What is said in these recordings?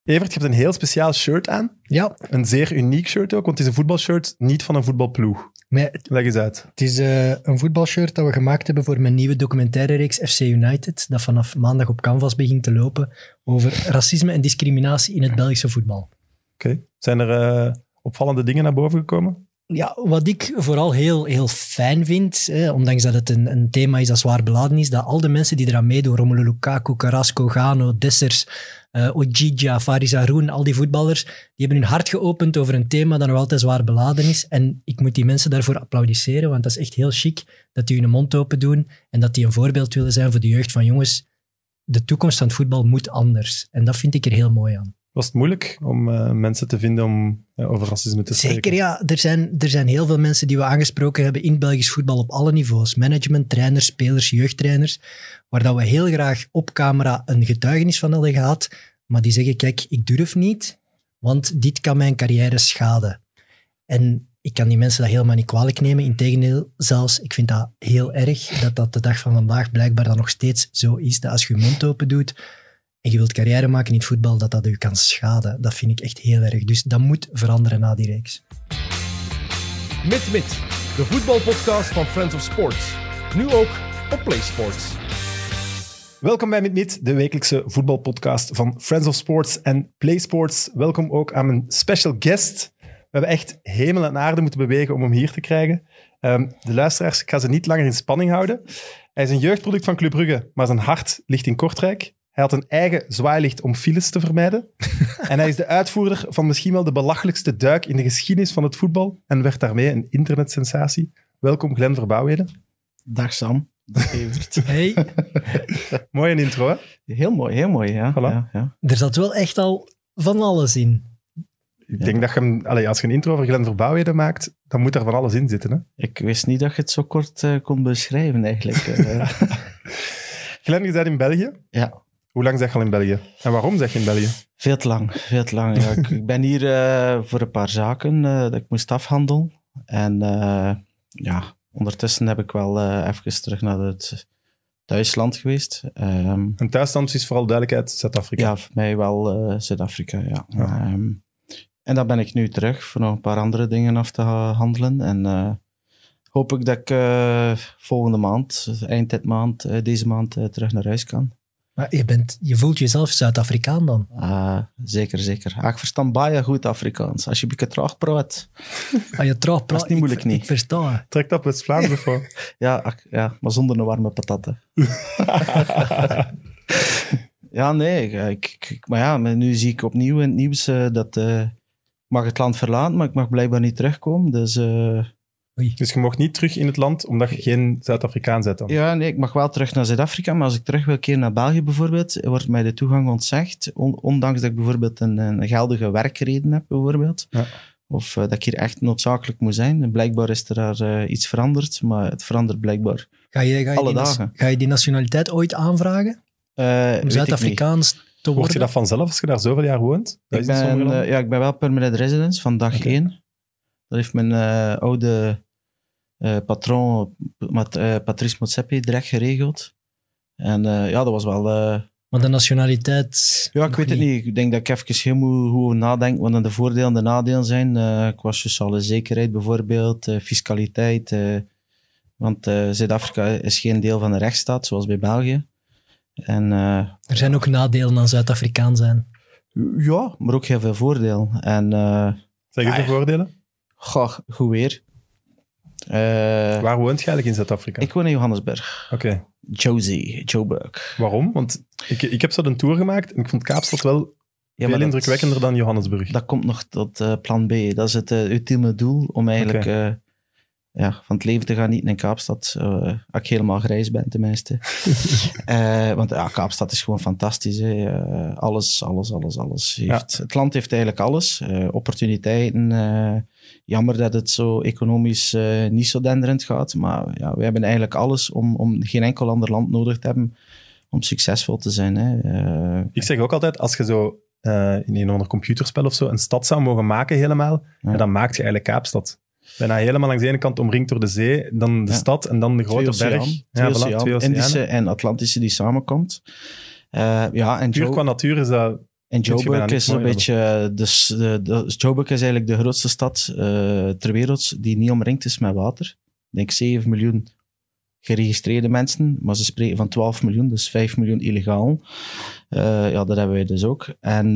Evert, je hebt een heel speciaal shirt aan. Ja. Een zeer uniek shirt ook, want het is een voetbalshirt, niet van een voetbalploeg. Leg eens uit. Het is een voetbalshirt dat we gemaakt hebben voor mijn nieuwe documentaire-reeks FC United, dat vanaf maandag op Canvas begint te lopen, over racisme en discriminatie in het Belgische voetbal. Oké. Zijn er opvallende dingen naar boven gekomen? Ja, wat ik vooral heel fijn vind, ondanks dat het een thema is dat zwaar beladen is, dat al de mensen die eraan meedoen, Romelu Lukaku, Carrasco, Gano, Dessers, Ojija, Faris Haroun, al die voetballers, die hebben hun hart geopend over een thema dat nog altijd zwaar beladen is. En ik moet die mensen daarvoor applaudisseren, want dat is echt heel chic dat die hun mond open doen en dat die een voorbeeld willen zijn voor de jeugd van jongens, de toekomst van het voetbal moet anders. En dat vind ik er heel mooi aan. Was het moeilijk om mensen te vinden om over racisme te spreken? Zeker, ja. Er zijn heel veel mensen die we aangesproken hebben in Belgisch voetbal op alle niveaus. Management, trainers, spelers, jeugdtrainers. Waar dat we heel graag op camera een getuigenis van hadden gehad. Maar die zeggen, kijk, ik durf niet, want dit kan mijn carrière schaden. En ik kan die mensen dat helemaal niet kwalijk nemen. Integendeel, zelfs, ik vind dat heel erg dat de dag van vandaag blijkbaar dan nog steeds zo is. Dat als je je mond open doet en je wilt carrière maken in het voetbal, dat u kan schaden. Dat vind ik echt heel erg. Dus dat moet veranderen na die reeks. Mit, de voetbalpodcast van Friends of Sports. Nu ook op PlaySports. Welkom bij Mit, de wekelijkse voetbalpodcast van Friends of Sports en PlaySports. Welkom ook aan mijn special guest. We hebben echt hemel en aarde moeten bewegen om hem hier te krijgen. De luisteraars, ik ga ze niet langer in spanning houden. Hij is een jeugdproduct van Club Brugge, maar zijn hart ligt in Kortrijk. Hij had een eigen zwaailicht om files te vermijden. En hij is de uitvoerder van misschien wel de belachelijkste duik in de geschiedenis van het voetbal en werd daarmee een internetsensatie. Welkom, Glenn Verbouwheden. Dag Sam. Dag Evert. Hey. Mooie intro, hè? Heel mooi, ja. Voilà. Ja. Er zat wel echt al van alles in. Ik denk dat je hem, als je een intro over Glenn Verbouwheden maakt, dan moet er van alles in zitten, hè? Ik wist niet dat je het zo kort kon beschrijven, eigenlijk. Glenn, je bent in België. Ja. Hoe lang zeg je al in België? En waarom zeg je in België? Veel te lang. Ja, ik ben hier voor een paar zaken dat ik moest afhandelen. En ondertussen heb ik wel even terug naar het thuisland geweest. En thuisland is vooral duidelijkheid Zuid-Afrika? Ja, voor mij wel Zuid-Afrika, ja. En dan ben ik nu terug voor nog een paar andere dingen af te handelen. En hoop ik dat ik volgende maand, eind dit maand, deze maand terug naar huis kan. Maar je voelt jezelf Zuid-Afrikaan dan? Zeker. Ik versta baie goed Afrikaans. Als je een beetje traag praat. Je traag praat, dat is niet moeilijk, niet. Ik versta. Trekt dat West-Vlaams voor? Ja, maar zonder een warme patatten. Ja, nee. Maar nu zie ik opnieuw in het nieuws dat ik mag het land verlaten, maar ik mag blijkbaar niet terugkomen. Dus je mag niet terug in het land, omdat je geen Zuid-Afrikaan bent dan? Ja, nee, ik mag wel terug naar Zuid-Afrika, maar als ik terug wil keren naar België bijvoorbeeld, wordt mij de toegang ontzegd, ondanks dat ik bijvoorbeeld een geldige werkreden heb, bijvoorbeeld. Ja. Of dat ik hier echt noodzakelijk moet zijn. En blijkbaar is er daar iets veranderd, maar het verandert blijkbaar alle dagen. Ga je die nationaliteit ooit aanvragen? Om Zuid-Afrikaans te worden? Word je dat vanzelf als je daar zoveel jaar woont? Ik ben wel permanent residence van dag 1. Dat heeft mijn oude patroon Patrice Motsepe direct geregeld. En dat was wel... Maar de nationaliteit... Ja, ik weet het niet. Ik denk dat ik even heel moet over nadenken wat dan de voordelen en de nadelen zijn. Qua sociale zekerheid bijvoorbeeld, fiscaliteit. Want Zuid-Afrika is geen deel van de rechtsstaat, zoals bij België. En, er zijn ook nadelen aan Zuid-Afrikaan zijn. Ja, maar ook heel veel voordelen. Zeg je de voordelen? Goed weer. Waar woont je eigenlijk in Zuid-Afrika? Ik woon in Johannesburg. Oké. Joburg. Waarom? Want ik heb zo een tour gemaakt en ik vond Kaapstad wel veel indrukwekkender dan Johannesburg. Dat komt nog tot plan B. Dat is het ultieme doel om eigenlijk van het leven te gaan niet in Kaapstad. Als ik helemaal grijs ben tenminste. Want Kaapstad is gewoon fantastisch. Alles heeft. Het land heeft eigenlijk alles. Opportuniteiten. Jammer dat het zo economisch niet zo denderend gaat. Maar we hebben eigenlijk alles om geen enkel ander land nodig te hebben om succesvol te zijn. Ik zeg ook altijd, als je zo in een ander computerspel of zo een stad zou mogen maken helemaal, dan maak je eigenlijk Kaapstad. Bijna helemaal langs de ene kant omringd door de zee, dan de stad en dan de grote berg. Twee Indische en Atlantische die samenkomt. En puur qua natuur is dat En Kun je bijna Joburg niks is een mooier beetje... Dus, Joburg is eigenlijk de grootste stad ter wereld die niet omringd is met water. Ik denk 7 miljoen geregistreerde mensen, maar ze spreken van 12 miljoen, dus 5 miljoen illegaal. Ja, dat hebben wij dus ook. En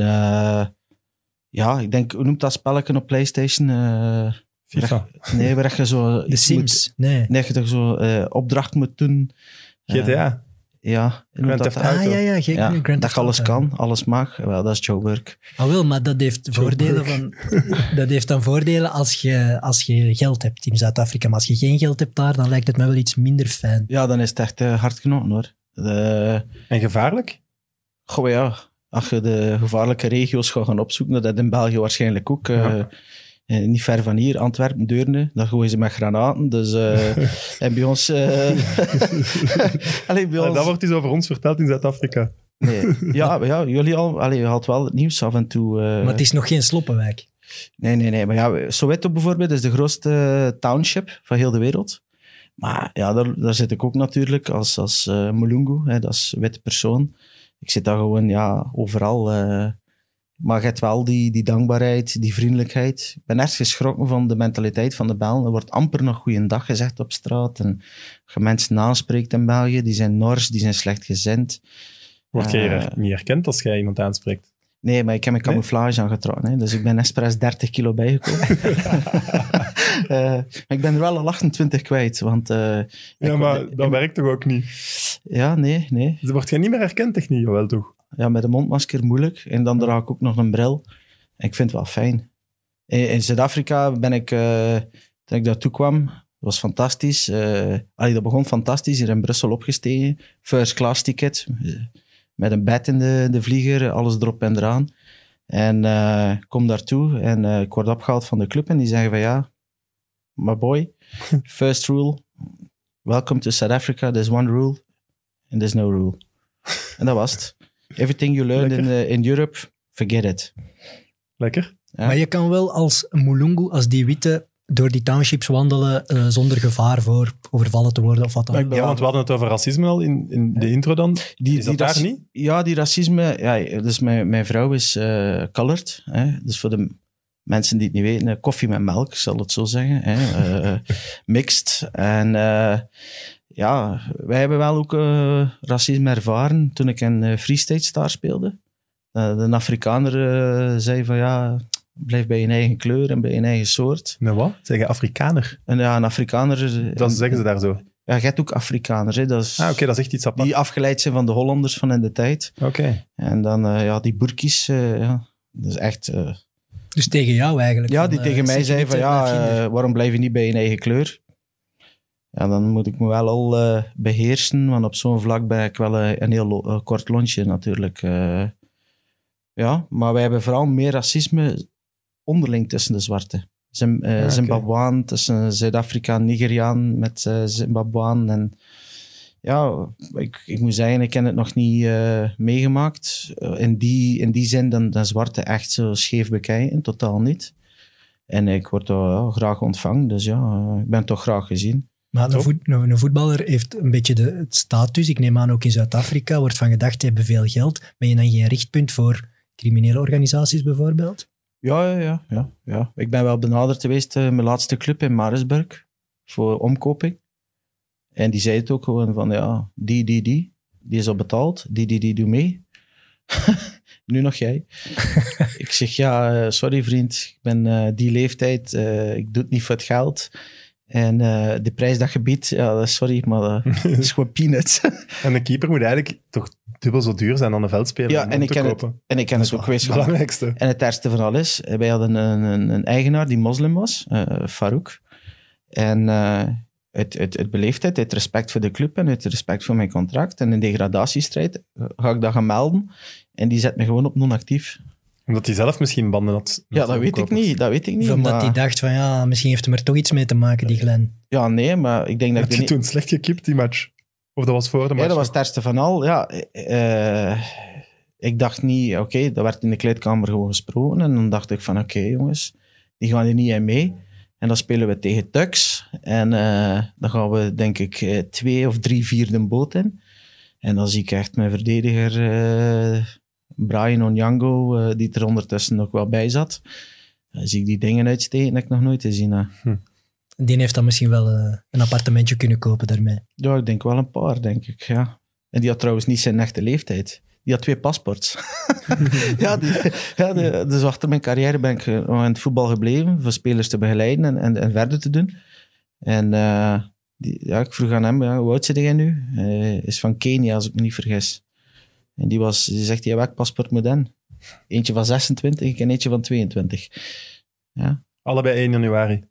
ja, ik denk, hoe noemt dat spelletje op PlayStation? FIFA. Nee, waar je zo... De Sims. Nee. Nee, je zo opdracht moet doen. GTA. Ja. Grand Theft Auto. Ja, Ja, Grand dat Theft je alles Auto. kan, alles mag. Wel, dat is Joburg. Ah, wel, maar dat heeft voordelen van... Dat heeft dan voordelen als je geld hebt in Zuid-Afrika. Maar als je geen geld hebt daar, dan lijkt het me wel iets minder fijn. Ja, dan is het echt hard knoten, hoor. En gevaarlijk? Goh, ja. Als je de gevaarlijke regio's gaat gaan opzoeken, dat in België waarschijnlijk ook... Ja. Niet ver van hier, Antwerpen, Deurne, daar gooien ze met granaten. Dus, en bij ons... Allee, bij ons... Dat wordt dus over ons verteld in Zuid-Afrika. Nee. Ja, jullie al... Allee, je haalt wel het nieuws af en toe... Maar het is nog geen sloppenwijk. Nee. Maar ja, Soweto bijvoorbeeld is de grootste township van heel de wereld. Maar ja, daar zit ik ook natuurlijk als Mulungu, hè, dat is witte persoon. Ik zit daar gewoon overal... Maar je hebt wel die dankbaarheid, die vriendelijkheid. Ik ben echt geschrokken van de mentaliteit van de Belgen. Er wordt amper nog goeiedag gezegd op straat. En als je mensen aanspreekt in België, die zijn nors, die zijn slechtgezind. Word je hier niet herkend als jij iemand aanspreekt? Nee, maar ik heb mijn camouflage aangetrokken. Hè, dus ik ben expres 30 kilo bijgekomen. Maar ik ben er wel al 28 kwijt. Want, maar dat werkt toch ook niet? Ja, nee. Dus word je niet meer herkend, echt niet? Jawel, toch? Ja, met een mondmasker moeilijk. En dan draag ik ook nog een bril. En ik vind het wel fijn. In Zuid-Afrika ben ik, toen ik daartoe kwam, was fantastisch. Dat begon fantastisch. Hier in Brussel opgestegen. First class ticket. Met een bed in de vlieger. Alles erop en eraan. En ik kom daartoe. En ik word opgehaald van de club. En die zeggen van ja, my boy. First rule. Welcome to South Africa. There's one rule. And there's no rule. En dat was het. Everything you learned in Europe, forget it. Lekker. Ja. Maar je kan wel als Mulungu, als die witte, door die townships wandelen zonder gevaar voor overvallen te worden of wat dan ook. Ja, want we hadden het over racisme al in de intro dan. Is dat daar niet? Ja, die racisme... Ja, dus mijn vrouw is colored. Hè, dus voor de mensen die het niet weten, koffie met melk, ik zal het zo zeggen. Hè, mixed. En... ja, wij hebben wel ook racisme ervaren toen ik in Free State Star speelde. De Afrikaner zei van ja, blijf bij je eigen kleur en bij je eigen soort. Nou wat? Zeg je Afrikaner? En ja, een Afrikaner... Dat zeggen ze daar zo. Ja, je hebt ook Afrikaners. Hè, dat is, Oké, dat is echt iets apart. die afgeleid zijn van de Hollanders van in de tijd. Oké. En dan die Boerkies, ja, dat is echt... Dus tegen jou eigenlijk. ja, die tegen mij zei van ja, waarom blijf je niet bij je eigen kleur? Ja, dan moet ik me wel al beheersen, want op zo'n vlak ben ik wel een heel kort lontje natuurlijk. Ja, maar wij hebben vooral meer racisme onderling tussen de zwarten. Zimbabwean, tussen Zuid-Afrika en Nigeriaan met Zimbabwean. En ja, ik moet zeggen, ik heb het nog niet meegemaakt. In die zin dan zwarte echt zo scheef bekijken, totaal niet. En ik word graag ontvangen, dus ja, ik ben toch graag gezien. Maar een voetballer heeft een beetje het status. Ik neem aan ook in Zuid-Afrika wordt van gedacht, die hebben veel geld. Ben je dan geen richtpunt voor criminele organisaties bijvoorbeeld? Ja. Ik ben wel benaderd geweest, mijn laatste club in Maritzburg, voor omkoping. En die zei het ook gewoon van, ja, die is al betaald, die doe mee. Nu nog jij. Ik zeg, ja, sorry vriend, ik ben die leeftijd, ik doe het niet voor het geld. En de prijs dat je biedt, ja, sorry, maar dat is gewoon peanuts. En een keeper moet eigenlijk toch dubbel zo duur zijn dan een veldspeler. Ja, en ik ken het ook geweest. Het belangrijkste. En het ergste van alles, wij hadden een eigenaar die moslim was, Farouk. En uit beleefdheid, uit respect voor de club en uit respect voor mijn contract en een degradatiestrijd, ga ik dat gaan melden. En die zet me gewoon op non-actief. Omdat hij zelf misschien banden had. Ja, dat weet ik niet. Of omdat hij dacht van ja, misschien heeft hij er toch iets mee te maken, die Glenn. Ja, nee, maar ik denk dat... Heb je toen slecht gekipt, die match? Of dat was voor de match? Ja, dat was het ergste van al. Ja, ik dacht niet... Oké, dat werd in de kleedkamer gewoon gesproken. En dan dacht ik van oké, jongens, die gaan er niet in mee. En dan spelen we tegen Tuks. En dan gaan we, denk ik, 2 of 3 vierde boot in. En dan zie ik echt mijn verdediger... Brian Onyango, die er ondertussen nog wel bij zat. Zie ik die dingen uitsteken dat ik nog nooit gezien heb. Die heeft dan misschien wel een appartementje kunnen kopen daarmee. Ja, ik denk wel een paar, denk ik, ja. En die had trouwens niet zijn echte leeftijd. Die had 2 paspoorts. Dus achter mijn carrière ben ik nog in het voetbal gebleven, voor spelers te begeleiden en verder te doen. En ik vroeg aan hem, hoe oud zit jij nu? Is van Kenia, als ik me niet vergis. En die zegt, welk paspoort moet dan? Eentje van 26 en eentje van 22. Ja. Allebei 1 januari.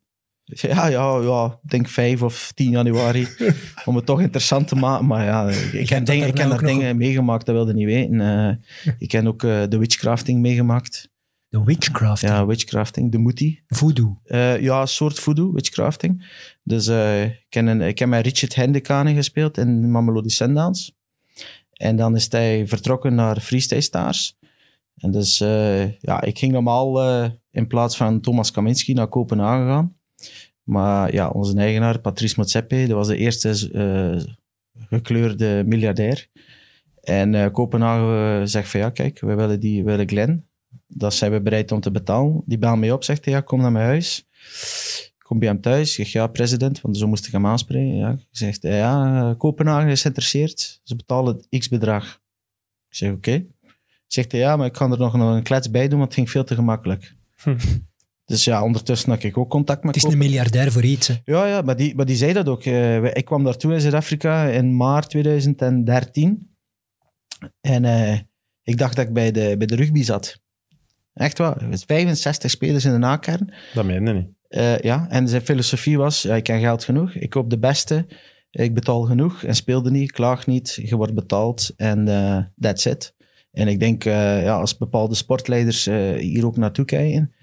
Ja, ik denk 5 of 10 januari. Om het toch interessant te maken. Maar ja, ik heb daar dingen meegemaakt, dat wilde niet weten. Ik heb ook de witchcrafting meegemaakt. De witchcrafting? Ja, witchcrafting, de Muti. Voodoo? Ja, een soort voodoo, witchcrafting. Dus ik heb met Richard Hendekane gespeeld in Mamelodi Sundowns. En dan is hij vertrokken naar Freestyle Stars. En dus ik ging normaal in plaats van Thomas Kaminski naar Kopenhagen gaan. Maar ja, onze eigenaar, Patrice Motsepe, dat was de eerste gekleurde miljardair. En Kopenhagen zegt van ja, kijk, we willen Glenn. Dat zijn we bereid om te betalen. Die belt mij op, zegt hij, ja, kom naar mijn huis. Ik kom bij hem thuis. Ik zeg, ja, president, want zo moest ik hem aanspreken. Ja. Ik zeg, ja, Kopenhagen is geïnteresseerd. Ze betalen x bedrag. Ik zeg, oké. Zegt hij, ja, maar ik kan er nog een klets bij doen, want het ging veel te gemakkelijk. Dus ja, ondertussen had ik ook contact met Het is een miljardair voor iets, hè. Ja, maar die zei dat ook. Ik kwam daartoe in Zuid-Afrika in maart 2013. En ik dacht dat ik bij de rugby zat. Echt waar. 65 spelers in de nakern. Dat meen je niet. Ja, en zijn filosofie was, ik heb geld genoeg, ik koop de beste, ik betaal genoeg en speelde niet, klaag niet, je wordt betaald en that's it. En ik denk, als bepaalde sportleiders hier ook naartoe kijken,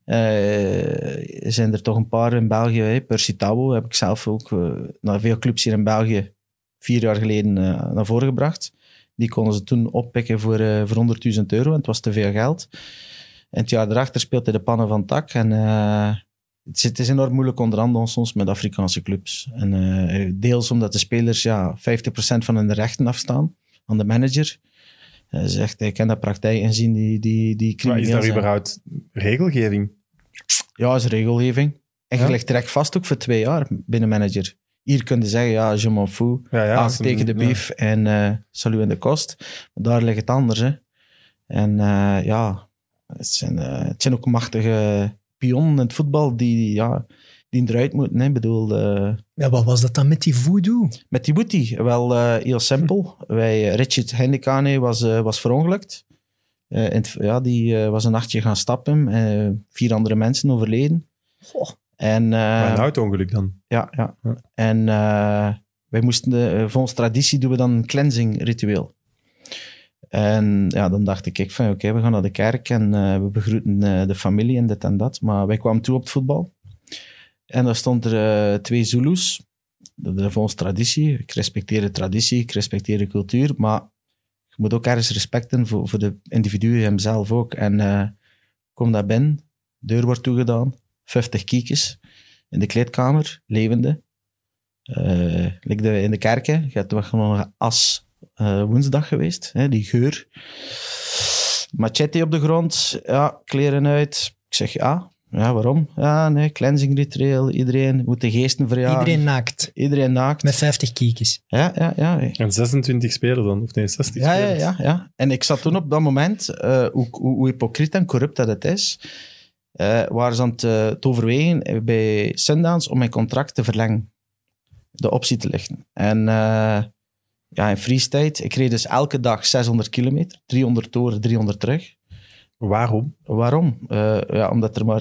zijn er toch een paar in België. Percy Tabo heb ik zelf ook naar veel clubs hier in België 4 jaar geleden naar voren gebracht. Die konden ze toen oppikken voor €100.000 en het was te veel geld. En het jaar daarachter speelt hij de pannen van tak. En het is enorm moeilijk onderhandelen soms met Afrikaanse clubs. En deels omdat de spelers 50% van hun rechten afstaan aan de manager. Zegt, ik ken dat praktijk en zien die crimineel Maar is daar zijn. überhaupt regelgeving? Ja, is regelgeving. En je legt direct vast ook voor 2 jaar binnen manager. Hier kun je zeggen, je m'en fous. Tegen de beef en salut in de kost. Maar daar ligt het anders. Hè. En het zijn ook machtige pionnen in het voetbal die eruit moeten. Hè. Ik bedoel, wat was dat dan met die voodoo? met die Woetie, wel heel simpel. Richard Hendekane was verongelukt. Die was een nachtje gaan stappen. 4 andere mensen overleden. Goh. En, Maar een auto-ongeluk dan? Ja. En wij moesten, volgens traditie doen we dan een cleansing ritueel. En dan dacht ik van oké, we gaan naar de kerk en we begroeten de familie en dit en dat. Maar wij kwamen toe op het voetbal. En daar stond er 2 Zulus. Dat is volgens traditie. Ik respecteer de traditie, ik respecteer de cultuur. Maar je moet ook ergens respecten voor de individu, hemzelf ook. En kom daar binnen, deur wordt toegedaan, 50 kiekjes in de kleedkamer, levende. In de kerken, je hebt toch nog as woensdag geweest, hè, die geur. Machete op de grond, kleren uit. Ik zeg waarom? Ja, nee, cleansing ritueel, iedereen moet de geesten verjagen. Iedereen naakt. Met 50 kiekjes. Ja. En 26 spelers dan? Of nee, 60 spelers? Ja. En ik zat toen op dat moment, hoe hypocriet en corrupt dat het is, waren ze aan het overwegen bij Sundowns om mijn contract te verlengen. De optie te lichten. En in freestyle, ik reed dus elke dag 600 kilometer, 300 door, 300 terug. Waarom? Omdat er maar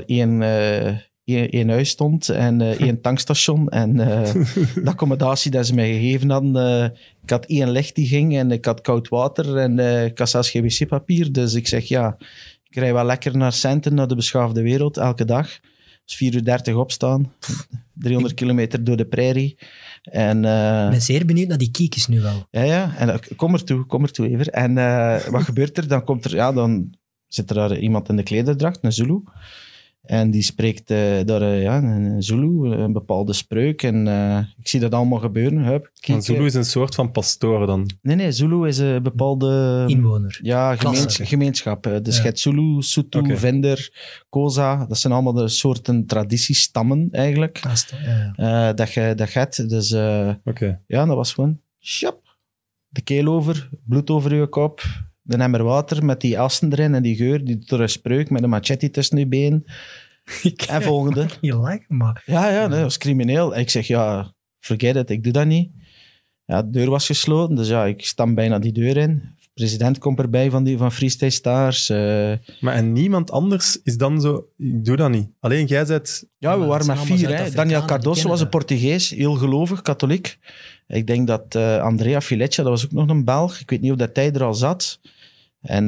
één huis stond en 1 tankstation. En de accommodatie dat ze mij gegeven hadden, ik had 1 licht die ging en ik had koud water en ik had zelfs geen wc-papier. Dus ik zeg, ik rij wel lekker naar Centen, naar de beschaafde wereld, elke dag. Dus 4:30 opstaan, 300 kilometer door de prairie. En, ik ben zeer benieuwd naar die kiekjes nu wel. Ja. En kom er toe even. En wat gebeurt er? Dan zit er daar iemand in de klederdracht, een Zulu. En die spreekt daar een Zulu, een bepaalde spreuk. En ik zie dat allemaal gebeuren. Hup, Want Zulu is een soort van pastoor dan. Nee, Zulu is een bepaalde... Inwoner. Ja, gemeenschap. Dus je hebt Zulu, Sotho, Vender, Xhosa. Dat zijn allemaal de soorten traditiestammen eigenlijk. Dat je hebt. Dus ja, dat was gewoon... Sjap, de keel over, bloed over je kop, de emmer water met die assen erin en die geur, die doet er een spreuk met een machete tussen je been. En volgende. Je lijkt maar. Ja, dat was crimineel. En ik zeg, ja, forget it, ik doe dat niet. Ja, de deur was gesloten, dus ja, ik stam bijna die deur in. De president komt erbij van Freestyle Stars. Maar en niemand anders is dan zo... Ik doe dat niet. Alleen jij zet... Ja, we waren met 4. Hè. Daniel Cardoso was een Portugees, heel gelovig, katholiek. Ik denk dat Andrea Fileccia, dat was ook nog een Belg. Ik weet niet of dat hij er al zat. En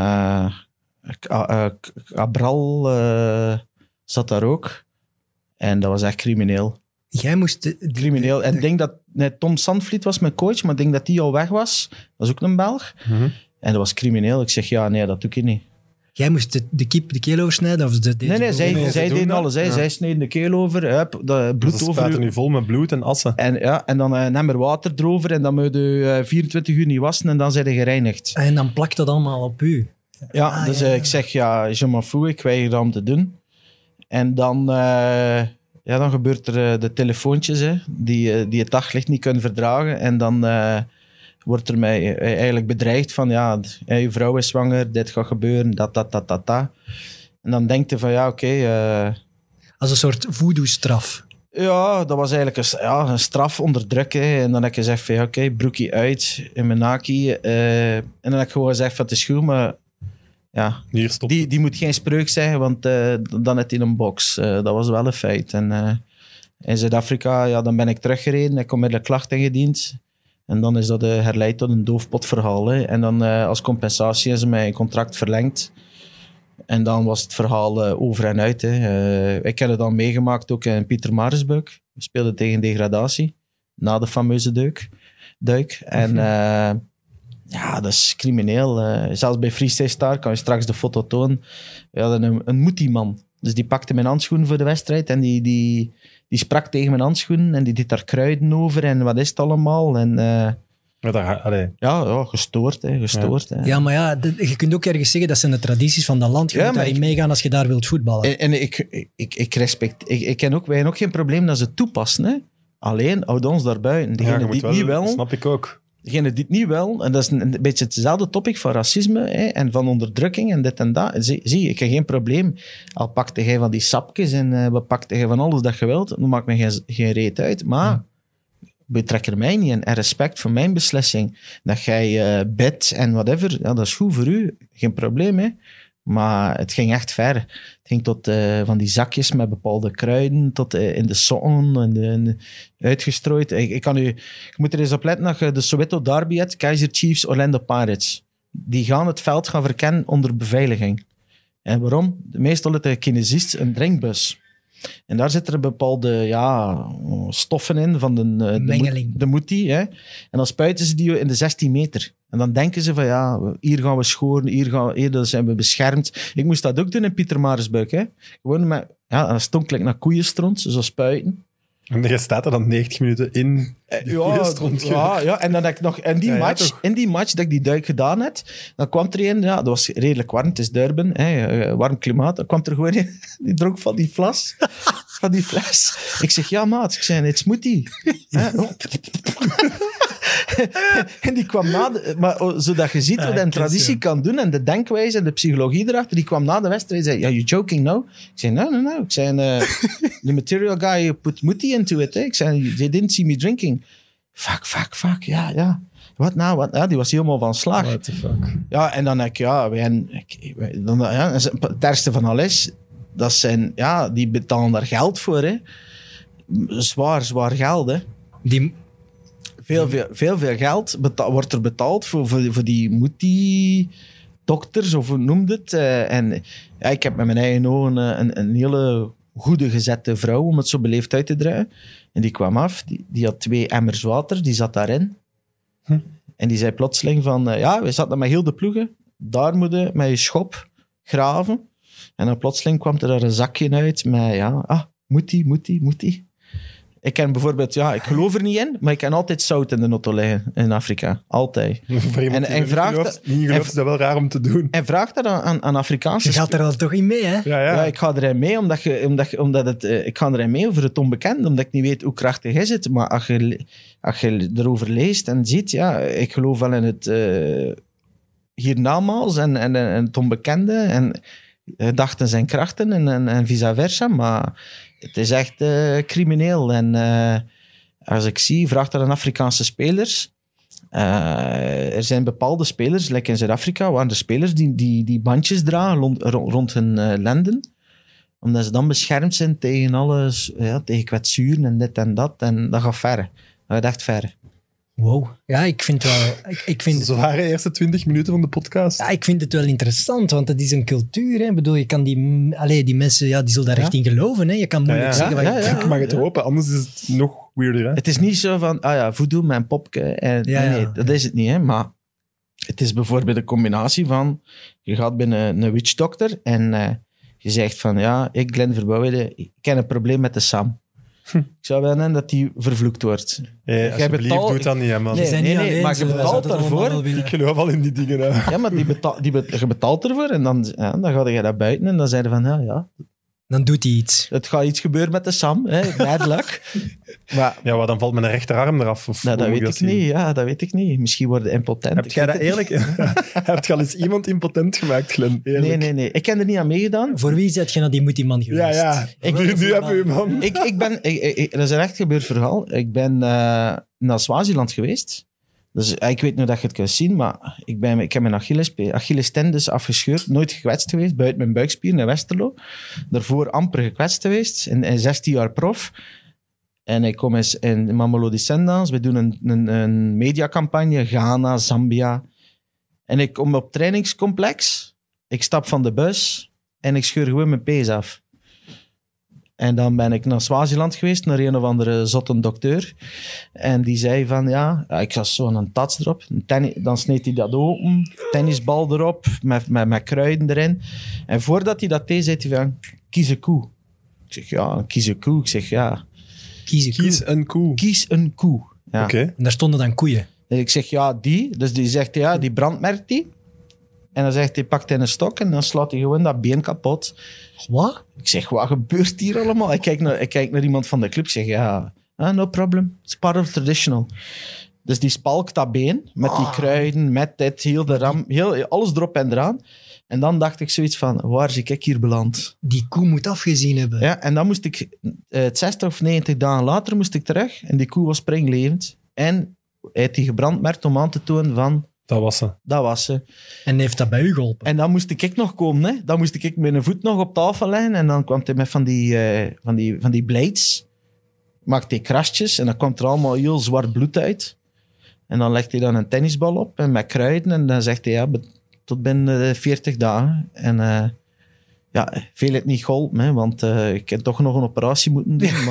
Cabral zat daar ook. En dat was echt crimineel. Jij moest... Crimineel. En ik denk dat... Nee, Tom Sandvliet was mijn coach, maar ik denk dat die al weg was. Dat was ook een Belg. Mm-hmm. En dat was crimineel. Ik zeg, ja, nee, dat doe ik niet. Jij moest de keel oversnijden? Of Nee, zij deden alles. Ja. Zij sneden de keel over, hup, bloed dus over. Het nu vol met bloed en assen. En dan een emmer water erover en dan moet je 24 uur niet wassen en dan zijn je gereinigd. En dan plakt dat allemaal op u. Ja, ik zeg, ja, je m'en fout, ik weiger dat om te doen. En dan gebeurt er de telefoontjes, hè, die het daglicht niet kunnen verdragen. En dan wordt er mij eigenlijk bedreigd van, ja, je vrouw is zwanger, dit gaat gebeuren, dat. En dan denkt je van, ja, oké. Als een soort voodoo-straf. Ja, dat was eigenlijk een straf onder druk. Hè. En dan heb ik gezegd van, ja, oké, broekie uit in mijn naki. En dan heb ik gewoon gezegd van, het is goed, maar ja, die moet geen spreuk zeggen, want dan heeft hij een box. Dat was wel een feit. En in Zuid-Afrika, ja, dan ben ik teruggereden. Ik kom met de klacht ingediend. En dan is dat herleid tot een doofpotverhaal. Hè. En dan als compensatie is ze mijn contract verlengd. En dan was het verhaal over en uit. Hè. Ik heb het dan meegemaakt ook in Pietermaritzburg. We speelden tegen degradatie. Na de fameuze duik. En ja, dat is crimineel. Zelfs bij Freestyle Star kan je straks de foto tonen. We hadden een moetieman. Dus die pakte mijn handschoen voor de wedstrijd. En die sprak tegen mijn handschoen. En die deed daar kruiden over. En wat is het allemaal? En... Ja, gestoord. Hè. Ja, maar ja, je kunt ook ergens zeggen dat zijn de tradities van dat land. Je moet daarin meegaan als je daar wilt voetballen. En ik respect... Ik ken ook, wij hebben ook geen probleem dat ze toepassen. Hè. Alleen, houd ons daarbuiten. Degene die het niet wel... snap ik ook. Degene die het niet wel... En dat is een beetje hetzelfde topic van racisme hè, en van onderdrukking en dit en dat. Zie, ik heb geen probleem. Al pakte jij van die sapjes en wat pakte jij van alles dat je wilt, dan maakt me geen reet uit. Maar... betrek er mij niet in. En respect voor mijn beslissing. Dat jij bidt en whatever, ja, dat is goed voor u. Geen probleem, hè. Maar het ging echt ver. Het ging tot van die zakjes met bepaalde kruiden, tot in de sokken en uitgestrooid. Je moet er eens op letten dat je de Soweto Derby hebt, Kaizer Chiefs, Orlando Pirates. Die gaan het veld gaan verkennen onder beveiliging. En waarom? Meestal heeft de kinesist een drinkbus. En daar zitten er bepaalde stoffen in van de moetie. Hè? En dan spuiten ze die in de 16 meter. En dan denken ze van hier gaan we schoren, hier zijn we beschermd. Ik moest dat ook doen in Pietermaritzburg. Hè? Gewoon met, dat stonk naar koeienstront, zo spuiten. En je staat er dan 90 minuten in koeienstront. Ja, en dan heb ik nog in die match dat ik die duik gedaan heb, dan kwam er een, dat was redelijk warm, het is Durban, warm klimaat, dan kwam er gewoon een, die dronk van die fles. Ik zeg, ja maat, ik zei, het smoothie. En die kwam maar zodat je ziet wat een traditie kan doen en de denkwijze en de psychologie erachter, die kwam na de wedstrijd en zei, you joking now? Ik zei, no. Ik zei, the material guy put moetie into it. Ik zei, they didn't see me drinking. Fuck, ja. Wat nou? Ja, die was helemaal van slag. What the fuck? Ja, en dan denk ik, het ergste van alles, dat zijn, die betalen daar geld voor, hè. Zwaar geld, hè. Veel geld wordt er betaald voor die moetie-dokters, of hoe noemde het. En ik heb met mijn eigen ogen een hele goede gezette vrouw, om het zo beleefd uit te drukken. En die kwam af, die had 2 emmers water, die zat daarin. En die zei plotseling van, we zaten met heel de ploegen, daar moet je met je schop graven. En dan plotseling kwam er daar een zakje uit met, moet die. Ik ken bijvoorbeeld, ik geloof er niet in, maar ik ken altijd zout in de auto liggen in Afrika. Altijd. En vraagt is dat wel raar om te doen. En vraagt dat aan Afrikaanse... Je gaat er al toch in mee, hè? Ja, ik ga erin mee, ik ga erin mee over het onbekende, omdat ik niet weet hoe krachtig is het. Maar als je erover leest en ziet, ik geloof wel in het hiernamaals en het onbekende en gedachten zijn krachten en vice versa, maar het is echt crimineel. En als ik zie, vraag dat aan Afrikaanse spelers. Er zijn bepaalde spelers, like in Zuid-Afrika, waren er spelers die bandjes dragen rond hun lenden, omdat ze dan beschermd zijn tegen alles, tegen kwetsuren en dit en dat. En dat gaat ver. Dat gaat echt ver. Wow. Ja, ik vind wel... Zware eerste 20 minuten van de podcast. Ja, ik vind het wel interessant, want het is een cultuur. Hè. Ik bedoel, je kan die mensen, die zullen daar echt in geloven. Hè. Je kan moeilijk zeggen wat je... Ik mag het hopen, anders is het nog weirder. Hè? Het is niet zo van, voodoo, mijn popke. Nee, dat is het niet. Hè. Maar het is bijvoorbeeld een combinatie van, je gaat binnen een witch doctor en je zegt van, ik, Glenn Verbouwende, ik ken een probleem met de Sam. Ik zou wel nemen dat die vervloekt wordt. Alsjeblieft, doe het dan niet, hè, man. Nee, maar je betaalt daarvoor. Ik geloof al in die dingen. Hè. Ja, maar je betaalt ervoor en dan ga je dat buiten en dan zei je van, Dan doet hij iets. het gaat iets gebeuren met de Sam, bad luck. Maar, wat dan valt mijn rechterarm eraf? Of dat weet ik niet. Ja, dat weet ik niet. Misschien worden impotent. Heb jij dat eerlijk? Heb je al eens iemand impotent gemaakt, Glenn? Eerlijk? Nee. Ik heb er niet aan meegedaan. Voor wie zet je nou die Moetie-man geweest? Ja. Nu heb je je man. Dat is een echt gebeurd verhaal. Ik ben naar Swaziland geweest. Dus ik weet niet dat je het kunt zien, maar ik heb mijn Achillestendis afgescheurd. Nooit gekwetst geweest, buiten mijn buikspier in Westerlo. Daarvoor amper gekwetst geweest, in 16 jaar prof. En ik kom eens in Mamelodi Sundowns. We doen een mediacampagne, Ghana, Zambia. En ik kom op trainingscomplex. Ik stap van de bus en ik scheur gewoon mijn pees af. En dan ben ik naar Swaziland geweest, naar een of andere zotte dokter. En die zei van, ik zag zo'n tats erop. Dan sneed hij dat open, tennisbal erop, met kruiden erin. En voordat hij dat deed, zei hij van, kies een koe. Ik zeg, kies een koe. Ik zeg, Kies een koe. Kies een koe. Ja. Oké. En daar stonden dan koeien. En ik zeg, die. Dus die zegt, die brandmerkt die. En dan zegt hij, pakt hij een stok en dan slaat hij gewoon dat been kapot. Wat? Ik zeg, wat gebeurt hier allemaal? Ik kijk naar iemand van de club. Ik zeg, no problem. It's part of traditional. Dus die spalkt dat been met die kruiden, met dit, heel de ram, alles erop en eraan. En dan dacht ik zoiets van, waar zit ik hier beland? Die koe moet afgezien hebben. Ja, en dan moest ik, 60 of 90 dagen later moest ik terug. En die koe was springlevend. En hij had die gebrandmerkt om aan te tonen van... Dat was ze. En heeft dat bij u geholpen? En dan moest ik nog komen. Hè. Dan moest ik mijn voet nog op tafel leggen. En dan kwam hij met van die blades. Maakte hij krasjes. En dan kwam er allemaal heel zwart bloed uit. En dan legde hij dan een tennisbal op. En met kruiden. En dan zegt hij, tot binnen 40 dagen. En veel het niet geholpen. Hè, want ik heb toch nog een operatie moeten doen.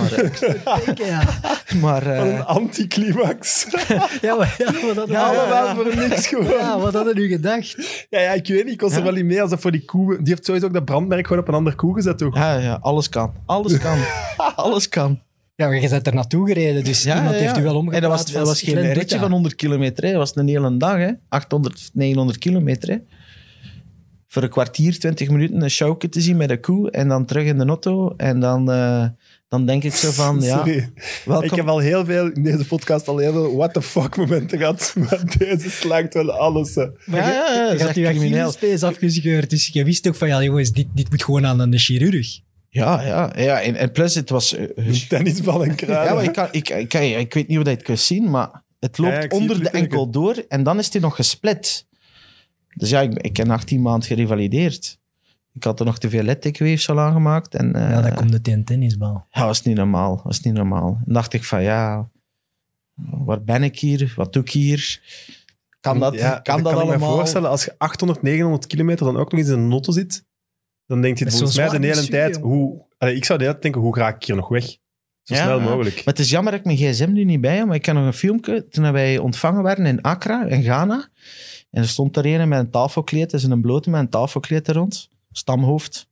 Maar, Wat een anticlimax. Allemaal voor niks gewoon. Ja, wat hadden u gedacht? Ja, ik weet niet. Ik was er wel niet mee als dat voor die koe... Die heeft sowieso ook dat brandmerk gewoon op een andere koe gezet, toch? Ja, alles kan. Alles kan. Ja, maar je bent er naartoe gereden, dus iemand heeft u wel omgepraat. En dat was geen ritje van 100 kilometer. Hè. Dat was een hele dag. Hè. 800, 900 kilometer. Hè. Voor een kwartier, 20 minuten een showke te zien met een koe en dan terug in de auto. En dan denk ik zo van, Sorry. Welkom. Ik heb al heel veel in deze podcast al heel veel what the fuck momenten gehad, maar deze slaagt wel alles. Hè. Je had je Achillespees afgescheurd, dus je wist ook van, jongens, dit moet gewoon aan een chirurg. Ja. En plus, het was... Een tennisbal en kruiden. Ja, maar ik weet niet hoe dat je het kunt zien, maar het loopt onder de enkel door en dan is hij nog gesplit. Dus ja, ik heb 18 maanden gerevalideerd. Ik had er nog te veel litteekweefsel aangemaakt. En, dat komt uit een tennisbal. Ja, dat was niet normaal. En dacht ik van, waar ben ik hier? Wat doe ik hier? Kan dat allemaal? Ik me voorstellen, als je 800, 900 kilometer dan ook nog eens in een auto zit, dan denk je volgens mij de hele tijd, ik zou de hele tijd denken, hoe raak ik hier nog weg? Zo snel mogelijk. Maar het is jammer dat ik mijn gsm nu niet bij heb, maar ik heb nog een filmpje toen wij ontvangen werden in Accra, in Ghana. En er stond er een met een tafelkleed, dus een blote met een tafelkleed er rond. Stamhoofd.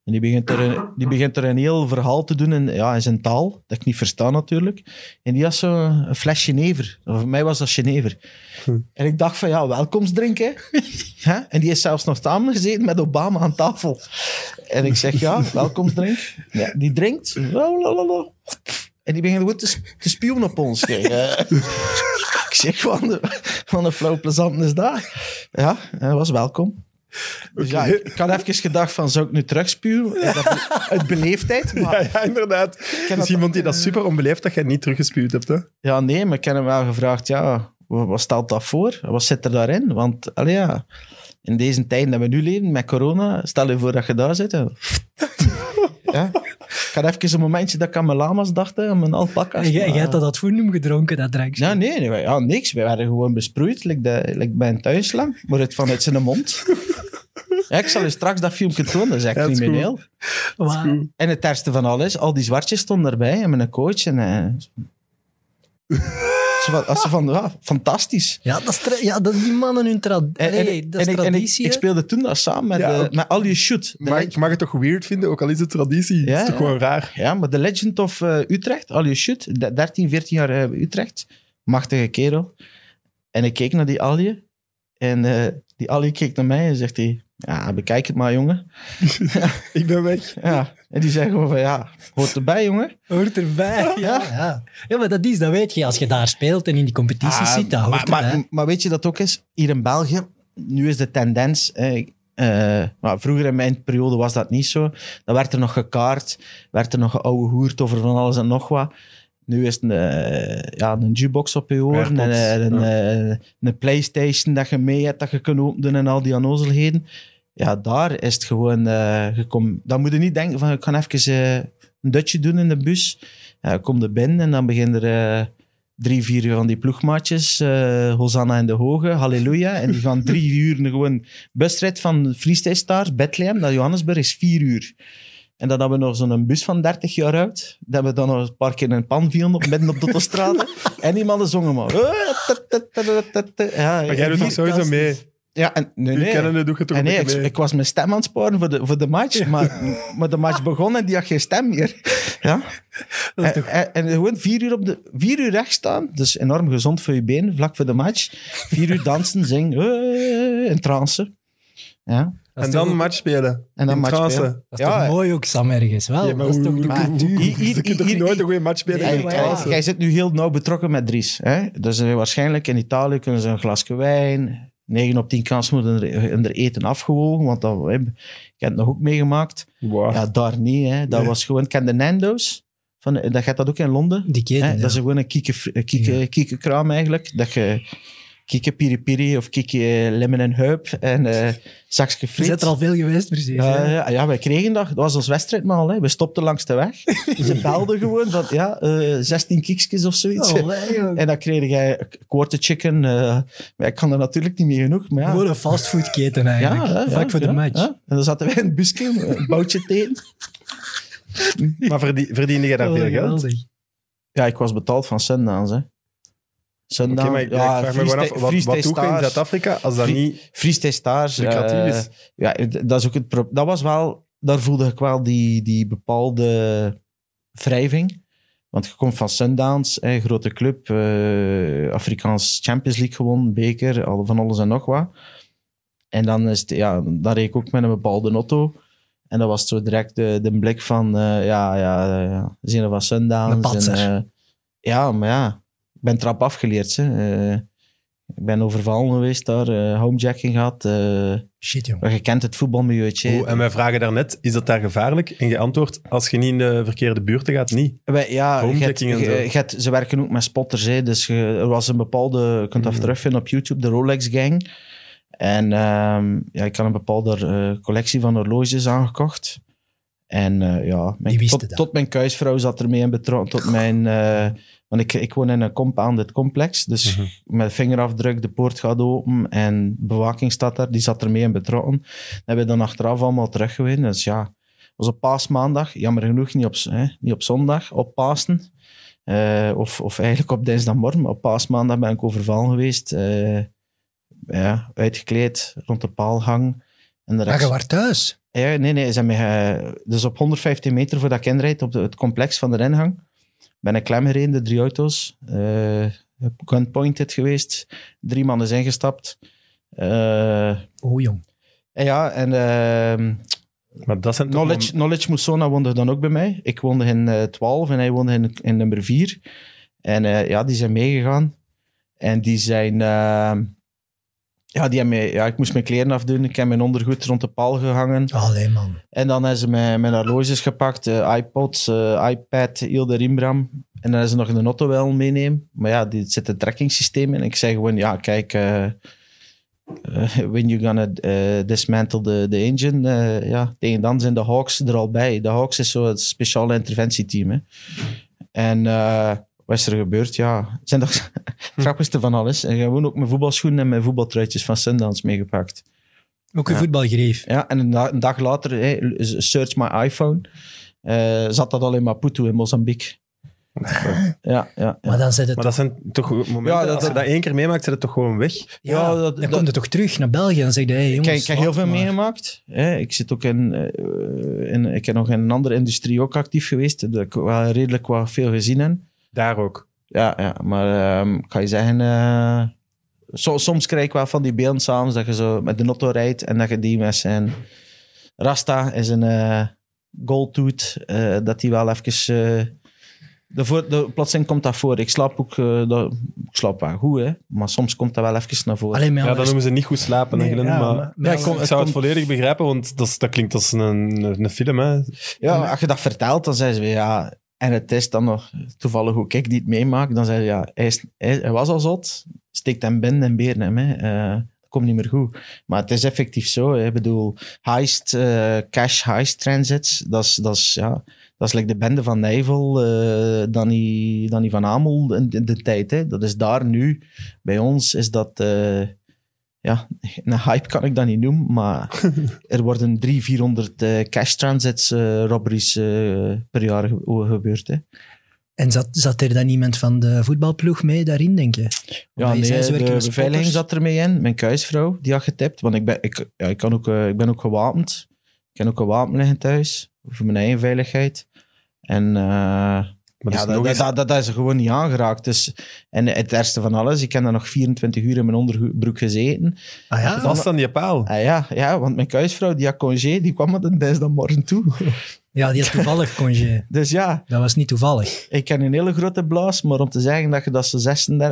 En die begint er een heel verhaal te doen in zijn taal, dat ik niet versta natuurlijk. En die had zo'n fles Genever. Voor mij was dat Genever. En ik dacht van, welkomstdrink, hè. En die is zelfs nog samen gezeten met Obama aan tafel. En ik zeg, welkomstdrink. Ja, die drinkt. En die begint gewoon te spuwen op ons. Ik zeg, wat een flauw plezant is dat. Ja, en dat was welkom. Dus ik had even gedacht van, zou ik nu terugspuwen? Uit beleefdheid. Maar ja, inderdaad. Er is iemand die dat super onbeleefd dat jij niet teruggespuwd hebt, hè? Ja, nee, maar ik heb hem wel gevraagd, wat stelt dat voor? Wat zit er daarin? Want, in deze tijd dat we nu leven, met corona, stel je voor dat je daar zit. Ja. Ik had even een momentje dat ik aan mijn lama's dacht, aan mijn alpaca's. Jij hebt dat voeding gedronken, dat drankje. Ja, nee, niks. We werden gewoon besproeid, like bij een thuislang, maar het vanuit zijn mond. Ja, ik zal je straks dat filmpje tonen, dat is echt crimineel. En het ergste van alles, al die zwartjes stonden erbij en mijn coach. En, fantastisch. Ja, dat is die mannen hun traditie. Ik speelde toen dat samen met Ali Shoot. Ik mag het toch weird vinden, ook al is het traditie. Het is toch gewoon raar. Ja, maar de Legend of Utrecht, Ali Shoot, 13, 14 jaar Utrecht, machtige kerel. En ik keek naar die Ali en die Ali keek naar mij en zegt hij, bekijk het maar, jongen. Ik ben weg. Ja. En die zeggen gewoon van, hoort erbij, jongen. Hoort erbij, ja, maar dat weet je. Als je daar speelt en in die competitie zit, dat hoort erbij. Maar weet je dat ook is? Hier in België, nu is de tendens... vroeger in mijn periode was dat niet zo. Dan werd er nog gekaart, werd er nog geouwehoerd over van alles en nog wat. Nu is het een jukebox op je oren en een PlayStation dat je mee hebt, dat je kunt openen en al die onnozelheden. Ja, daar is het gewoon gekomen. Dan moet je niet denken van, ik ga even een dutje doen in de bus. Kom er binnen en dan beginnen er 3-4 uur van die ploegmaatjes. Hosanna in de Hoge, halleluja. En die gaan 3 uur gewoon busrit van Freestyle Stars, Bethlehem naar Johannesburg is 4 uur. En dan hebben we nog zo'n bus van 30 jaar oud. Dat we dan nog een paar keer in een pan vielen midden op de autostrade. En die mannen zongen maar. Maar jij doet toch sowieso mee? Ja, en kennende doe je toch mee? Ik was mijn stem aan het sparen voor de match. Maar de match begon en die had geen stem meer. Ja? En gewoon 4 uur recht staan. Dus enorm gezond voor je benen, vlak voor de match. 4 uur dansen, zingen, in trance. Ja. En dan een match spelen. En dan match spelen. Dat is toch mooi ook, Sam, ergens wel? Ja, maar dat is toch je kunt toch nooit een goede match spelen? Jij zit nu heel nauw betrokken met Dries. Hè? Dus waarschijnlijk in Italië kunnen ze een glasje wijn. 9 op 10 kans moeten er eten afgewogen. Want dat, ik heb het nog ook meegemaakt. Wow. Ja, daar niet. Hè? Dat was gewoon... Ik ken de Nando's. Dat gaat dat ook in Londen. Die keten, dat is gewoon een kiekenkraam eigenlijk. Dat je... Kieke piri-piri of kieke lemon en heup en zakje friet. Je bent er al veel geweest, precies. Ja, wij kregen dat. Dat was ons wedstrijdmaal. Hè. We stopten langs de weg. Ze belden gewoon van 16 kiekjes of zoiets. En dan kreeg jij quarter chicken. Maar ik kan er natuurlijk niet meer genoeg. Maar gewoon een fastfoodketen eigenlijk. Vlak voor de match. Ja. En dan zaten wij in het busje, een boutje teen. Maar verdiende je daar veel geld? Ja, ik was betaald van Sundance, hè. Oké, maar ik vraag me gewoon af, wat doe je in Zuid-Afrika als dat niet Freestyle Stars lucratief is? Dat is ook dat was wel, daar voelde ik wel die bepaalde wrijving. Want je komt van Sundance, grote club, Afrikaans Champions League gewonnen, beker, van alles en nog wat. En dan is het, dan reed ik ook met een bepaalde auto. En dat was zo direct de blik van, zien van Sundance. Ik ben trap afgeleerd. Ik ben overvallen geweest daar, homejacking gehad. Shit, jongen. Je kent het voetbalmilieu. En wij vragen daarnet, is dat daar gevaarlijk? En je antwoordt, als je niet in de verkeerde buurt gaat, niet. Homejacking en zo. Ze werken ook met spotters. Dus er was een bepaalde, je kunt dat terugvinden op YouTube, de Rolex Gang. En ik had een bepaalde collectie van horloges aangekocht. En tot mijn kuisvrouw zat ermee in betrokken, tot mijn... Want ik woon in een compounded complex, dus met vingerafdruk, de poort gaat open en bewaking staat daar, die zat ermee in betrokken. Dat hebben we dan achteraf allemaal teruggewinnen. Dus het was op paasmaandag, jammer genoeg niet op zondag, op Pasen. Of eigenlijk op dinsdagmorgen, maar op paasmaandag ben ik overvallen geweest. Uitgekleed, rond de paal hangen. Maar je was thuis? Ja, nee. Ze hebben mij, dus op 115 meter voordat ik inrijd op het complex van de ingang, ben ik klem gereden, de 3 auto's. Gunpointed geweest. 3 mannen zijn ingestapt. Jong. Ja, en Maar dat zijn Knowledge Moussona woonde dan ook bij mij. Ik woonde in 12 en hij woonde in nummer 4. En die zijn meegegaan. En die zijn... die hebben mij, ik moest mijn kleren afdoen. Ik heb mijn ondergoed rond de paal gehangen. Allee, man. En dan hebben ze mijn horloges gepakt, iPods, iPad, heel de riembram. En dan hebben ze nog een auto wel meenemen. Maar ja, dit zit een trackingsysteem in. En ik zei gewoon, kijk... when you're gonna dismantle the engine, tegen dan zijn de Hawks er al bij. De Hawks is zo het speciale interventieteam. Hè. En wat is er gebeurd? Ja, het zijn toch het grappigste van alles. En gewoon ook mijn voetbalschoenen en mijn voetbaltruitjes van Sundance meegepakt. Ook een voetbalgreef. Ja, en een dag later, search my iPhone, zat dat al in Maputo in Mozambique. Ja. Maar dan zit het Maar dat zijn toch momenten, als je dat 1 keer meemaakt, zit het toch gewoon weg? dan komt het toch terug naar België en zeg je, hey, jongens... Ik heb heel veel meegemaakt. Ik zit ook ik heb nog in een andere industrie ook actief geweest, dat ik wel redelijk wat veel gezien heb. Daar ook. Ja, maar ik ga je zeggen... soms krijg ik wel van die beelden samen dat je zo met de auto rijdt en dat je die met zijn Rasta is een goldtooth, dat die wel even... plotseling komt dat voor. Ik slaap ook ik slaap wel goed, hè, maar soms komt dat wel even naar voren. Allee, dat noemen ze niet goed slapen. Nee, ik zou het volledig begrijpen, want dat klinkt als een film. Hè. Ja, als je dat vertelt, dan zeggen ze ja... En het is dan nog toevallig hoe ik die het meemaak. Dan zeg je, hij was al zot. Steekt hem binnen en beren hem. Dat komt niet meer goed. Maar het is effectief zo. Hè. Ik bedoel, cash heist transits, dat is like de bende van Nijvel, Danny van Amel in de tijd. Hè. Dat is daar nu. Bij ons is dat... een hype kan ik dat niet noemen, maar er worden 300-400 cash transits, robberies per jaar gebeurd. Hè. En zat er dan iemand van de voetbalploeg mee daarin, denk je? Ja, nee, de beveiliging zat er mee in. Mijn kuisvrouw, die had getipt. Want ik ben ook gewapend. Ik heb ook een wapen liggen thuis, voor mijn eigen veiligheid. En... dat is er gewoon niet aangeraakt. Dus, en het ergste van alles, ik heb dan nog 24 uur in mijn onderbroek gezeten. Ah ja? Dat was dan die paal? Ja, want mijn kuisvrouw, die had congé, die kwam op een dinsdagmorgen toe. Ja, die had toevallig congé. Dus ja. Dat was niet toevallig. Ik heb een hele grote blaas, maar om te zeggen dat je dat zo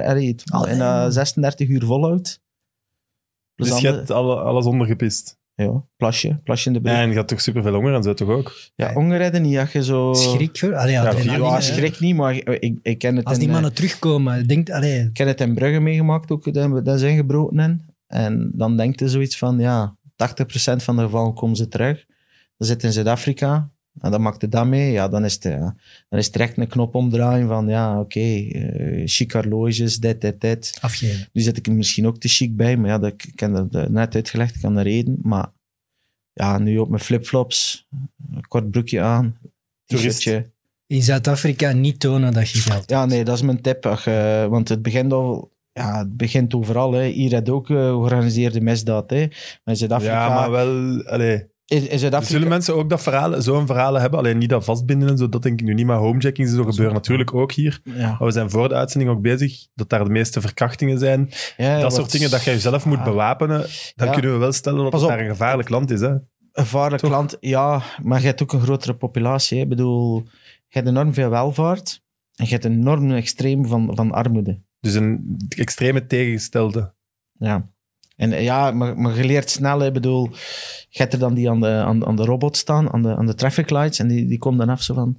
36 uur volhoudt. Dus je hebt alles ondergepist? Ja, plasje in de broek. En je had toch superveel honger en zo toch ook? Ja, honger redden niet, dat je zo... Schrik, hoor. Schrik niet, maar ik ken het... Als die mannen terugkomen, ik heb het in Brugge meegemaakt ook, dat we zijn gebroken in. En dan denkt je zoiets van, 80% van de gevallen komen ze terug. Dan zit in Zuid-Afrika, en dan maakt het dat mee. Ja, dan is het direct een knop omdraaien van, chic horloges, dit. Afgeven. Nu zit ik er misschien ook te chic bij, maar ik heb dat net uitgelegd, ik kan de reden. Maar ja, nu op mijn flipflops, een kort broekje aan, t-shirtje. In Zuid-Afrika niet tonen dat je geld. Ja, nee, dat is mijn tip. Want het begint al... Ja, het begint overal. Hè. Hier heb je ook georganiseerde misdaad. Hè. Maar in Zuid-Afrika... Ja, maar wel... Allee. In Zuid-Afrika... Zullen mensen ook zo'n verhaal hebben? Alleen niet dat vastbinden en zo, dat denk ik nu niet. Maar homejackings en zo gebeuren natuurlijk ook hier. Ja. Maar we zijn voor de uitzending ook bezig dat daar de meeste verkrachtingen zijn. Dat soort dingen dat je jezelf moet bewapenen. Dan kunnen we wel stellen dat het daar een gevaarlijk land is. Hè? Een gevaarlijk land, ja. Maar je hebt ook een grotere populatie. Hè. Ik bedoel, je hebt enorm veel welvaart. En je hebt een enorm extreem van armoede. Dus een extreme tegengestelde. Ja. En ja, maar je leert snel, ik bedoel, je hebt er dan die aan de robot staan, aan de traffic lights, en die komen dan af zo van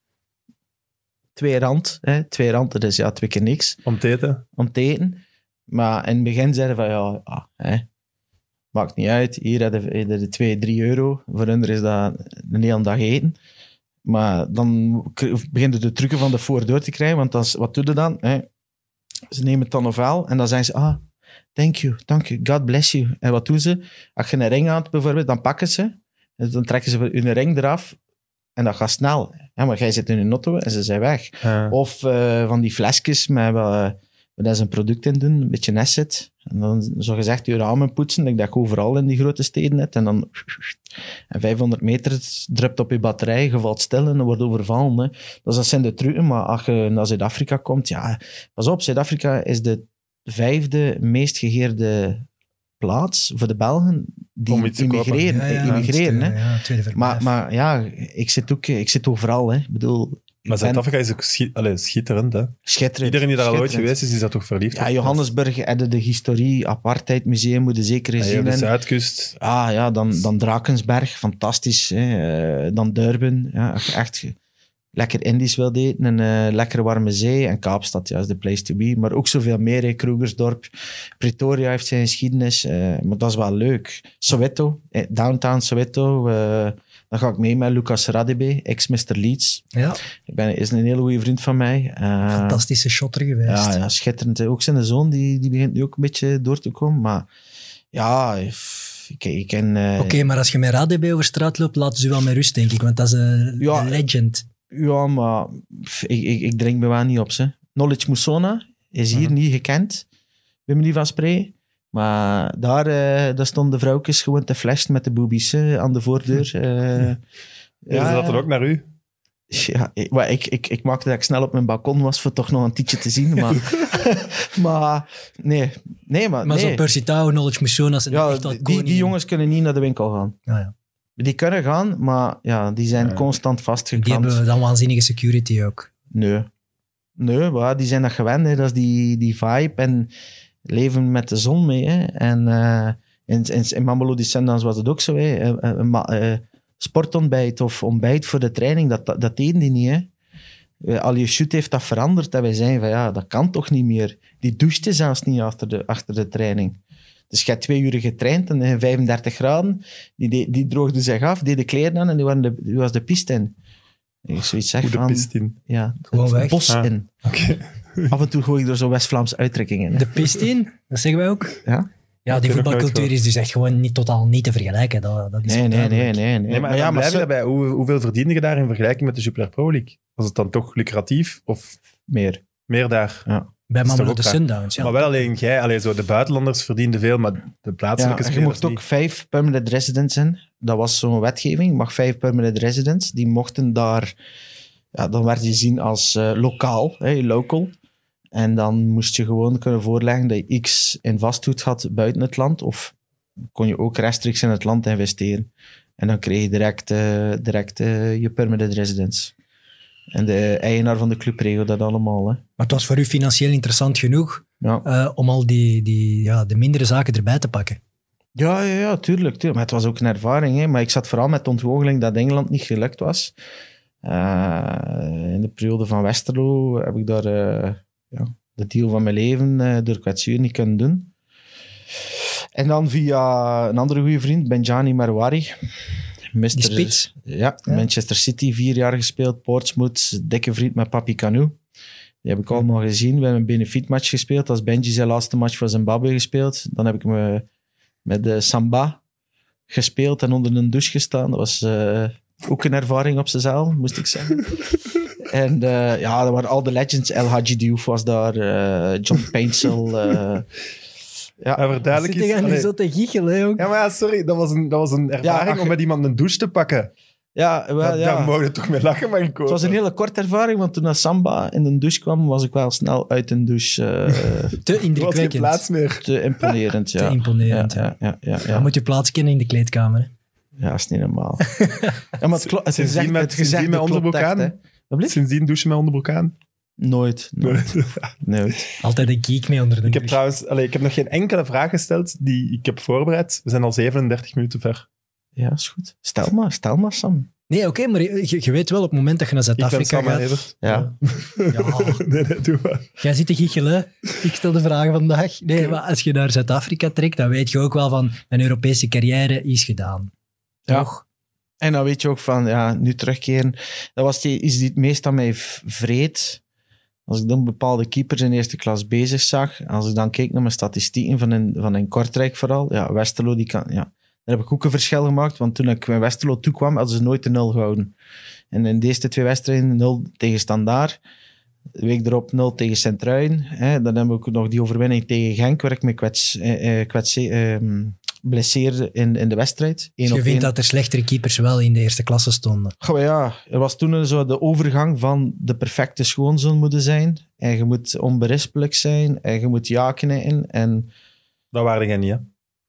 2 rand, dat is 2 keer niks. Om te eten. Maar in het begin zeiden van, maakt niet uit, hier heb je 2-3 euro, voor hun is dat een hele dag eten. Maar dan beginnen de trucken van de voor door te krijgen, want wat doe je dan? Ze nemen het dan ofwel, en dan zeggen ze, thank you, God bless you. En wat doen ze? Als je een ring aan hebt bijvoorbeeld, dan pakken ze. Dan trekken ze hun ring eraf. En dat gaat snel. Ja, maar jij zit in een auto en ze zijn weg. Of van die flesjes met we daar een product in doen, een beetje een asset. En dan zo gezegd je ramen poetsen, dat ik overal in die grote steden heb. En dan 500 meter, het drupt op je batterij, je valt stil en wordt overvallen. Hè. Dus dat zijn de trucken, maar als je naar Zuid-Afrika komt, ja, pas op, Zuid-Afrika is de 5e meest gegeerde plaats voor de Belgen die immigreren. Hè. Maar ja, ik zit overal. Hè. Ik bedoel... Maar Zuid-Afrika is ook schitterend, hè? Schitterend. Iedereen die daar al ooit geweest is dat toch verliefd? Ja, Johannesburg, de historie, apartheidmuseum, moet je zeker eens zien. De Zuidkust. Ja, dan Drakensberg, fantastisch. Hè. Dan Durban, ja, echt lekker Indisch wilde eten en lekkere warme zee. En Kaapstad, ja, is de place to be. Maar ook zoveel meer, hè. Krugersdorp. Pretoria heeft zijn geschiedenis, maar dat is wel leuk. Soweto, downtown Soweto, dan ga ik mee met Lucas Radebe, ex-Mr. Leeds. Ja. Is een hele goede vriend van mij. Fantastische shotter geweest. Ja, schitterend. Ook zijn zoon, die begint nu ook een beetje door te komen. Maar ja, ik ken... Oké, maar als je met Radebe over straat loopt, laten ze u wel met rust, denk ik. Want dat is een legend. Ja, maar ik drink me wel niet op. Ze. Knowledge Musona is hier niet gekend, bij manier van spreken. Maar daar stonden de vrouwtjes gewoon te flashen met de boobies aan de voordeur. Is dat er ook naar u? Ja, ik maakte dat ik snel op mijn balkon was voor toch nog een tietje te zien. Maar nee. Maar zo Percy Tau, Knowledge Musona zijn echt al die jongens kunnen niet naar de winkel gaan. Ja. Die kunnen gaan, maar ja, die zijn constant vastgeklampt. Die hebben dan waanzinnige security ook. Nee, maar die zijn dat gewend. Hè. Dat is die vibe en leven met de zon mee. Hè. En in Mamelodi Sundowns was het ook zo. Hè. Sportontbijt of ontbijt voor de training, dat deden die niet. Hè. Al je shoot heeft dat veranderd. En wij zeiden van ja, dat kan toch niet meer. Die douchte zelfs niet achter de training. Dus je hebt 2 uur getraind en 35 graden. Die droogde zich af, deed de kleren aan en die was de piste in. Ik zoiets zeg van... De piste in? Ja, gewoon weg. Het bos in. Okay. Af en toe gooi ik er zo West-Vlaamse uitdrukkingen in. De piste in, dat zeggen wij ook. Ja? Ja, die voetbalcultuur is dus echt gewoon totaal niet te vergelijken. Dat is nee. Maar blijf je daarbij. Hoeveel verdiende je daar in vergelijking met de Jupiler Pro League? Was het dan toch lucratief? Of meer daar? Ja. Bij Mamelodi Sundowns, ja. Maar wel alleen jij, zo de buitenlanders verdienden veel, maar de plaatselijke spelers je mocht ook 5 permanent residents in. Dat was zo'n wetgeving. Je mag 5 permanent residents. Die mochten daar... Ja, dan werd je gezien als lokaal, local. En dan moest je gewoon kunnen voorleggen dat je X in vastgoed had buiten het land. Of kon je ook rechtstreeks in het land investeren. En dan kreeg je direct je permanent residence. En de eigenaar van de club regelde dat allemaal. Hè. Maar het was voor u financieel interessant genoeg om al de mindere zaken erbij te pakken? Ja, tuurlijk. Maar het was ook een ervaring. Hè. Maar ik zat vooral met de ontgoocheling dat Engeland niet gelukt was. In de periode van Westerlo heb ik daar de deal van mijn leven door kwetsuur niet kunnen doen. En dan via een andere goede vriend, Benjani Marwari. Die spits? Ja, Manchester City 4 jaar gespeeld, Portsmouth, dikke vriend met Papi Canu. Die heb ik allemaal gezien. We hebben een benefietmatch gespeeld. Als Benji zijn laatste match voor Zimbabwe gespeeld. Dan heb ik me met de Samba gespeeld en onder een douche gestaan. Dat was ook een ervaring op zichzelf, moest ik zeggen. En dat waren al de legends. El Hadji Diouf was daar, John Paintsel. Verduidelijk is... Zit je zo te giechelen, ook? Ja, maar sorry, dat was een ervaring om met iemand een douche te pakken. Ja, daar mogen we toch mee lachen, maar het was een hele korte ervaring, want toen Samba in de douche kwam, was ik wel snel uit een douche. Te indrukwekkend. Er was geen plaats meer. Te imponerend, ja. Te imponerend, ja. Dan moet je plaats kennen in de kleedkamer. Ja, dat is niet normaal. Ja, maar het sindsdien met onderbroek aan? Sindsdien douchen met onderbroek aan? Nooit. Altijd een kiek mee onder de Ik heb trouwens, ik heb nog geen enkele vraag gesteld die ik heb voorbereid. We zijn al 37 minuten ver. Ja, is goed. Stel maar, Sam. Nee, oké, maar je weet wel, op het moment dat je naar Zuid-Afrika gaat... Ja. Nee, doe maar. Jij zit te giechelen. Ik stel de vragen vandaag. Nee, maar als je naar Zuid-Afrika trekt, dan weet je ook wel van een Europese carrière is gedaan. Ja. Toch? En dan weet je ook van, nu terugkeren. Dat was is die het meest aan mij vreed. Als ik dan bepaalde keepers in eerste klas bezig zag, als ik dan keek naar mijn statistieken van in Kortrijk vooral, Westerlo, daar heb ik ook een verschil gemaakt, want toen ik in Westerlo toekwam, hadden ze nooit de 0 gehouden. En in deze 2 wedstrijden 0 tegen Standaard, De week erop 0 tegen Sint-Truiden. Dan hebben we ook nog die overwinning tegen Genk, waar ik me blesseerde in de wedstrijd. Dus je vindt dat er slechtere keepers wel in de eerste klasse stonden? Goh, ja, er was toen zo de overgang van de perfecte schoonzoon moeten zijn. En je moet onberispelijk zijn. En je moet ja knikken. En Dat waarde jij niet, hè?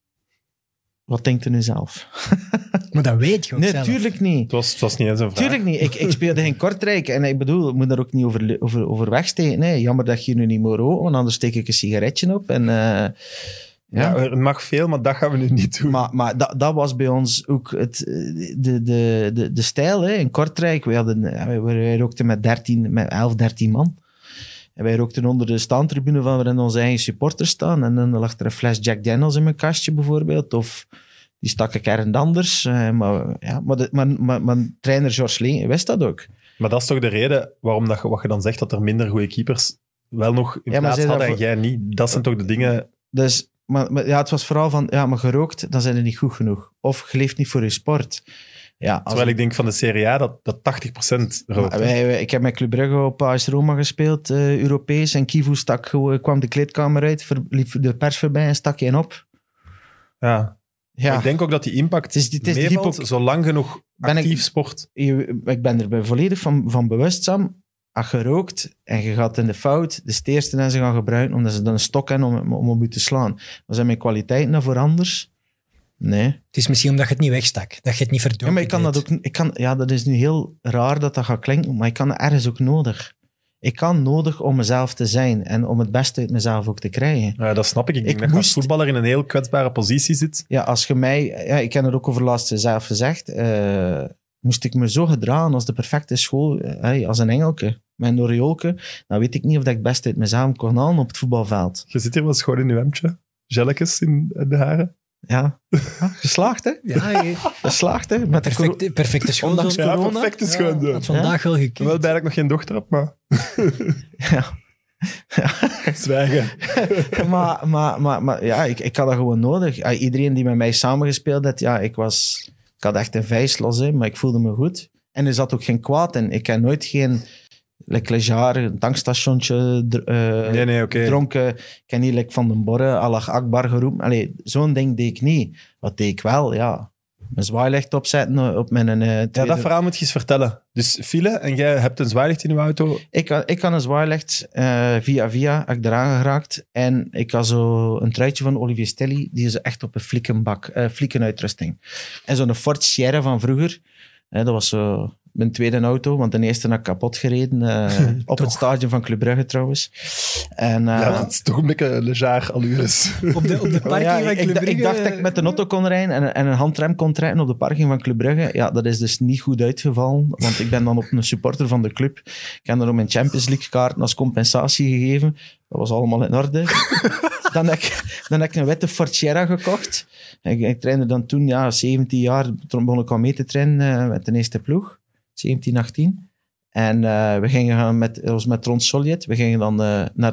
wat denkt u nu zelf? Maar dat weet je ook Nee, zelf. tuurlijk niet. Het was niet eens een vraag. Tuurlijk niet. Ik speelde in Kortrijk. En ik bedoel, ik moet daar ook niet over wegsteken. Nee, jammer dat je nu niet meer rookt, want anders steek ik een sigaretje op. En, Ja, er mag veel, maar dat gaan we nu niet doen. Maar dat was bij ons ook de stijl. Hè. In Kortrijk, wij rookten met 11, 13 man. En wij rookten onder de staantribune waarin onze eigen supporters staan. En dan lag er een fles Jack Daniels in mijn kastje bijvoorbeeld. Of die stak ik ergens anders. Maar trainer Georges Leen wist dat ook. Maar dat is toch de reden waarom wat je dan zegt dat er minder goede keepers wel nog in plaats hadden en jij niet. Dat zijn toch de dingen... Dus, maar ja, het was vooral van, ja, maar gerookt, dan zijn er niet goed genoeg. Of je leeft niet voor je sport. Ja, Terwijl ik denk van de Serie A dat 80% rookt. Ik heb met Club Brugge op AS Roma gespeeld, Europees. En Kivu kwam de kleedkamer uit, liep de pers voorbij en stak je op. Ja. Ja. Ik denk ook dat die impact Het is meevalt, zolang je nog actief sport. Ik ben er volledig van bewust, Sam. Als je rookt en je gaat in de fout, de eerste dat ze gaan gebruiken, omdat ze dan een stok hebben om op je te slaan. Maar zijn mijn kwaliteiten daarvoor anders? Nee. Het is misschien omdat je het niet wegstak. Dat je het niet verdronken Ja, maar ik kan dat ook... dat is nu heel raar dat gaat klinken, maar ik kan het ergens ook nodig. Ik kan nodig om mezelf te zijn en om het beste uit mezelf ook te krijgen. Ja, dat snap ik. Ik denk dat je als voetballer in een heel kwetsbare positie zit. Ja, als je mij... Ja, ik heb het ook over laatst zelf gezegd. Moest ik me zo gedragen als de perfecte school, als een engelke, met een oreolke, dan weet ik niet of ik het beste uit mezelf kon halen op het voetbalveld. Je zit hier wel schoon in je hemdje. Gelletjes in de haren. Ja, geslaagd hè? Ja, geslaagd hè? Met de perfecte schoonzoon. Ja, perfecte schoonzoon. Had vandaag wel gekund. Ik ben wel blij dat ik nog geen dochter heb, maar... Ja. Zwijgen. maar ja, ik had dat gewoon nodig. Iedereen die met mij samengespeeld heeft, ja, ik had echt een vijslos, hè, maar ik voelde me goed. En er zat ook geen kwaad in. Ik heb nooit geen... Lejar, een tankstationtje dronken. Ik heb niet Van den Borre, Allah Akbar geroepen. Allee, zo'n ding deed ik niet. Wat deed ik wel? Ja, mijn zwaailicht opzetten op mijn tweede... Ja, dat verhaal moet je eens vertellen. Dus file en jij hebt een zwaailicht in je auto. Ik had een zwaailicht via heb ik eraan geraakt. En ik had zo een truitje van Olivier Stelly, die is echt op een fliekenuitrusting. En zo'n Ford Sierra van vroeger, dat was zo... Mijn tweede auto, want de eerste had ik kapot gereden. Op het stadion van Club Brugge trouwens. En, dat is toch een beetje Lejar allures. Op de parking van Club Brugge... Ik dacht dat ik met een auto kon rijden en een handrem kon rijden op de parking van Club Brugge. Ja, dat is dus niet goed uitgevallen, want ik ben dan op een supporter van de club. Ik heb dan ook mijn Champions League kaarten als compensatie gegeven. Dat was allemaal in orde. Dan heb ik een witte Ford Sierra gekocht. Ik trainde dan toen, 17 jaar, begon ik al mee te trainen met de eerste ploeg. 17, 18. En we gingen met Ron Soljet, we gingen dan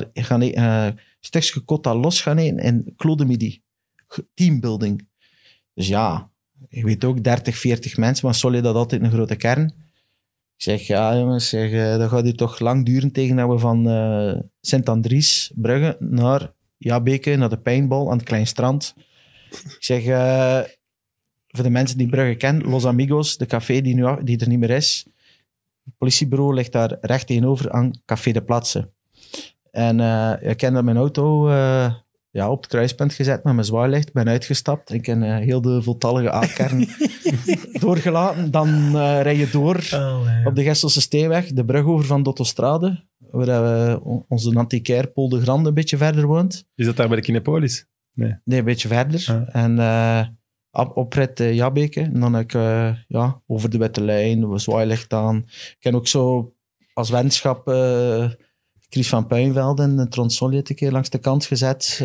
een stukje Côte Los gaan eten in Claude Midi. Teambuilding. Dus ja, je weet ook, 30, 40 mensen, maar Soljet had altijd een grote kern. Ik zeg, ja jongens, dat gaat hier toch lang duren tegen dat we van Sint-Andries, Brugge, naar Jabeke, naar de paintball aan het Klein Strand. Ik zeg... voor de mensen die Brugge kennen, Los Amigos, de café die er niet meer is. Het politiebureau ligt daar recht tegenover aan Café de Plaatsen. En ik heb dan mijn auto op het kruispunt gezet met mijn zwaailicht. Ben uitgestapt. Ik heb heel de voltallige A-kern doorgelaten. Dan rij je door op de Gesselse Steenweg, de brug over van de autostrade, waar onze antiquaire Paul de Grande een beetje verder woont. Is dat daar bij de Kinepolis? Nee, een beetje verder. En... oprit Jabeke. En dan heb ik over de witte lijn, zwaailicht aan. Ik heb ook zo als wetenschap Chris van Puinveld en Tron Soljet een keer langs de kant gezet.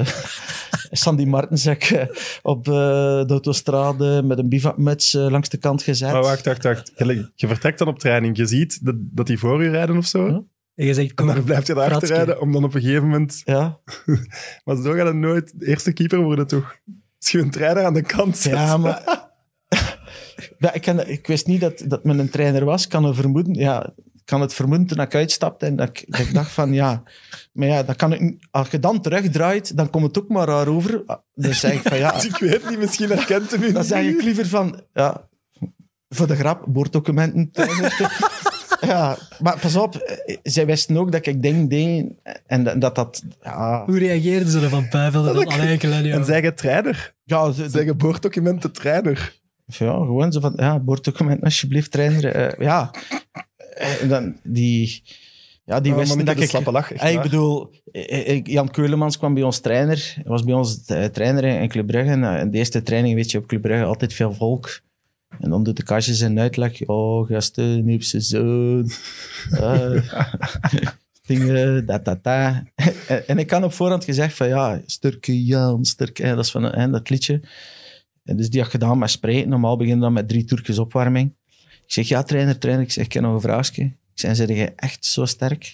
Sandy Martens heb ik op de autostrade met een bivakmuts langs de kant gezet. Maar wacht. Je vertrekt dan op training. Je ziet dat die voor je rijden of zo. Huh? En je zegt, En dan blijft je daarachter rijden om dan op een gegeven moment... Ja. Maar zo gaat het nooit de eerste keeper worden, toch? Als je een trainer aan de kant zet. Ja, maar... ik wist niet dat men een trainer was. Ik kan er vermoeden... Ja, ik kan het vermoeden toen ik uitstapte en dat ik dacht van ja, maar ja, dat kan ik, als je dan terugdraait, dan komt het ook maar raar over. Dus zeg ik van ja... Ik weet niet, misschien herkent hem u. Dan zeg ik liever van, ja, voor de grap, boorddocumenten. Ja, maar pas op, zij wisten ook dat ik dingen deed en dat ja... Hoe reageerden ze er van Puivel? En zeggen trainer. Ja, Zeggen boorddocumenten trainer. ja, gewoon zo van, ja, boorddocumenten alsjeblieft, trainer. Ja, en dan die... Ja, die wisten dat ik... slappe lach, echt Ik waar. bedoel, Jan Keulemans kwam bij ons trainer. Hij was bij ons trainer in Club Brugge. En de eerste training, weet je, op Club Brugge altijd veel volk. En dan doet de kastjes een uitleg. Oh, gasten, nu op zijn zoon. Dingen, dat. En ik had op voorhand gezegd van, ja, Sturke Jan, Sturke... Dat is van dat liedje. En dus die had gedaan met spreken. Normaal beginnen dan met 3 toertjes opwarming. Ik zeg, ja, trainer. Ik zeg, ik heb nog een vraagje. Ik zei, zeg je echt zo sterk?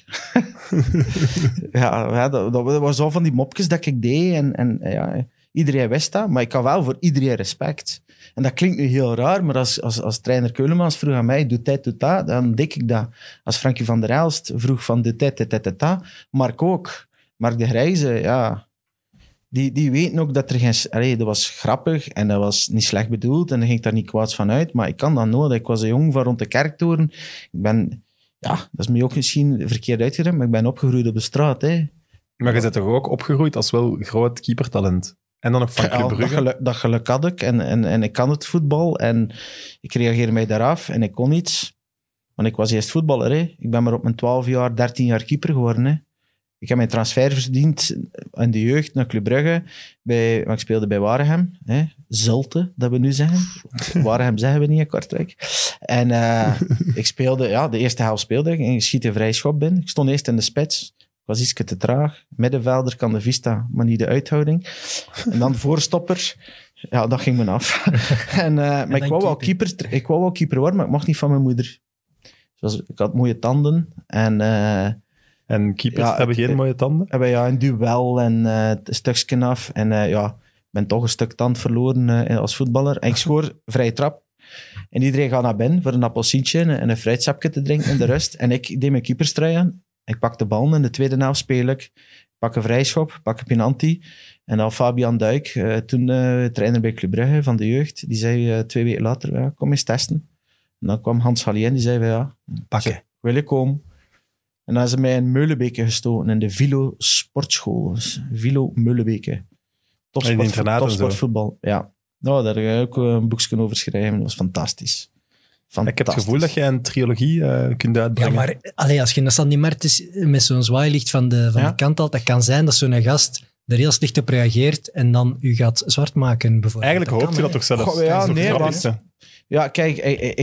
ja, dat was zo van die mopjes dat ik deed. En ja, iedereen wist dat, maar ik had wel voor iedereen respect. En dat klinkt nu heel raar, maar als trainer Keulemans vroeg aan mij, doe dit, dan deed ik dat. Als Frankie van der Elst vroeg van, doe dit. Mark ook. Mark de Grijze, ja... Die weten ook dat er geen... Allee, dat was grappig en dat was niet slecht bedoeld en daar ging ik daar niet kwaads van uit, maar ik kan dat nooit. Ik was een jongen van rond de Kerktoren. Ik ben... Ja, dat is mij ook misschien verkeerd uitgedrukt, maar ik ben opgegroeid op de straat. Hè. Maar je bent toch ook opgegroeid als wel groot keepertalent? En dan nog van Club Brugge? Dat geluk had ik en ik kan het voetbal en ik reageerde mij daaraf en ik kon iets. Want ik was eerst voetballer. Hè. Ik ben maar op mijn 12 jaar, 13 jaar keeper geworden. Hè. Ik heb mijn transfer verdiend in de jeugd naar Club Brugge. Want ik speelde bij Waregem. Hè. Zulte, dat we nu zeggen. Waregem zeggen we niet in Kortrijk. En ik speelde, ja, de eerste helft speelde ik. En ik schiet een vrij schop binnen. Ik stond eerst in de spits. Ik was iets te traag. Middenvelder kan de vista, maar niet de uithouding. En dan de voorstopper. Ja, dat ging me af. Maar ik wou wel keeper worden, maar ik mocht niet van mijn moeder. Dus ik had mooie tanden. En keepers hebben geen mooie tanden? Ja, een duel en een stukje af. En ja, ik ben toch een stuk tand verloren als voetballer. En ik schoor vrije trap. En iedereen gaat naar binnen voor een appelsientje en een fruitsapje te drinken in de rust. En ik deed mijn keeperstrui aan. Ik pak de bal en de tweede helft speel ik. Pak een vrijschop, pak een penalty. En dan Fabian Duik, toen trainer bij Club Brugge van de jeugd, die zei 2 weken later, ja, kom eens testen. En dan kwam Hans Hallien, die zei, ja, Pakken. wil ik komen. En dan is ze mij in Meulenbeke gestoten, in de Vilo Sportschool. Dus Vilo Meulenbeke. Topsportvoetbal. Ja. Nou, daar ga ik ook een boekje over schrijven. Dat was fantastisch. Ik heb het gevoel dat jij een trilogie kunt uitbrengen. Ja, maar als je in Sandy Martens met zo'n zwaailicht van de kant haalt, dat kan zijn dat zo'n gast er heel slecht op reageert en dan u gaat zwart maken, bijvoorbeeld. Eigenlijk hoopt je dat toch zelfs? Goh, ja, nee, ja, kijk,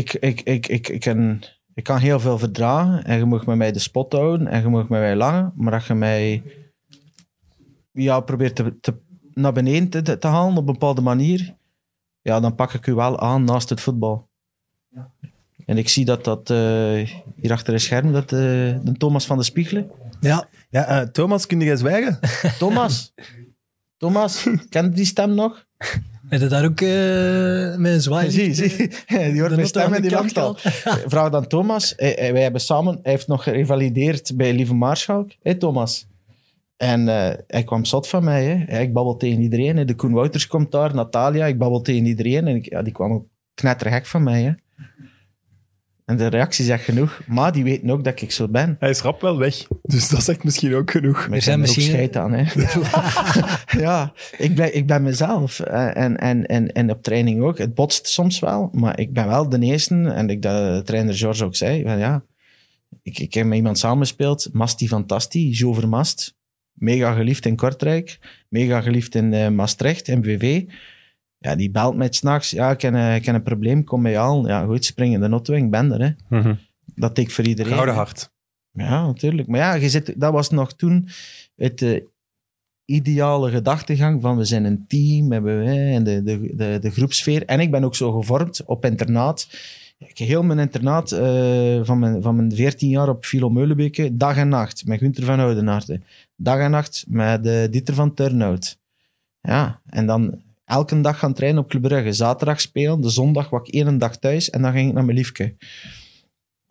ik kan heel veel verdragen en je mag met mij de spot houden en je mag met mij lachen, maar als je mij probeert naar beneden te halen op een bepaalde manier, ja, dan pak ik u wel aan naast het voetbal. Ja. En ik zie dat hier achter het scherm, de Thomas van de Spiegelen. Ja. Thomas, kun jij zwijgen? Thomas, ken je die stem nog? Heb je daar ook met een zwaailicht? Zie. Die hoort mijn stem en die lacht al. Vraag dan Thomas. Wij hebben samen... Hij heeft nog gerevalideerd bij Lieve Maarschalk. Thomas. En hij kwam zot van mij. Hè. Ik babbel tegen iedereen. Hè. De Koen Wouters komt daar, Natalia. Ik babbel tegen iedereen. En die kwam ook knettergek van mij. Hè. En de reactie zegt genoeg. Maar die weten ook dat ik zo ben. Hij is rap wel weg. Dus dat zegt misschien ook genoeg. Maar ik ben er ook scheid aan. Hè. Ja, ik ben mezelf. En op training ook. Het botst soms wel. Maar ik ben wel de eerste. En de trainer George ook zei. Van, ja, ik heb met iemand samengespeeld. Masti Fantasti. Jo Vermast. Mega geliefd in Kortrijk. Mega geliefd in Maastricht. MVV. Ja, die belt mij 's nachts. Ja, ik heb een probleem, kom mij halen. Ja, goed, spring in de auto, ik ben er. Hè. Mm-hmm. Dat ik voor iedereen. Gouden hart. Ja, natuurlijk. Maar ja, dat was nog toen het ideale gedachtegang van we zijn een team, hebben wij en de groepsfeer. En ik ben ook zo gevormd op internaat. Ik heb heel mijn internaat van mijn 14 jaar op Philo Meulenbeke, dag en nacht, met Gunther van Oudenaarde. Dag en nacht met Dieter van Turnhout. Ja, en dan elke dag gaan trainen op Club Brugge. Zaterdag spelen, de zondag was ik 1 dag thuis en dan ging ik naar mijn liefke.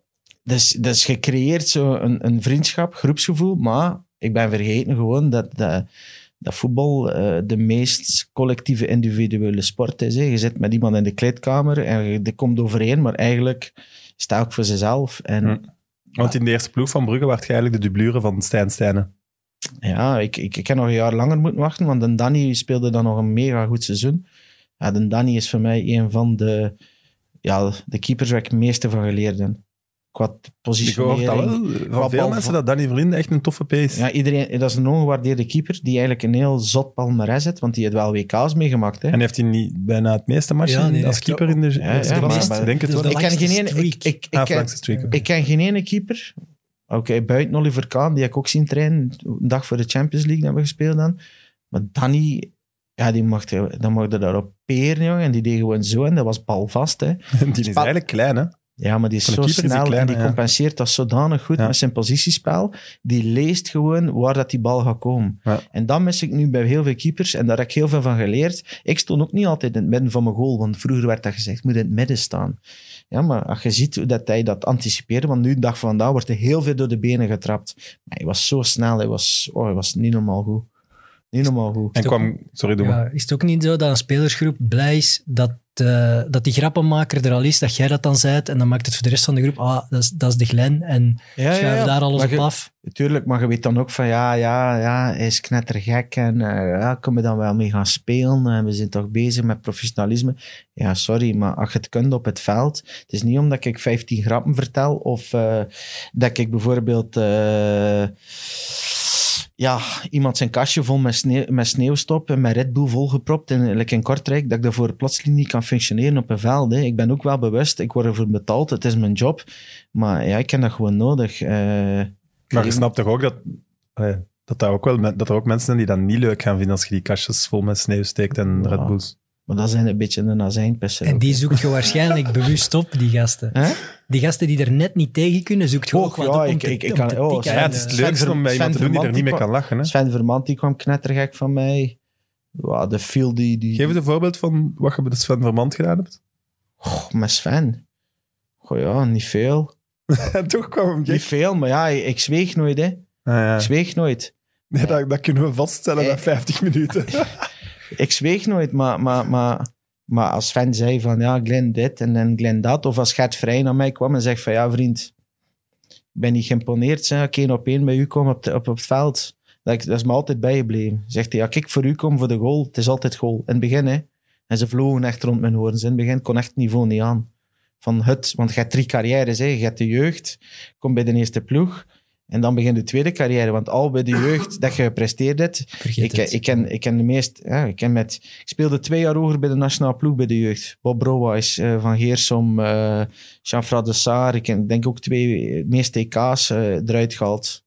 Dus je creëert zo een vriendschap, groepsgevoel, maar ik ben vergeten gewoon dat voetbal de meest collectieve individuele sport is. Hè. Je zit met iemand in de kleedkamer en je komt overeen, maar eigenlijk sta ook voor zichzelf. Want in de eerste ploeg van Brugge werd je eigenlijk de dublure van Stijn Stijnen. Ja, ik heb nog een jaar langer moeten wachten, want de Danny speelde dan nog een mega goed seizoen. Ja, de Danny is voor mij een van de keepers waar ik het meeste van geleerd heb. Qua positionering. Ik hoor dat wel van veel mensen dat Danny Verlinde echt een toffe P is. Ja, iedereen, dat is een ongewaardeerde keeper die eigenlijk een heel zot palmarès heeft, want die heeft wel WK's meegemaakt. Hè. En heeft hij niet bijna het meeste matchen als keeper in de eerste klasse? Ik denk het wel. Ik ken geen ene keeper. Oké, buiten Oliver Kahn, die heb ik ook zien trainen. Een dag voor de Champions League hebben we gespeeld dan. Maar Danny, ja, die mocht daarop peren, jongen. En die deed gewoon zo en dat was balvast. Hè. Die is eigenlijk klein, hè? Ja, maar die is zo snel en die compenseert dat zodanig goed met zijn positiespel. Die leest gewoon waar dat die bal gaat komen. Ja. En dat mis ik nu bij heel veel keepers en daar heb ik heel veel van geleerd. Ik stond ook niet altijd in het midden van mijn goal, want vroeger werd dat gezegd, moet in het midden staan. Ja, maar als je ziet hoe dat hij dat anticipeerde, want nu, de dag van vandaag, wordt hij heel veel door de benen getrapt. Maar hij was zo snel, hij was niet normaal goed. Niet normaal goed. En is het ook niet zo dat een spelersgroep blij is dat die grappenmaker er al is, dat jij dat dan zei, en dan maakt het voor de rest van de groep, dat is de Glenn, en schuif daar alles op af. Tuurlijk, maar je weet dan ook van, hij is knettergek, en kunnen we dan wel mee gaan spelen, en we zijn toch bezig met professionalisme. Ja, sorry, maar als je het kunt op het veld, het is niet omdat ik 15 grappen vertel, of dat ik bijvoorbeeld... iemand zijn kastje vol met sneeuw stop en met Red Bull volgepropt in Kortrijk, dat ik daarvoor plotseling niet kan functioneren op een veld. Hè. Ik ben ook wel bewust, ik word ervoor betaald, het is mijn job, maar ja, ik heb dat gewoon nodig. Maar je snapt toch ook dat er ook mensen zijn die dat niet leuk gaan vinden als je die kastjes vol met sneeuw steekt en Red Bulls. Maar dat zijn een beetje een azijnpissen. En die zoekt je waarschijnlijk bewust op, die gasten. Die gasten die er net niet tegen kunnen, zoekt je ook wat op om te tikken. Het is het leukste om met iemand te doen die er niet mee kan lachen. Hè? Sven Vermand, die kwam knettergek van mij. De feel die... Geef eens een voorbeeld van wat je met Sven Vermand gedaan hebt. Met Sven? Niet veel. Toch kwam hem niet veel, maar ik zweeg nooit, hè. Ik zweeg nooit. Nee, dat kunnen we vaststellen na 50 minuten. Ik zweeg nooit, maar als Sven zei van Glenn dit en Glenn dat, of als Gert Vrij naar mij kwam en zegt van vriend, ik ben niet geïmponeerd, ik 1 op 1 bij u kom op het veld. Dat is me altijd bijgebleven. Zegt hij, kijk, voor u kom voor de goal, het is altijd goal. In het begin, hè. En ze vlogen echt rond mijn horens. In het begin kon echt het niveau niet aan. Want je hebt 3 carrières, hè. Je hebt de jeugd, kom bij de eerste ploeg, en dan begint de tweede carrière, want al bij de jeugd dat je gepresteerd hebt. Ik ken de meest... Ik speelde 2 jaar hoger bij de nationale ploeg bij de jeugd. Bob Brouwijs, Van Geersom, Jean-François de Saar. Ik denk ook 2 meeste EK's eruit gehaald.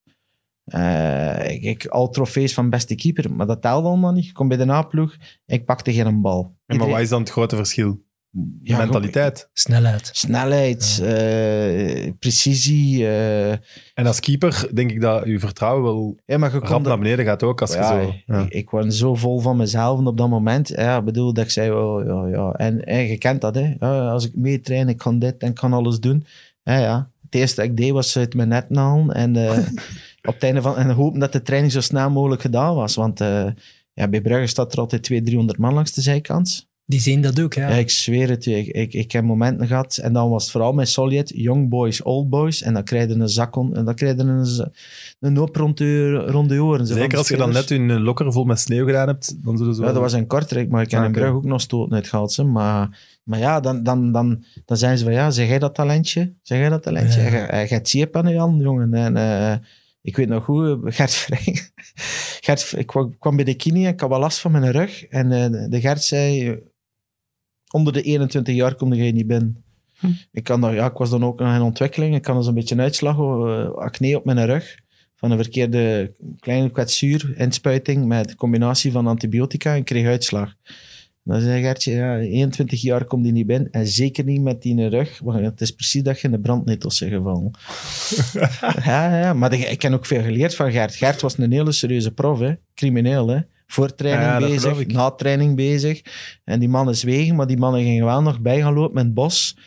Al trofees van beste keeper, maar dat telde allemaal niet. Ik kom bij de naploeg, ik pakte geen bal. Maar wat is dan het grote verschil? Mentaliteit. Snelheid, precisie. En als keeper denk ik dat je vertrouwen wel rap naar beneden gaat ook. Als je zo, Ik was zo vol van mezelf op dat moment. Ja, bedoel dat ik zei, En je kent dat, hè. Als ik meetrain, ik kan dit en ik kan alles doen. Het eerste dat ik deed was uit mijn net halen en op het einde en hopen dat de training zo snel mogelijk gedaan was. Want bij Brugge staat er altijd 200-300 man langs de zijkant. Die zien dat ook, ja. Ik zweer het je. Ik heb momenten gehad. En dan was het vooral met Solid. Young boys, old boys. En dan krijg je een zak en dan krijg je een hoop rond de oren. Zeker als je dan net een lokker vol met sneeuw gedaan hebt. Dan zullen ze dat was in Kortrijk. Maar ik heb in Brugge ook nog stoten uitgehaald. Maar dan zijn ze van, zeg jij dat talentje? Ja. Je gaat zeep aan je hand, jongen. En... ik weet nog goed, Gert Vrij. Ik kwam bij de kine en ik had wel last van mijn rug. En de Gert zei, onder de 21 jaar kom je niet binnen. Ik was dan ook nog in ontwikkeling. Ik had dus een beetje een uitslag, acne op mijn rug. Van een verkeerde kleine kwetsuur, inspuiting met combinatie van antibiotica en kreeg uitslag. Dan zei Gertje, 21 jaar komt hij niet binnen. En zeker niet met die rug. Want het is precies dat je in de brandnetels bent gevallen. Maar ik heb ook veel geleerd van Gert. Gert was een hele serieuze prof, hè. Crimineel, hè. Voor training bezig, na training bezig. En die mannen zwegen, maar die mannen gingen wel nog bij gaan lopen in het bos.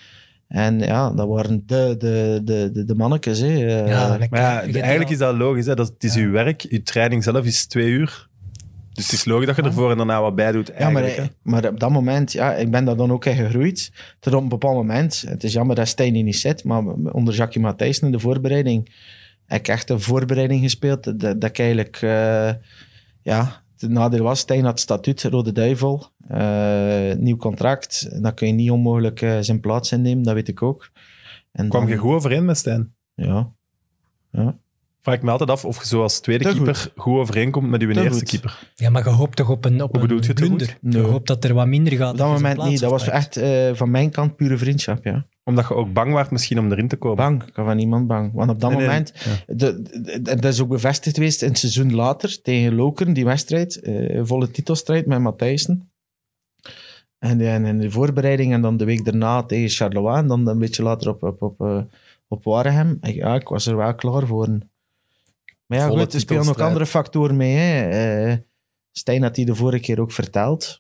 En ja, dat waren de mannetjes. Hè. Eigenlijk is dat logisch. Hè? Het is uw werk. Uw training zelf is 2 uur. Dus het is logisch dat je ervoor en daarna wat bij doet. Maar op dat moment, ik ben daar dan ook in gegroeid. Tot op een bepaald moment, het is jammer dat Stijn hier niet zit, maar onder Jackie Matthijssen in de voorbereiding heb ik echt een voorbereiding gespeeld. Dat ik eigenlijk, het nadeel was, Stijn had statuut, Rode Duivel, nieuw contract. Dat kun je niet onmogelijk zijn plaats innemen, dat weet ik ook. En kwam je goed overeen met Stijn? Ja. Vraag ik me altijd af of je zo als tweede keeper goed overeenkomt met je eerste keeper. Ja, maar je hoopt toch op een blunder? Je hoopt dat er wat minder gaat. Op dat moment niet. Dat was echt van mijn kant pure vriendschap, ja. Omdat je ook bang was misschien om erin te komen? Bang. Ik was van niemand bang. Want op dat moment... Dat is ook bevestigd geweest in het seizoen later tegen Lokeren, die wedstrijd. Volle titelstrijd met Matthijssen. En in de voorbereiding en dan de week daarna tegen Charleroi. En dan een beetje later op Waregem. Ik was er wel klaar voor. Maar ja, goed, er spelen ook andere factoren mee. Hè. Stijn had die de vorige keer ook verteld.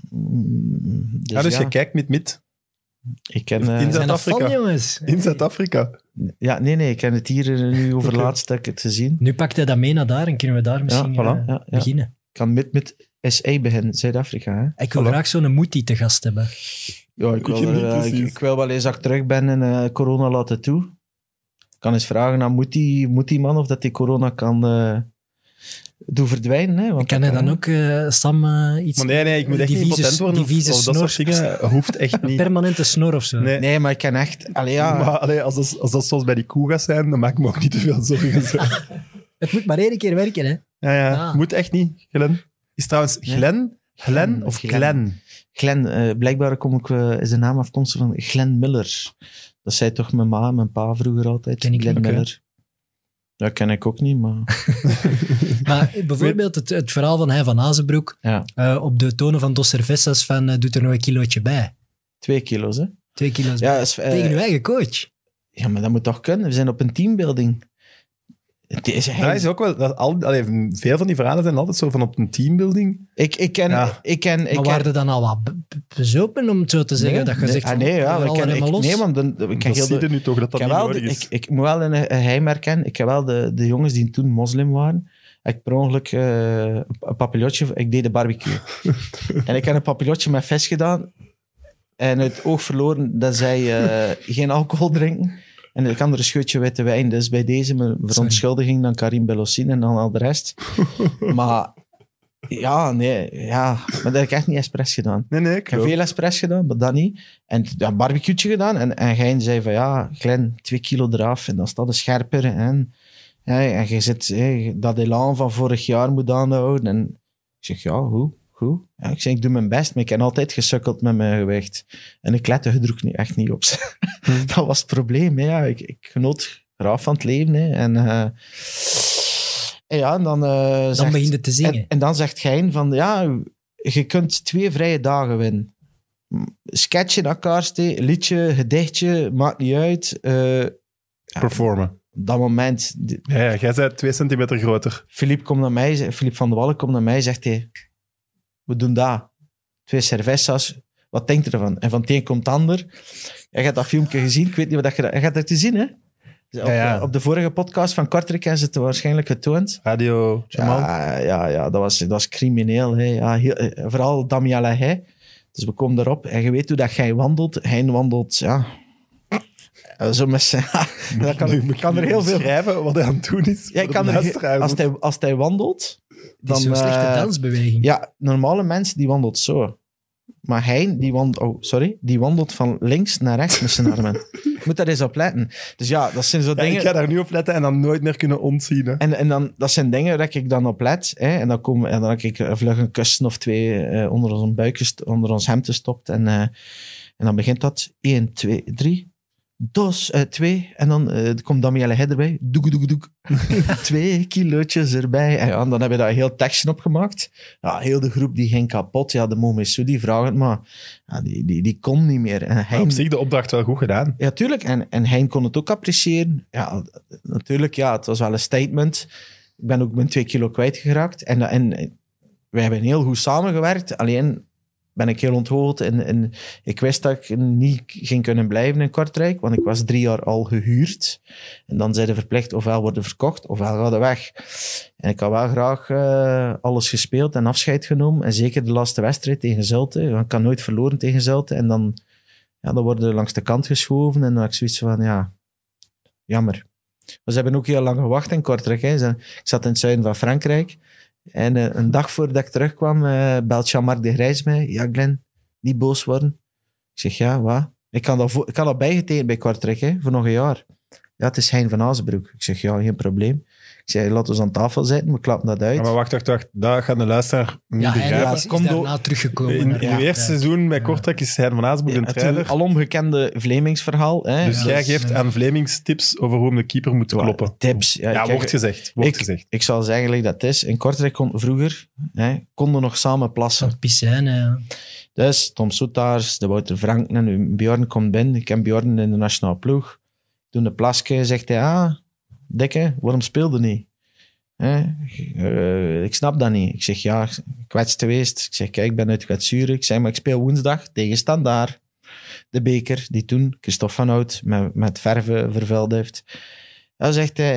Dus je kijkt met. Ik ken... in Zuid-Afrika. Jongens. In Zuid-Afrika. Ja, nee, ik ken het hier nu over laatst te zien. Nu pakt hij dat mee naar daar en kunnen we daar misschien beginnen. Ik kan met SA beginnen, Zuid-Afrika. Hè? Ik wil graag zo'n Moetie te gast hebben. Ja, ik wil wel eens dat ik terug ben en corona laten toe. Ik kan eens vragen aan Moetie man of dat die corona kan doen verdwijnen. Hè? Want kan hij dan ook Sam iets... Maar nee, ik moet echt niet impotent worden of dat soort dingen. Hoeft echt niet. Een permanente snor of zo. Nee, maar ik kan echt... Maar als dat zoals bij die koe gaat zijn, dan maak ik me ook niet te veel zorgen. Het moet maar 1 keer werken, hè. Ja. Moet echt niet, Glenn. Is trouwens Glenn of Glenn? Glenn, blijkbaar is de naam afkomstig van Glenn Miller. Dat zei toch mijn ma en mijn pa vroeger altijd. Ken ik Glenn ook, Miller. Dat ken ik ook niet, maar... Maar bijvoorbeeld het verhaal van Hein van Azenbroek op de tonen van Dos Cervezas van doet er nog een kilootje bij. 2 kilo's, hè? 2 kilo's bij. Tegen uw eigen coach. Ja, maar dat moet toch kunnen? We zijn op een teambuilding. Dat is ook wel... veel van die verhalen zijn altijd zo van op een teambuilding. Ik ken... Maar waren er dan al wat bezopen, om het zo te zeggen? Nee, dat je zegt, dat zie je nu toch, dat niet nodig is. Ik moet wel een geheim herkennen. Ik heb wel de jongens die toen moslim waren, ik per ongeluk een papillotje... Ik deed de barbecue. En ik heb een papillotje met vis gedaan en uit het oog verloren dat zij geen alcohol drinken. En ik kan er een scheutje witte wijn. Dus bij deze mijn verontschuldiging dan Karim Belossin en dan al de rest. Maar maar dat heb ik echt niet expres gedaan. Nee, ik heb veel expres gedaan, maar dat niet. En een barbecue'tje gedaan. En Gein zei van, Glenn, 2 kilo eraf. En dan staat het scherper. En je zit dat elan van vorig jaar moet aanhouden. En ik zeg, hoe? Goed. Ja, ik zeg, ik doe mijn best, maar ik heb altijd gesukkeld met mijn gewicht. En ik lette er ook echt niet op. Dat was het probleem. Hè. Ja, ik genoot graag van het leven. Hè. En dan begint het te zingen. En dan zegt Gein van, je kunt 2 vrije dagen winnen. Sketch in elkaar steken, liedje, gedichtje, maakt niet uit. Performen. Op dat moment... Ja, jij bent 2 centimeter groter. Filip van de Wallen komt naar mij en zegt hij... We doen dat. 2 cervezas. Wat denkt je ervan? En van het een komt het ander. Je hebt dat filmpje gezien. Ik weet niet wat je gaat het te zien, hè? Dus op de vorige podcast van Kortrijk hebben ze het waarschijnlijk getoond. Radio Jamal. Ja, dat was crimineel. Hè? Ja, vooral Damiala Hij. Dus we komen erop. En je weet hoe dat jij wandelt. Hij wandelt, zo met kan er heel veel... schrijven wat hij aan het doen is. Ja, als hij wandelt... Het is zo'n slechte dansbeweging. Ja, normale mensen die wandelt zo. Maar hij, die wandelt van links naar rechts met zijn armen. Je moet daar eens op letten. Dus ja, dat zijn zo dingen... Ik ga daar nu op letten en dan nooit meer kunnen ontzien. Hè. En dan, dat zijn dingen waar ik dan op let. Hè, en dan heb ik vlug een kussen of 2 onder ons buikje, onder ons hemd gestopt. En dan begint dat. 1, 2, 3... 2, en dan komt Damielle Hij erbij. Doek. 2 kilootjes erbij. En dan heb je daar heel tekstje op gemaakt. Ja, heel de groep die ging kapot. Ja, de Momesou, die vragen het, maar die kon niet meer. En Hein, op zich de opdracht wel goed gedaan. Ja, tuurlijk. En Hein kon het ook appreciëren. Ja, natuurlijk, het was wel een statement. Ik ben ook mijn 2 kilo kwijtgeraakt. En wij hebben heel goed samengewerkt. Alleen... ben ik heel onthoogd. En ik wist dat ik niet ging kunnen blijven in Kortrijk, want ik was 3 jaar al gehuurd. En dan zijn ze verplicht ofwel worden verkocht, ofwel gaan ze weg. En ik had wel graag alles gespeeld en afscheid genomen. En zeker de laatste wedstrijd tegen Zulte. Ik had nooit verloren tegen Zulte. En dan worden langs de kant geschoven. En dan had ik zoiets van, ja, jammer. Maar ze hebben ook heel lang gewacht in Kortrijk. Hè. Ik zat in het zuiden van Frankrijk. En een dag voordat ik terugkwam, belt Jean-Marc de Grijs mij. Ja, Glenn, niet boos worden. Ik zeg, ja, wat? Ik kan dat bijgetekend bij Kortrijk, hè, voor nog een jaar. Ja, het is Hein van Azenbroek. Ik zeg, ja, geen probleem. Ik zei, laten we aan tafel zitten, we klappen dat uit. Ja, maar wacht. Dat gaat de luisteraar niet begrijpen. Hij is daarna teruggekomen. In het eerste seizoen bij Kortrijk is Hein van Azenbroek een trainer. Het alomgekende Vlemings-verhaal. Hè. Dus jij geeft aan Vlemings tips over hoe de keeper moet kloppen. Tips. Ja, wordt gezegd. Ik zal zeggen dat het is. In Kortrijk konden nog samen plassen. Van Piscine, ja. Dus Tom Soetaars, de Wouter Franken en nu Bjorn komt binnen. Ik ken Bjorn in de nationale ploeg. Toen de plasje zegt hij, dikke, waarom speelde niet? Ik snap dat niet. Ik zeg, ja, kwetst geweest. Ik zeg, kijk, ik ben uit kwetsuren. Ik zeg, maar ik speel woensdag tegen Standaard. De beker, die toen Christophe van Hout met verven vervuild heeft. Dan zegt hij,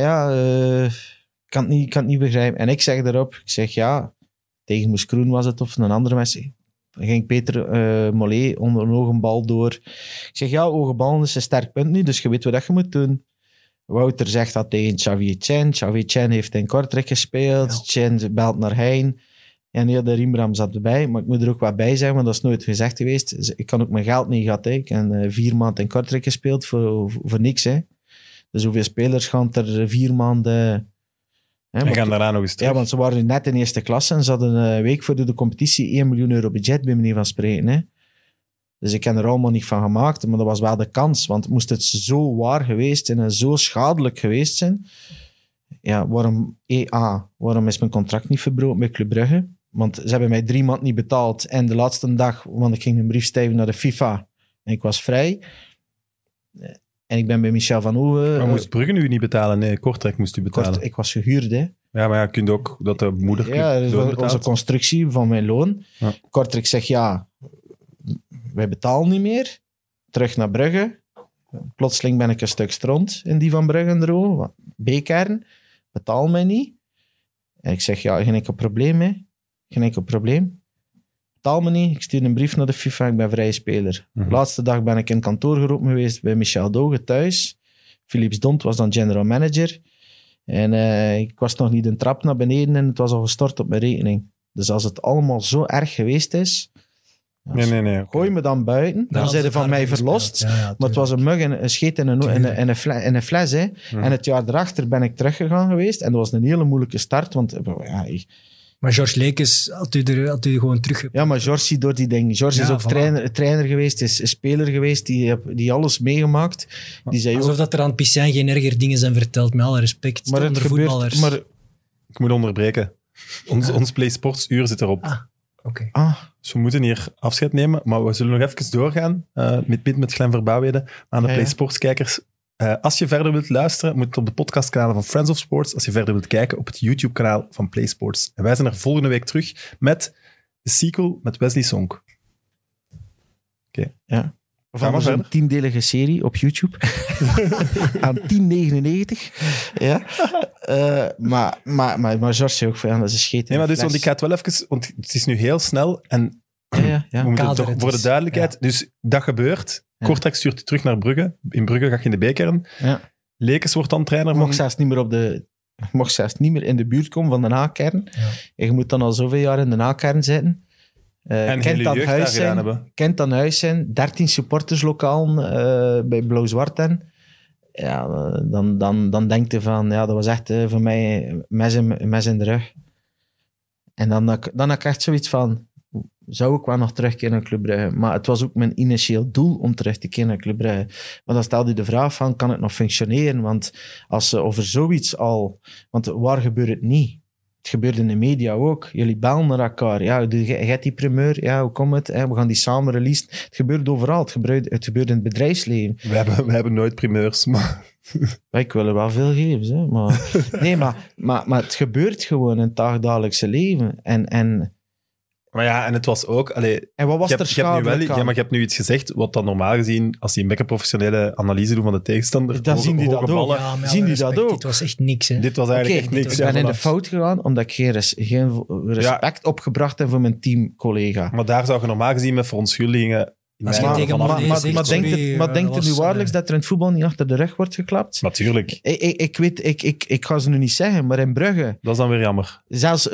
ik kan het niet begrijpen. En ik zeg daarop, ik zeg, ja, tegen Moes Kroen was het, of een andere mensen. Dan ging Peter Mollet onder een ogen bal door. Ik zeg, ja, ogen bal is een sterk punt nu, dus je weet wat je moet doen. Wouter zegt dat tegen Xavier Chen. Xavier Chen heeft in Kortrijk gespeeld. Ja. Chen belt naar Hein. En heel de Riembram zat erbij. Maar ik moet er ook wat bij zeggen, want dat is nooit gezegd geweest. Ik kan ook mijn geld niet gehad. Hè. Ik heb 4 maanden in Kortrijk gespeeld voor niks. Hè. Dus hoeveel spelers gaan er 4 maanden... En gaan daarna nog eens terug. Ja, want ze waren net in eerste klasse en ze hadden een week voor de competitie 1 miljoen euro budget, bij manier van spreken. Hè. Dus ik heb er allemaal niet van gemaakt, maar dat was wel de kans. Want moest het zo waar geweest zijn en zo schadelijk geweest zijn, ja, waarom is mijn contract niet verbroken bij Club Brugge? Want ze hebben mij 3 maanden niet betaald en de laatste dag, want ik ging een brief schrijven naar de FIFA en ik was vrij. En ik ben bij Michel van Oeven... Maar moest Brugge u niet betalen? Nee, Kortrijk moest u betalen. Ik was gehuurd, hè. Ja, maar je kunt ook dat de moederclub dat was een constructie van mijn loon. Ja. Kortrijk zegt, ja, wij betalen niet meer. Terug naar Brugge. Plotseling ben ik een stuk stront in die van Brugge en Dro. B-kern. Betaal mij niet. En ik zeg, ja, geen enkel probleem, hè. Geen enkel probleem. Betaal me niet. Ik stuur een brief naar de FIFA. Ik ben vrije speler. Mm-hmm. Laatste dag ben ik in kantoor geroepen geweest bij Michel Doge thuis. Philips Dont was dan general manager. En ik was nog niet een trap naar beneden en het was al gestort op mijn rekening. Dus als het allemaal zo erg geweest is... Nee. Gooi me dan buiten. Dan zijn ze van mij verlost. Ja, maar het was een mug en een scheet in een fles. Hè. En het jaar erachter ben ik teruggegaan geweest. En dat was een hele moeilijke start. Want... Maar George Lekes had u gewoon terug. Ja, maar George ziet door die dingen. George is ook trainer geweest, is speler geweest, die alles meegemaakt. Die zei alsof ook, dat er aan Piscijn geen erger dingen zijn verteld, met alle respect. Maar onder voetballers. Maar, ik moet onderbreken. Ons Play Sports uur zit erop. Okay. Dus we moeten hier afscheid nemen, maar we zullen nog even doorgaan met Glenn Verbouwheden aan de Play Sports kijkers. Als je verder wilt luisteren, moet het op de podcastkanalen van Friends of Sports. Als je verder wilt kijken, op het YouTube-kanaal van Play Sports. En wij zijn er volgende week terug met de sequel met Wesley Sonk. Oké. Ja. Van een 10-delige serie op YouTube. Aan 10,99. Ja. Maar George zei ook van, dat is een scheet. Nee, maar dus, want ik ga het wel even... Want het is nu heel snel en... Ja. We moeten toch, voor de duidelijkheid... Ja. Dus dat gebeurt. Ja. Kortrijk stuurt je terug naar Brugge. In Brugge ga je in de B-kern. Ja. Lekes wordt dan trainer. Mocht zelfs niet meer in de buurt komen van de A-kern. Ja. En je moet dan al zoveel jaar in de A-kern zitten. En Kent aan huis zijn. 13 supporterslokalen bij Blauw-Zwart. Ja, dan denk je van... Ja, dat was echt voor mij mes in de rug. En dan had ik echt zoiets van... Zou ik wel nog terugkeren naar Club Brugge? Maar het was ook mijn initieel doel om terug te keren naar Club Brugge. Maar dan stelde je de vraag van, kan het nog functioneren? Want als ze over zoiets al... Want waar gebeurt het niet? Het gebeurt in de media ook. Jullie bellen naar elkaar. Ja, je hebt die primeur. Ja, hoe komt het? We gaan die samen releasen. Het gebeurt overal. Het gebeurt in het bedrijfsleven. We hebben nooit primeurs, maar... Ik wil er wel veel geven. Hè? Maar het gebeurt gewoon in het dagelijkse leven. En Maar ja, en het was ook... En wat was er je schadelijk aan? maar je hebt nu iets gezegd, wat dan normaal gezien, als die een bekke professionele analyse doen van de tegenstander, Dan zien die dat ook. ballen, Ja, maar Zien die respect, dat ook? Dit was echt niks. Hè. Dit was eigenlijk echt niks. Ik ben in de voilà. fout gegaan omdat ik geen respect opgebracht heb voor mijn teamcollega. Maar daar zou je normaal gezien met verontschuldigingen... Als je Maar- tegen maar- Monet maar- zegt, maar- sorry, denkt dat het nu was, waarlijk dat er in het voetbal niet achter de rug wordt geklapt? Natuurlijk. Ik weet, ik ga ze nu niet zeggen, maar in Brugge, Dat is dan weer jammer. zelfs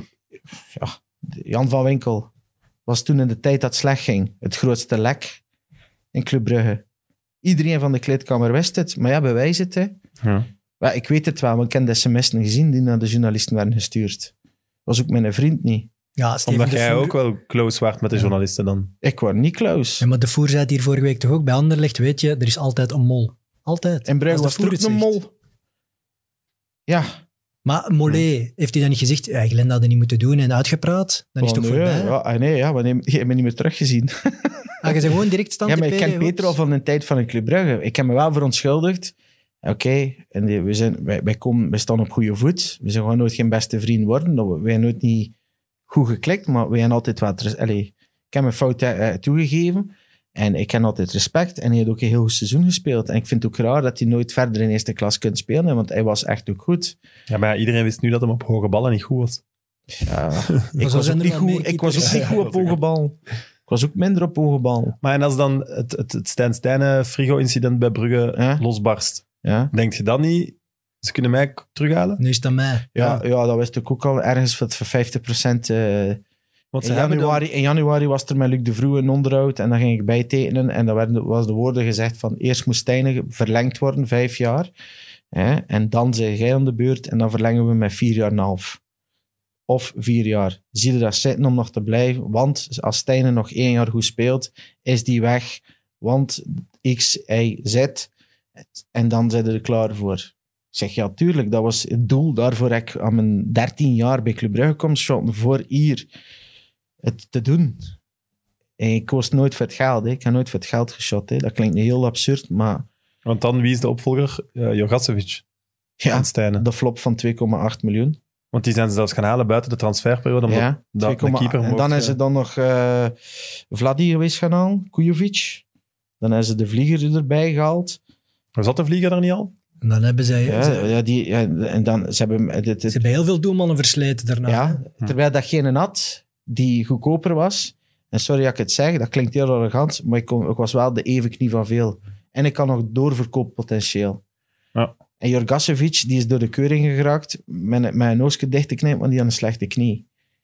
Jan van Winkel was toen in de tijd dat het slecht ging het grootste lek in Club Brugge. Iedereen van de kleedkamer wist het, maar ja, bewijs het. Hè. Ja. Ja, ik weet het wel, maar ik heb de sms'en gezien die naar de journalisten werden gestuurd. Was ook mijn vriend niet. Ja, Steven Omdat de jij Voer- ook wel close waart met de journalisten dan. Ik was niet close. Ja, maar de Voer zei het hier vorige week toch ook, bij Anderlecht weet je, er is altijd een mol. Altijd. In Brugge Als de was er Voer ook het een zegt. mol. Ja. Maar Mollet, heeft hij dan niet gezegd, ja, Glenn had het niet moeten doen en uitgepraat? Dan is het toch nee, voorbij? je hebt me niet meer teruggezien. Ah, je bent gewoon direct stand Ja, maar te ik ken peren, Peter al van de tijd van een Club Brugge. Ik heb me wel verontschuldigd. Oké, en wij staan op goede voet. We zijn gewoon nooit geen beste vriend worden. Wij hebben nooit niet goed geklikt, maar wij hebben altijd wat... ik heb mijn fout toegegeven. En ik heb altijd respect. En hij heeft ook een heel goed seizoen gespeeld. En ik vind het ook raar dat hij nooit verder in eerste klas kunt spelen. Want hij was echt ook goed. Ja, maar ja, iedereen wist nu dat hem op hoge ballen niet goed was. Ja, zo ik was zijn ook er niet wel meer goed. Ik was ook keepers. niet goed op hoge bal. Ik was ook minder op hoge bal. Maar en als dan het Stijn Stijnen frigo-incident bij Brugge Ja. losbarst, Ja. denk je dan niet, ze kunnen mij terughalen? Nu is het aan mij. Ja, dat wist ik ook al. Ergens voor 50%. Want ze In hebben januari was er met Luc de Vroe een onderhoud en dan ging ik bijtekenen en dan was de woorden gezegd van eerst moest Stijnen verlengd worden, 5 jaar. Hè, en dan zijn jij aan de beurt en dan verlengen we met 4,5 jaar. Of 4 jaar. Zie je dat zitten om nog te blijven? Want als Stijnen nog 1 jaar goed speelt, is die weg. Want X, Y, Z. En dan zijn we er klaar voor. Ik zeg, ja, tuurlijk, dat was het doel. Daarvoor heb ik aan mijn 13 jaar bij Club Brugge komen shotten, voor hier het te doen. En ik koos nooit voor het geld. Hè. Ik heb nooit voor het geld geshot. Hè. Dat klinkt heel absurd, maar Want dan, wie is de opvolger? Jogasevic ja, aan Stijnen. de flop van 2,8 miljoen. Want die zijn ze zelfs gaan halen buiten de transferperiode, omdat Ja, dat 2,8. een keeper En mocht, dan is er dan nog Vladi geweest gaan halen, Kujovic. Dan hebben ze de vlieger erbij gehaald. Zat de vlieger er niet al? En dan hebben zij... En dan, ze hebben... Ze hebben heel veel doelmannen versleten daarna. Ja, terwijl dat geen had die goedkoper was. En sorry dat ik het zeg, dat klinkt heel arrogant, maar ik was wel de evenknie van veel. En ik had nog doorverkooppotentieel. Ja. En Jorgasevic, die is door de keuring geraakt met een noosje dicht te knijpen, want die had een slechte knie.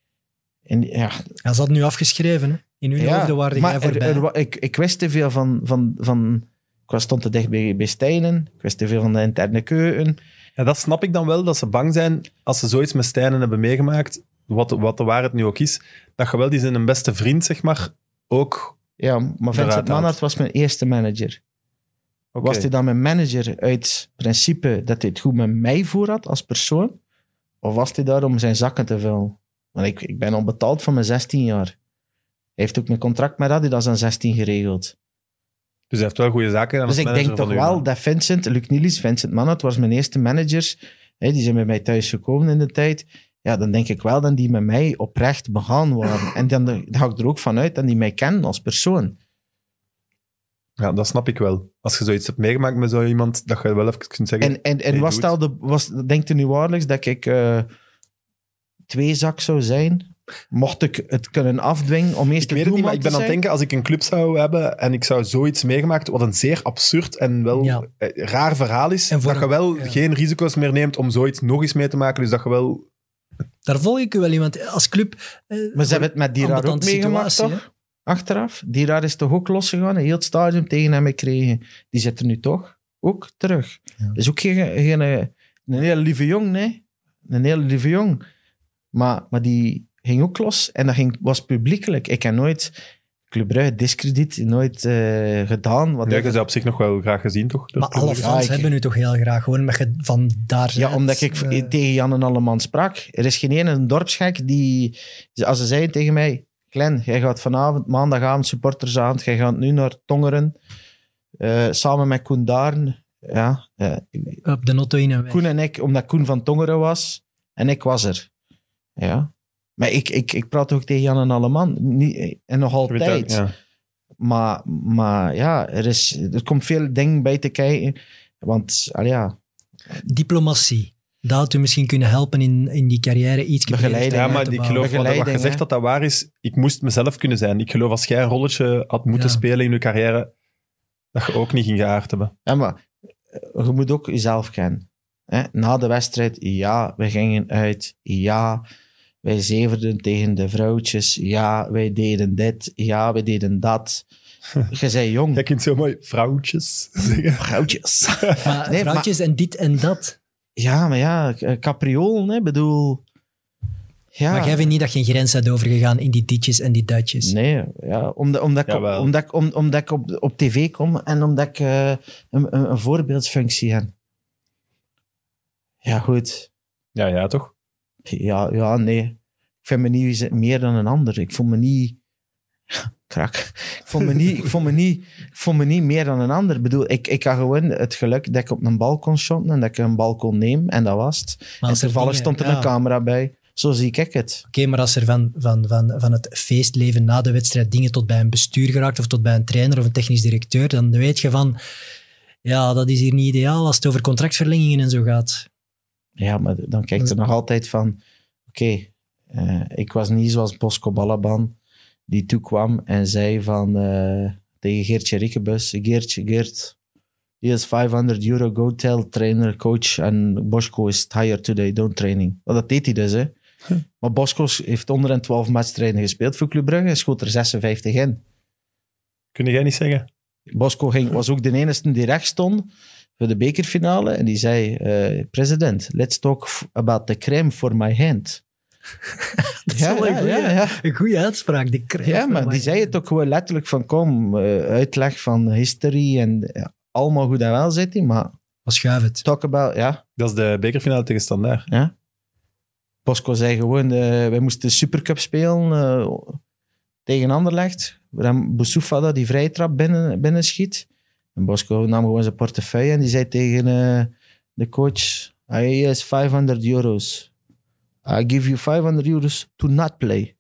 En ja, Hij zat nu afgeschreven. Hè. In hun hoofden waren jij voorbij. ik wist te veel van ik stond te dicht bij Stijnen, ik wist te veel van de interne keuken. Ja, dat snap ik dan wel, dat ze bang zijn als ze zoiets met Stijnen hebben meegemaakt, wat de waarheid nu ook is, dat je wel die zijn een beste vriend, zeg maar, ook... Ja, maar Eruit Vincent haalt. Manhart was mijn eerste manager. Oké. Was hij dan mijn manager uit principe dat hij het goed met mij voor had als persoon? Of was hij daar om zijn zakken te vullen? Want ik ben al betaald van mijn 16 jaar. Hij heeft ook mijn contract met Adidas aan 16 geregeld. Dus hij heeft wel goede zaken gedaan Dus als ik denk manager toch van u. wel dat Luc Nielis, Vincent Manhart was mijn eerste managers. Hè, die zijn bij mij thuis gekomen in de tijd. Ja, dan denk ik wel dat die met mij oprecht begaan waren. En dan ga ik er ook vanuit dat die mij kennen als persoon. Ja, dat snap ik wel. Als je zoiets hebt meegemaakt met zo iemand, dat je wel even kunt zeggen... En nee, was doe het denkt u nu waarlijk dat ik tweezak zou zijn? Mocht ik het kunnen afdwingen om eerst Ik de weet het niet, maar doelman ik ben te aan het zijn? denken, als ik een club zou hebben en ik zou zoiets meegemaakt, wat een zeer absurd en wel Ja. raar verhaal is, En voor dat je wel ja. geen risico's meer neemt om zoiets nog eens mee te maken, dus dat je wel... Daar volg ik u wel iemand. Als club... Maar ze hebben het met Diraar ook ambetante meegemaakt, situatie, toch? Achteraf. Diraar is toch ook losgegaan en heel het stadion tegen hem gekregen. Die zit er nu toch ook terug. Ja. Is ook geen een hele lieve jong, nee. Een hele lieve jong. Maar die ging ook los en dat was publiekelijk. Ik heb nooit Club Brugge discrediet nooit gedaan. Wat Ja, je zou op zich nog wel graag gezien, toch? Maar alle fans ik- hebben u toch heel graag. Gewoon met je van daar Ja, bent. omdat ik tegen Jan en Alleman sprak. Er is geen ene dorpsgek die... Als ze zeiden tegen mij... Glenn, jij gaat vanavond, maandagavond, supportersavond, jij gaat nu naar Tongeren. Samen met Koen Daaren. Ja, Op de notto in en weg. Koen en ik, omdat Koen van Tongeren was. En ik was er. Ja. Maar ik praat ook tegen Jan en Alleman. En nog altijd. Ja. Maar ja, er komt veel dingen bij te kijken. Want, Diplomatie. Dat had u misschien kunnen helpen in die carrière iets Begeleiding. Ja, maar ik geloof wat je zegt dat waar is. Ik moest mezelf kunnen zijn. Ik geloof als jij een rolletje had moeten spelen in je carrière, dat je ook niet ging geaard hebben. Ja, maar je moet ook jezelf kennen. Hè? Na de wedstrijd, ja, we gingen uit. Ja, wij zeverden tegen de vrouwtjes. Ja, wij deden dit. Ja, wij deden dat. Je zei jong. Jij kunt zo mooi vrouwtjes zeggen. Vrouwtjes. Maar vrouwtjes en dit en dat. Ja, maar ja, capriolen, hè, bedoel... Ja. Maar jij vindt niet dat je een grens hebt overgegaan in die ditjes en die datjes? Nee, ja, omdat ik op tv kom en omdat ik een voorbeeldfunctie heb. Ja, goed. Ja, toch? Ja, nee. Ik vind me niet meer dan een ander. Ik voel me niet... Krak. Ik voel me niet meer dan een ander. Ik bedoel, ik had gewoon het geluk dat ik op een bal kon shotten en dat ik een bal kon nemen en dat was het. En toevallig stond er een camera bij. Zo zie ik het. Oké, maar als er van het feestleven na de wedstrijd dingen tot bij een bestuur geraakt of tot bij een trainer of een technisch directeur, dan weet je van, ja, dat is hier niet ideaal als het over contractverlengingen en zo gaat. Ja, maar dan kijkt er nog altijd van, oké, ik was niet zoals Bosco Balaban, die toekwam en zei van tegen Geertje Riekebus, Geert, he is €500, go tell trainer, coach, and Bosco is tired today, don't training. Well, dat deed hij dus, hè. Maar Bosco heeft 112 matchstrijden gespeeld voor Club Brugge en schoot er 56 in. Kun jij niet zeggen? Bosco was ook de enige die recht stond voor de bekerfinale en die zei, president, let's talk about the crème for my hand. Dat is wel een goede uitspraak. Ja, maar die zei het ook gewoon letterlijk van kom, uitleg van history en allemaal goed en wel zit hij, maar... Wat schuif het. Talk about, ja. Dat is de bekerfinale tegen Standaard. Ja. Bosco zei gewoon, wij moesten de Supercup spelen tegen Anderlecht. Waar Boussoufa dat die vrije trap binnen schiet. En Bosco nam gewoon zijn portefeuille en die zei tegen de coach, he is €500. I give you €500 to not play.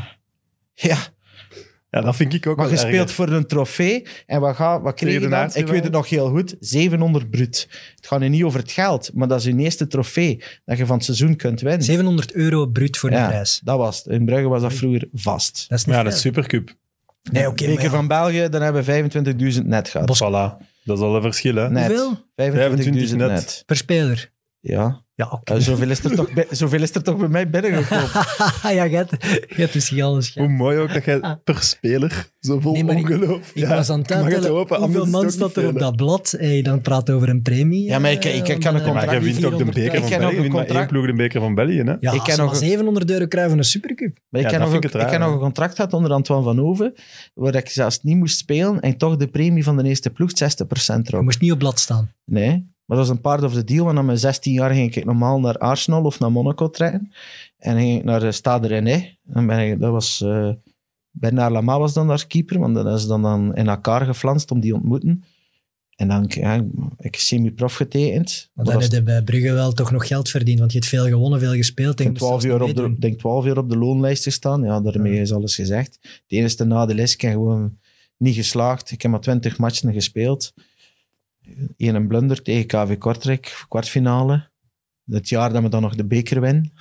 Ja. Ja, dat vind ik ook maar wel je speelt voor een trofee en wat kreeg je dan? Ik weet het nog heel goed, 700 bruut. Het gaat nu niet over het geld, maar dat is je eerste trofee dat je van het seizoen kunt winnen. €700 bruut voor de prijs. Dat was het. In Brugge was dat vroeger vast. Dat is niet dat is Supercup. Nee, oké. Beker van België, dan hebben we 25.000 net gehad. Voilà. Dat is al een verschil, hè? Net. Hoeveel? 25.000 net. Per speler? Ja. Ja, oké. Zoveel is er toch bij mij binnengekomen. Ja, je hebt misschien alles Hoe mooi ook dat jij per speler zo vol ongeloof... Ik was aan het tellen, hoeveel man staat er op dat blad? Hey, dan praat over een premie. Ja, maar ik kan een contract... Maar jij wint ook de beker van België. Je wint maar 1 ploeg de beker van België, hè? Ja, ik kan nog €700 krijgen van een Supercup. Maar ik heb nog een contract gehad onder Antoine Van Hoven, waar ik zelfs niet moest spelen en toch de premie van de eerste ploeg 60% erop. Je moest niet op blad staan. Nee. Maar dat was een part of the deal, want na mijn 16 jaar ging ik normaal naar Arsenal of naar Monaco trekken. En ging ik naar Stade Rennais. En Bernard Lama was dan daar keeper, want dat is dan in elkaar geflanst om die te ontmoeten. En dan ik semi-prof getekend. Maar dan heb je bij Brugge wel toch nog geld verdiend, want je hebt veel gewonnen, veel gespeeld. Ik denk 12 jaar op de loonlijst te staan. Ja, daarmee is alles gezegd. Het enige nadeel is, ik heb gewoon niet geslaagd. Ik heb maar 20 matchen gespeeld. Een blunder tegen KV Kortrijk, kwartfinale. Het jaar dat we dan nog de beker winnen.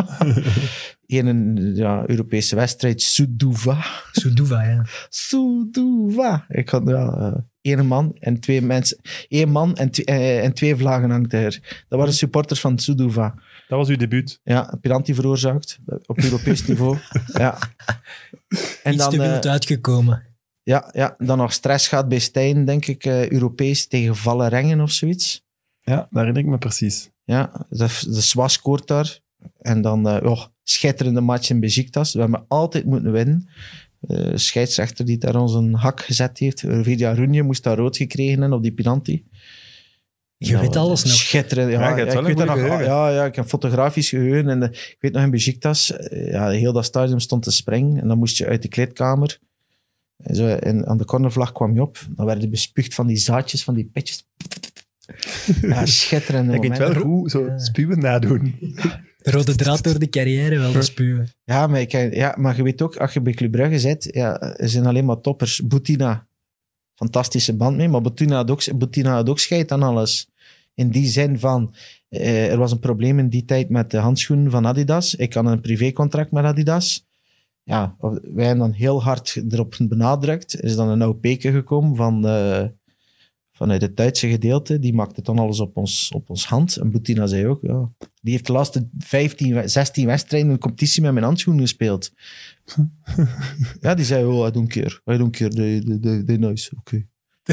Een Europese wedstrijd, Sudova. Sudova. Ik had één man en twee mensen. 1 man en 2 vlaggen hangt er. Dat waren supporters van Sudova. Dat was uw debuut. Ja, penalty veroorzaakt. Op Europees niveau. Ja. En iets te wild uitgekomen. Ja, dan nog stress gaat bij Stijn, denk ik, Europees tegen Vallerengen of zoiets. Ja, daar herinner ik me precies. Ja, de Swas scoort daar. En dan schitterende match in Besiktas. We hebben altijd moeten winnen. Scheidsrechter die daar ons een hak gezet heeft. Vidja Runje moest daar rood gekregen hebben op die penalty. Je weet alles nog. Schitterend. Ja, ik weet dat nog. Ja, ik heb fotografisch geheugen. En ik weet nog in Besiktas, heel dat stadion stond te springen. En dan moest je uit de kleedkamer. En zo, en aan de cornervlag kwam je op. Dan werden bespuugd van die zaadjes, van die petjes. Ja, schitterende Je kunt wel momenten. goed zo spuwen nadoen. De rode draad door de carrière wel te spuwen. Ja, maar je weet ook, als je bij Club Brugge zit, ja, er zijn alleen maar toppers. Boutina, fantastische band mee, maar Boutina had ook scheid aan alles. In die zin van, er was een probleem in die tijd met de handschoenen van Adidas. Ik had een privécontract met Adidas. Ja, wij hebben dan heel hard erop benadrukt. Er is dan een oude peke gekomen vanuit het Duitse gedeelte. Die maakte dan alles op ons hand. En Boutina zei ook, ja, die heeft de laatste 16 wedstrijden in de competitie met mijn handschoenen gespeeld. Ja, die zei, oh, I don't care, they nice, oké.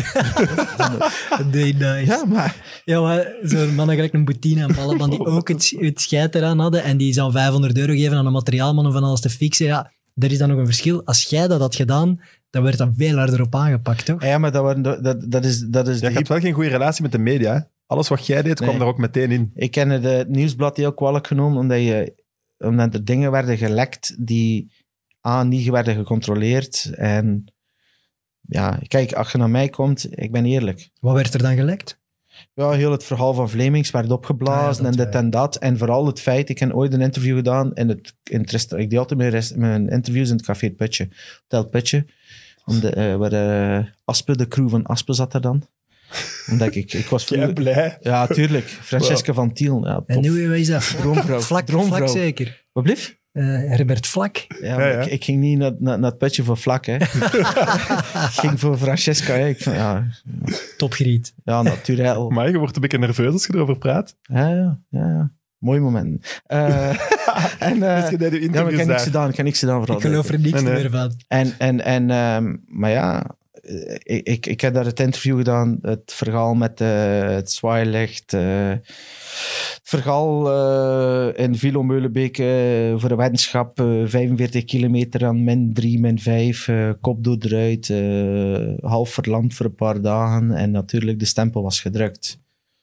Nee, nice. Ja, maar zo'n mannen gelijk een Boutina en Pallaban die ook het scheid eraan hadden en die zou €500 geven aan een materiaalman om van alles te fixen. Ja, er is dan nog een verschil. Als jij dat had gedaan, dan werd dan veel harder op aangepakt, toch? ja, maar dat is Je hebt wel geen goede relatie met de media. Hè? Alles wat jij deed, kwam Nee. daar ook meteen in. Ik ken het nieuwsblad heel kwalijk genomen, omdat er dingen werden gelekt die niet werden gecontroleerd. En ja, kijk, als je naar mij komt, ik ben eerlijk. Wat werd er dan gelekt? Ja, heel het verhaal van Vlemings werd opgeblazen Ah, ja, dat en dit en dat. En vooral het feit, ik heb ooit een interview gedaan in het restaurant. Ik deed altijd mijn interviews in het Café Het Putje. Hotel Het Putje. Waar Aspe, de crew van Aspe zat er dan. Omdat ik was Jij vroeger... blij. Ja, tuurlijk. Francesca van Tiel. Ja, En tof. nu, wat is dat? Droomvrouw. Vlak Droomvrouw. zeker. Wat blieft? Herbert Vlak. Ja, maar Ja. Ik ging niet naar het putje voor vlak, hè. Ik ging voor Francesca, hè. Ik vond, Topgeriet. ja, natuurlijk. Maar je wordt een beetje nerveus als je erover praat. Ja. Mooi moment. En, Dus je deed je ja, maar interviews ik daar. heb niks gedaan voor Ik geloof er niks Nee. meer van. Maar ja, ik heb daar het interview gedaan, het verhaal met het zwaailicht, het verhaal in Vilo Meulenbeek voor een weddenschap, 45 kilometer aan -3, -5, kopdood eruit, half verlamd voor een paar dagen en natuurlijk de stempel was gedrukt.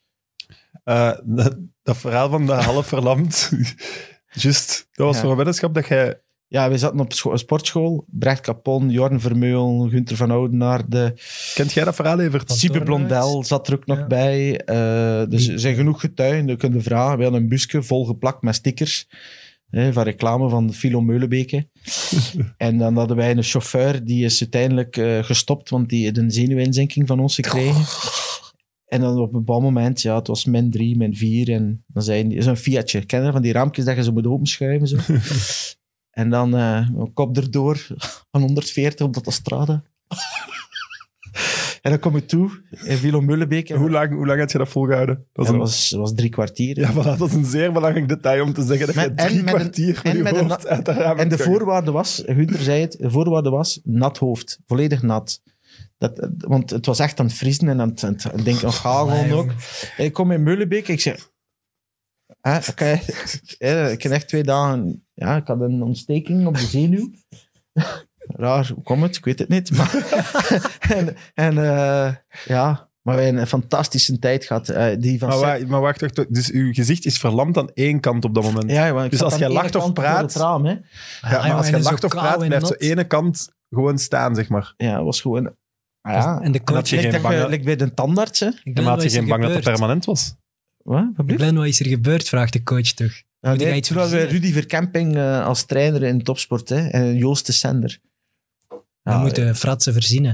Dat verhaal van de half verlamd. Juist, dat was Ja. voor een weddenschap dat jij... Ja, we zaten op sportschool. Brecht Capon, Jorn Vermeulen, Gunther van Oudenaar. Kent jij dat verhaal, Evert? Siebe Blondel zat er ook nog Ja. bij. Dus er zijn genoeg getuigen, dat kunnen vragen. We hadden een busje volgeplakt met stickers van reclame van Philo Meulenbeke. En dan hadden wij een chauffeur, die is uiteindelijk gestopt, want die had een zenuwinzinking van ons gekregen. En dan op een bepaald moment, ja, het was -3, -4. En dan zei hij, zo'n Fiatje, ken je van die raampjes dat je zo moet openschuiven? Zo. En dan kop erdoor aan 140 op de autostrade. En dan kom ik toe in Vilo Meulenbeek. Hoe lang had je dat volgehouden? Dat was 3 kwartier. Ja, voilà, dat is een zeer belangrijk detail om te zeggen dat je Met- 3 en met een- kwartier en met met je een hoofd uit de raam En de hebt gegaan. voorwaarde was, Gunther zei het, de voorwaarde was nat hoofd. Volledig nat. Want het was echt aan het vriezen en aan het denk nog hagel ook. En ik kom in Meulenbeek, ik zeg... Oké, ik heb echt 2 dagen... Ja, ik had een ontsteking op de zenuw. Raar, hoe komt het? Ik weet het niet. Maar, maar wij hebben een fantastische tijd gehad. Die van Maar wacht, dus uw gezicht is verlamd aan één kant op dat moment. Ja, want ik Dus zat als aan jij de lacht ene of kant voor praat- het raam, hè. Ja, maar als je lacht of praat, blijft zo ene kant gewoon staan, zeg maar. Ja, het was gewoon... Ja, En de coach... had je geen lijkt bange- bij de tandarts, hè. En maar had je geen bang dat het permanent was? Wat? Glenn, wat is er gebeurd? Vraagt de coach toch. Ja, Moet jij nee, iets toen hadden we verzinnen? Rudy Verkemping als trainer in topsport, hè, en Joost de Sender. We moeten fratsen verzinnen.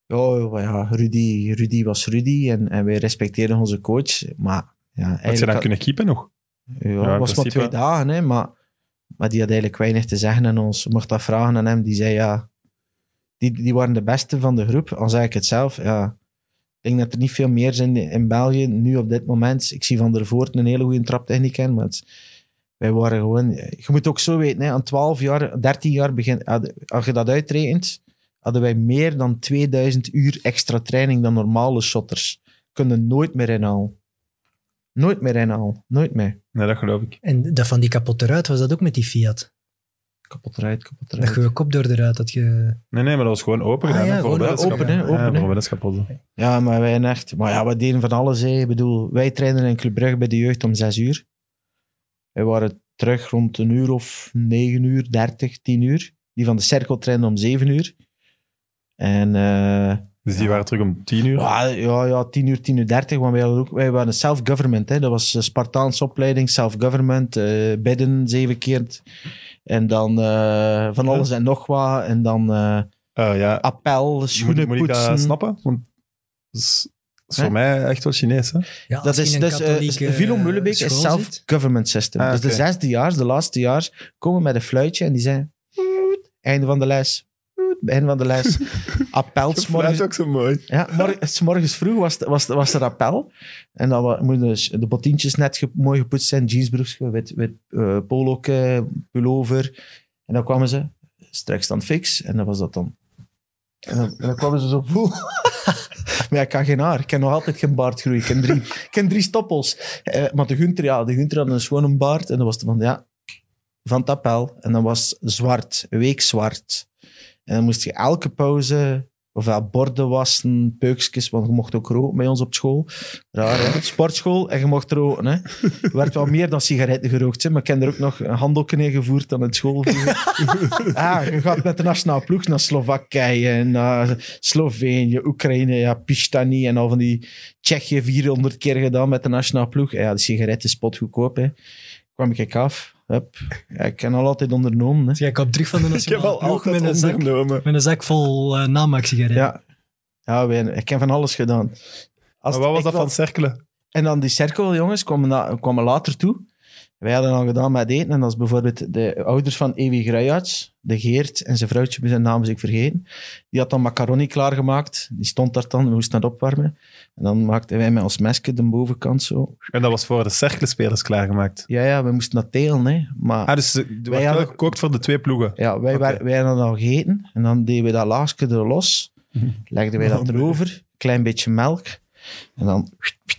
Rudy was Rudy en wij respecteerden onze coach. Maar ja, Had je dan kunnen keepen nog? Ja, in was maar principe. 2 dagen, hè, maar die had eigenlijk weinig te zeggen aan ons. Je mocht dat vragen aan hem. Die zei, ja, die waren de beste van de groep. Al zeg ik het zelf, ja. Ik denk dat er niet veel meer zijn in België, nu op dit moment. Ik zie Van der Voort een hele goede traptechniek in, maar wij waren gewoon... Je moet ook zo weten, hè, aan 12 jaar, 13 jaar als je dat uitrekent, hadden wij meer dan 2000 uur extra training dan normale shotters. Kunnen nooit meer inhalen. Nooit meer. Nee, dat geloof ik. En dat van die kapot eruit, was dat ook met die Fiat? Kapot eruit. Dat je je kop door eruit had je... Nee, maar dat was gewoon open Ah, gedaan. ja, hè, voor gewoon weddenschap. open, hè, open, Ja, hè. voor weddenschap was dat. Ja, maar wij echt... Maar ja, we deden van alles. Hè. Ik bedoel, wij trainen in Club Brugge bij de jeugd om 6 uur. Wij waren terug rond 1 uur of 9 uur, 30, 10 uur. Die van de cirkel trainen om 7 uur. En Dat Dus die waren terug om 10 uur? Ja, 10 uur, 10 uur 30. Want wij waren self-government. Hè. Dat was Spartaanse opleiding, self-government. Bidden 7 keer. En dan van alles en nog wat. En dan appel, schoenen moet poetsen. Moet ik dat snappen? Want dat is voor mij echt wel Chinees, hè? Ja, Dat is Vilo Mullebeek is self-government system. Dus de 6e-jaars, de laatste jaar, komen met een fluitje en die zeggen einde van de les. Einde van de les. Appel. Dat is ook zo mooi. Ja, 's morgens vroeg was er appel. En dan moeten de botientjes net mooi gepoetst zijn, jeansbroekje, wit polo, pullover. En dan kwamen ze strekstand fix. En dan was dat dan. En dan kwamen ze zo vol. Maar ik kan geen haar. Ik kan nog altijd geen baardgroei. Ik ken 3 stoppels. Maar de Gunther had een schone baard. En dan was het van het appel. En dan was zwart. Een week zwart. En dan moest je elke pauze ofwel borden wassen, peukjes, want je mocht ook roken bij ons op school. Raar, hè? Sportschool en je mocht roken. Hè? Er werd wel meer dan sigaretten gerookt, hè? Maar ik heb er ook nog een handelken in gevoerd aan het school. Je gaat met de nationale ploeg naar Slowakije, naar Slovenië, Oekraïne, ja, Pistani en al van die Tsjechië 400 keer gedaan met de nationale ploeg. Ja, de sigaretten spotgoedkoop, hè. Kwam ik af. Hup. Ja, ik heb al altijd ondernomen. Hè. Dus jij kwam terug van de nationale ploeg met een zak vol namaak-sigaretten. Ja, ik heb van alles gedaan. Maar wat was dat van cirkelen? En dan die cirkeljongens kwamen later toe. Wij hadden al gedaan met eten. En dat is bijvoorbeeld de ouders van Ewi Gruijaerts, de Geert en zijn vrouwtje, zijn naam is ik vergeten. Die had dan macaroni klaargemaakt. Die stond daar dan, we moesten dat opwarmen. En dan maakten wij met ons mesje de bovenkant zo. En dat was voor de cirkelspelers klaargemaakt? Ja, we moesten dat telen. Hè. Maar dus wij hadden gekookt voor de 2 ploegen? Ja, wij hadden al gegeten. En dan deden we dat laagje er los. Legden wij dat erover. Klein beetje melk. En dan...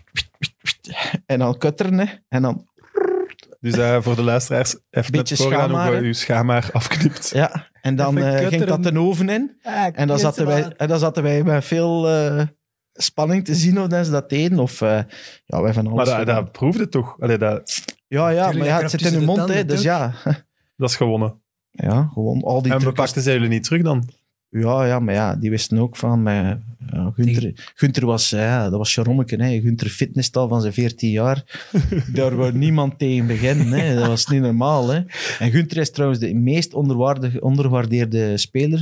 En dan kutteren. Hè. En dan... Dus voor de luisteraars, even net voorgaan hoe je schaamhaar afknipt. Ja, en dan ging dat de oven in. En dan zaten wij met veel spanning te zien of ze dat deden. Of wij van alles. Maar dat proefde toch? Allee, Ja, maar het zit in uw mond, hè, dus ja. Dat is gewonnen. Ja, gewoon al die en bepakten zij jullie niet terug dan? Ja, maar ja, die wisten ook van... Gunther was... dat was Jerommeke, hè. Gunther fitnesstal van zijn 14 jaar. Daar wou niemand tegen beginnen. Hè. Dat was niet normaal. Hè. En Gunther is trouwens de meest onderwaardeerde speler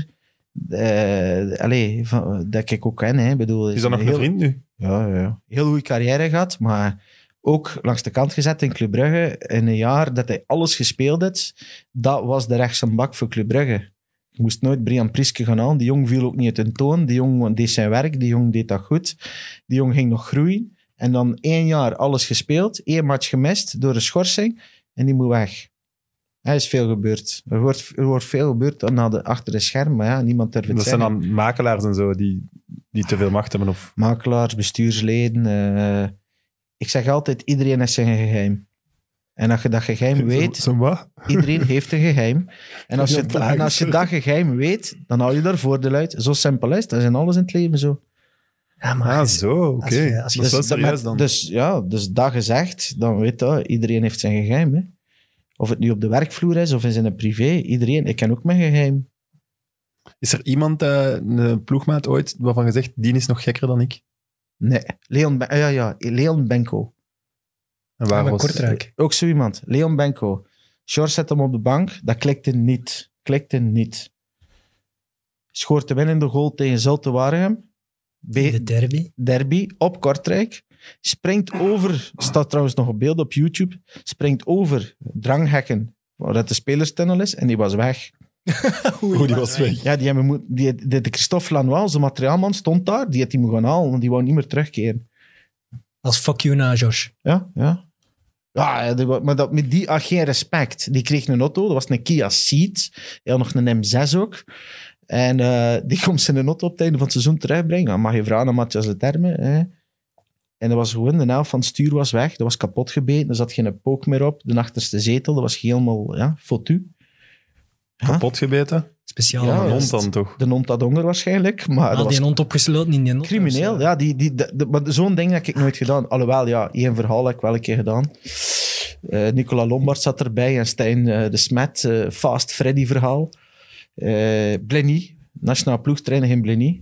dat ik ook ken. Hè. Bedoel, is dat nog een vriend nu? Ja. Heel goede carrière gehad, maar ook langs de kant gezet in Club Brugge. In een jaar dat hij alles gespeeld had, dat was de rechtse bak voor Club Brugge. Je moest nooit Brian Priske gaan halen. Die jong viel ook niet uit hun toon. Die jong deed zijn werk. Die jong deed dat goed. Die jong ging nog groeien. En dan 1 jaar alles gespeeld. 1 match gemist door een schorsing. En die moet weg. Er is veel gebeurd. Er wordt veel gebeurd achter de scherm. Maar ja, niemand durft het zeggen. Dat zijn dan makelaars en zo die te veel macht hebben? Of... Makelaars, bestuursleden. Ik zeg altijd, iedereen heeft zijn geheim. En als je dat geheim weet... Wat? Iedereen heeft een geheim. En als je dat geheim weet, dan hou je daar voordeel uit. Zo simpel is het. Dat is in alles in het leven zo. Ja, maar oké. Dat is wel serieus dan. Dus dat gezegd, dan weet je, iedereen heeft zijn geheim. Hè. Of het nu op de werkvloer is, of in zijn privé. Iedereen, ik ken ook mijn geheim. Is er iemand, een ploegmaat ooit, waarvan je zegt, die is nog gekker dan ik? Nee. Leon Benko. En waar was Kortrijk? Ook zo iemand. Leon Benko. Sjors zet hem op de bank. Dat klikte niet. Schoort de winnende goal tegen Zulte Waregem. De Derby op Kortrijk. Springt over, staat trouwens nog op beeld op YouTube, springt over dranghekken, waar dat de spelerstunnel is, en die was weg. Die was weg. Ja, de Christophe Lanois, onze materiaalman, stond daar. Die had hij moeten gaan halen, want die wou niet meer terugkeren. Als fuck you naar Josh. Ja. Ja, maar met die had geen respect. Die kreeg een auto, dat was een Kia Ceed. Hij had nog een M6 ook. En die komt zijn auto op het einde van het seizoen terugbrengen. Dan mag je vragen aan Matthias de Terme. Hè. En dat was gewoon, de helft van het stuur was weg. Dat was kapot gebeten. Er zat geen pook meer op. De achterste zetel, dat was helemaal foutu. Kapot gebeten? Speciaal. Ja, een hond dan toch? De hond had honger waarschijnlijk. Maar dat was die hond opgesloten in die hond. crimineel. Ja, maar zo'n ding heb ik nooit gedaan. Alhoewel, ja, 1 verhaal heb ik wel een keer gedaan. Nicola Lombard zat erbij en Stijn de Smet. Fast Freddy verhaal. Blenny, nationale ploegtrainer in Blenny.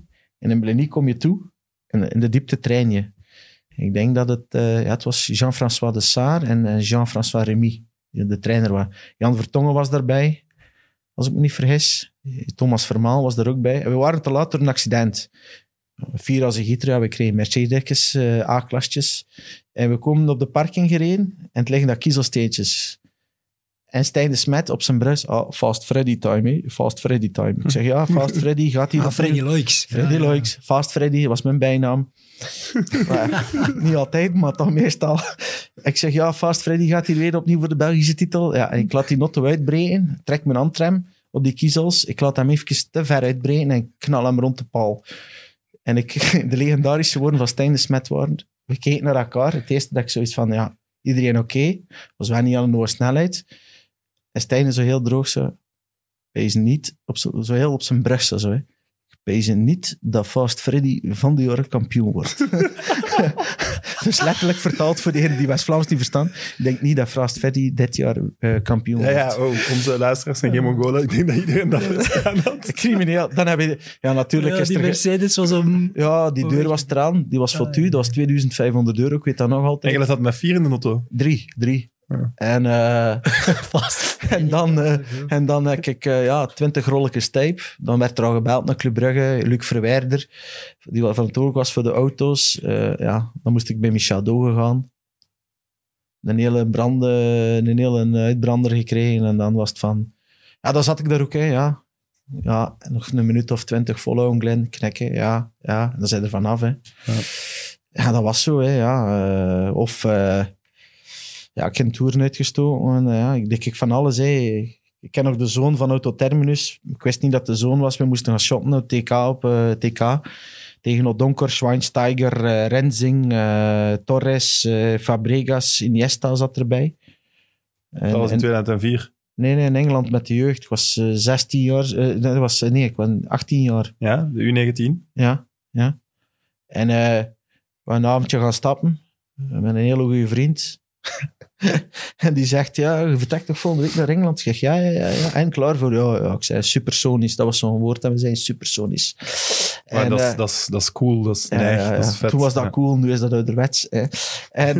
En in Blenny kom je toe. En in de diepte train je. Ik denk dat het was Jean-François de Saar en Jean-François Remy. De trainer was. Jan Vertongen was daarbij. Als ik me niet vergis. Thomas Vermaal was er ook bij. En we waren te laat door een accident. 4 als een gieter. We kregen Mercedes A-klasjes. En we komen op de parking gereden. En het liggen daar kiezelsteentjes. En Stijn de Smet op zijn brus. Fast Freddy time, hè? Fast Freddy time. Ik zeg, ja, Fast Freddy gaat hier... Freddy Loix. Freddy Loix. Fast Freddy was mijn bijnaam. Niet altijd, maar toch meestal. Ik zeg, ja, Fast Freddy gaat hier weer opnieuw voor de Belgische titel. Ja, en ik laat die notto uitbreken. Trek mijn handrem op die kiezels. Ik laat hem even te ver uitbreken en knal hem rond de paal. En de legendarische woorden van Stijn de Smet waren... We keken naar elkaar. Het eerste dat ik zoiets van, ja, iedereen oké. Was wel niet aan een hoge snelheid. En Stijn is zo heel droog zo... Hij is niet zo heel op zijn brug zo, hè. Wij zijn niet dat Fast Freddy van de jaren kampioen wordt. Dus letterlijk vertaald voor degenen die West-Vlaams niet verstaan. Ik denk niet dat Fast Freddy dit jaar kampioen wordt. Ja, onze luisteraars zijn geen Mongolen. Ik denk dat iedereen dat verstaan had. Crimineel. Dan heb je... Ja, natuurlijk is die Mercedes was om... Ja, die deur was eraan. Die was voor u. Dat was €2.500. Ik weet dat nog altijd. En je zat met 4 in de auto? 3. Ja. En dan heb ik 20 rolletjes tape. Dan werd er al gebeld naar Club Brugge. Luc Verwijder, die van het oog was voor de auto's. Dan moest ik bij Michel Doge gaan. Een hele uitbrander gekregen. En dan was het van... Ja, dan zat ik daar ook, hè, ja. Ja, nog een minuut of 20 volhouden, Glenn, knekken. Ja. En dan zijn er vanaf, hè. Ja, dat was zo, hè, ja. Ik heb een toeren uitgestoken. Ik denk van alles. Ik ken nog de zoon van Autoterminus. Ik wist niet dat de zoon was. We moesten gaan shotten op TK. Tegen Odonkor, Schweinsteiger, Renzing, Torres, Fabregas, Iniesta zat erbij. Dat was in 2004? Nee, in Engeland met de jeugd. Ik was 16 jaar. Ik was 18 jaar. Ja, de U19. Ja. En we een avondje gaan stappen. Met een hele goede vriend. En die zegt, ja, je vertrekt toch volgende week naar Engeland? Ik zeg, ja. En klaar voor? Ja, ik zei supersonisch. Dat was zo'n woord dat we zeiden, supersonisch. Maar dat is cool, dat is neig, dat is vet. Toen was dat cool, nu is dat ouderwets. En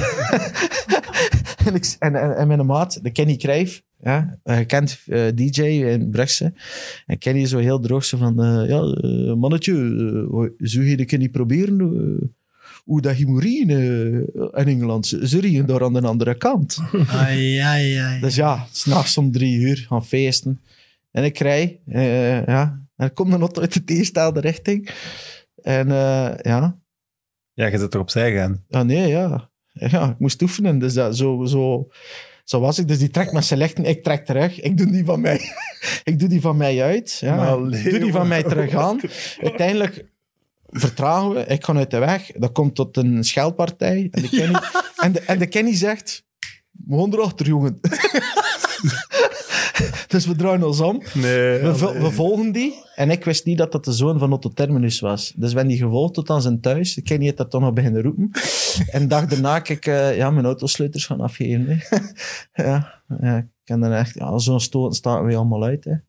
mijn maat, de Kenny Crijf, gekend DJ in Brugse. En Kenny is zo heel droog zo van, mannetje, zou je een niet proberen... hoe dat Himourien in Engeland, ze rieën daar aan de andere kant. Dus ja, 's nachts om 3 uur gaan feesten. En ik rij, en er komt een auto uit de tegenstelde richting. En Ja, je zit er opzij gaan. Ja, ik moest oefenen. Dus dat, zo was ik. Dus die trekt met zijn lichten, ik trek terug. Ik doe die van mij uit. Ja. Ik doe die van mij terug aan. Uiteindelijk... vertragen we, ik ga uit de weg, dat komt tot een scheldpartij en de Kenny zegt, we gaan erachter, jongen. Dus we draaien ons om, we volgen die en ik wist niet dat dat de zoon van Otto Terminus was. Dus we hebben die gevolgd tot aan zijn thuis, de Kenny heeft dat toch nog beginnen roepen en de dag daarna heb ik mijn autosleutels gaan afgeven. Ik ken dan echt, zo'n stoot staat we allemaal uit. Hè.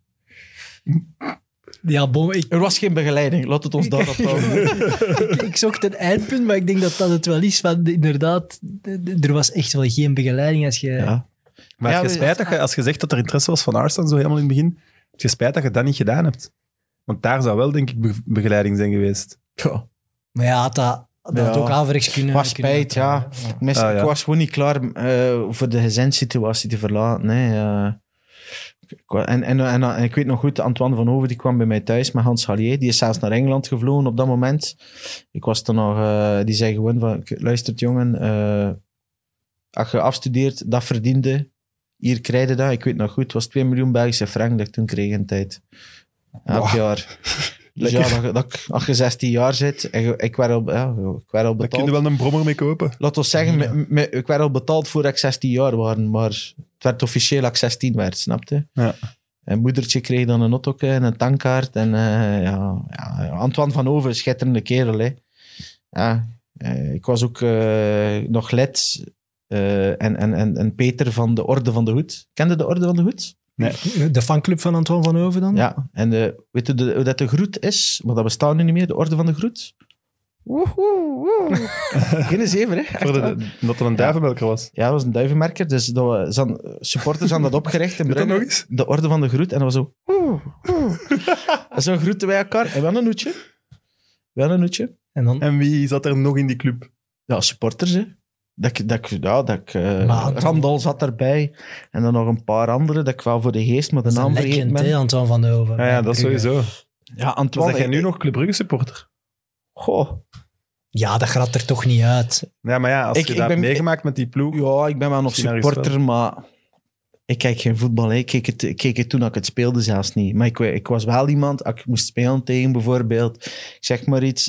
Ja, er was geen begeleiding, laat het ons daarop houden. Ik zocht een eindpunt, maar ik denk dat het wel is. Van, inderdaad, er was echt wel geen begeleiding als je... Ja. Maar heb je spijt dat je, als je zegt dat er interesse was van Arsene zo helemaal in het begin, heb je spijt dat je dat niet gedaan hebt? Want daar zou wel, denk ik, begeleiding zijn geweest. Ja. Maar ja, dat ook averechts kunnen... Was spijt, ja. Ik was gewoon niet klaar voor de gezinssituatie te verlaten. Nee, En ik weet nog goed, Antoine van Hoven die kwam bij mij thuis met Hans Hallier. Die is zelfs naar Engeland gevlogen op dat moment. Ik was toen nog... die zei gewoon van... Luistert jongen, als je afstudeert, dat verdiende. Hier krijg je dat. Ik weet nog goed, het was 2 miljoen Belgische frank dat ik toen kreeg in tijd. Elk jaar. Dus ja, als je 16 jaar zit, ik werd al betaald. Daar kun je wel een brommer mee kopen. Laat ons zeggen, ik werd al betaald voordat ik 16 jaar was, maar het werd officieel dat ik 16 werd, snap je? Ja. En moedertje kreeg dan een auto en een tankkaart. En Antoine van Hoven, schitterende kerel. Hè. Ja, ik was ook nog lid en Peter van de Orde van de Hoed. Kende de Orde van de Hoed? Nee. De fanclub van Antoine van Hoven dan? Ja, en weet je hoe dat de groet is? Maar dat bestaat nu niet meer, de orde van de groet. Geen zeven, hè? Echt waar. Dat er een duivenmelker was. Ja, dat was een duivenmerker. Dus supporters hadden dat opgericht in Doe dat Brugge. nog eens? De orde van de groet. En dat was zo... En zo groeten wij elkaar. En wel een noetje. En dan, En wie zat er nog in die club? Ja, supporters, hè. Maar Randal zat erbij. En dan nog een paar anderen. Dat ik wel voor de geest, maar de dat is naam een vergeten legend, hè, ben. Antoine van Hoven. Ja, dat Brugge. sowieso. Ja, Was Antoine... dat jij nu nog Club Brugge supporter? Goh. Ja, dat gaat er toch niet uit. Ja, maar ja, als Ik je dat ben- hebt meegemaakt met die ploeg... Ja, ik ben wel nog Misschien ergens supporter, maar ik kijk geen voetbal. Hè. Ik keek het toen dat ik het speelde zelfs niet. Maar ik was wel iemand, als ik moest spelen tegen bijvoorbeeld, ik zeg maar iets,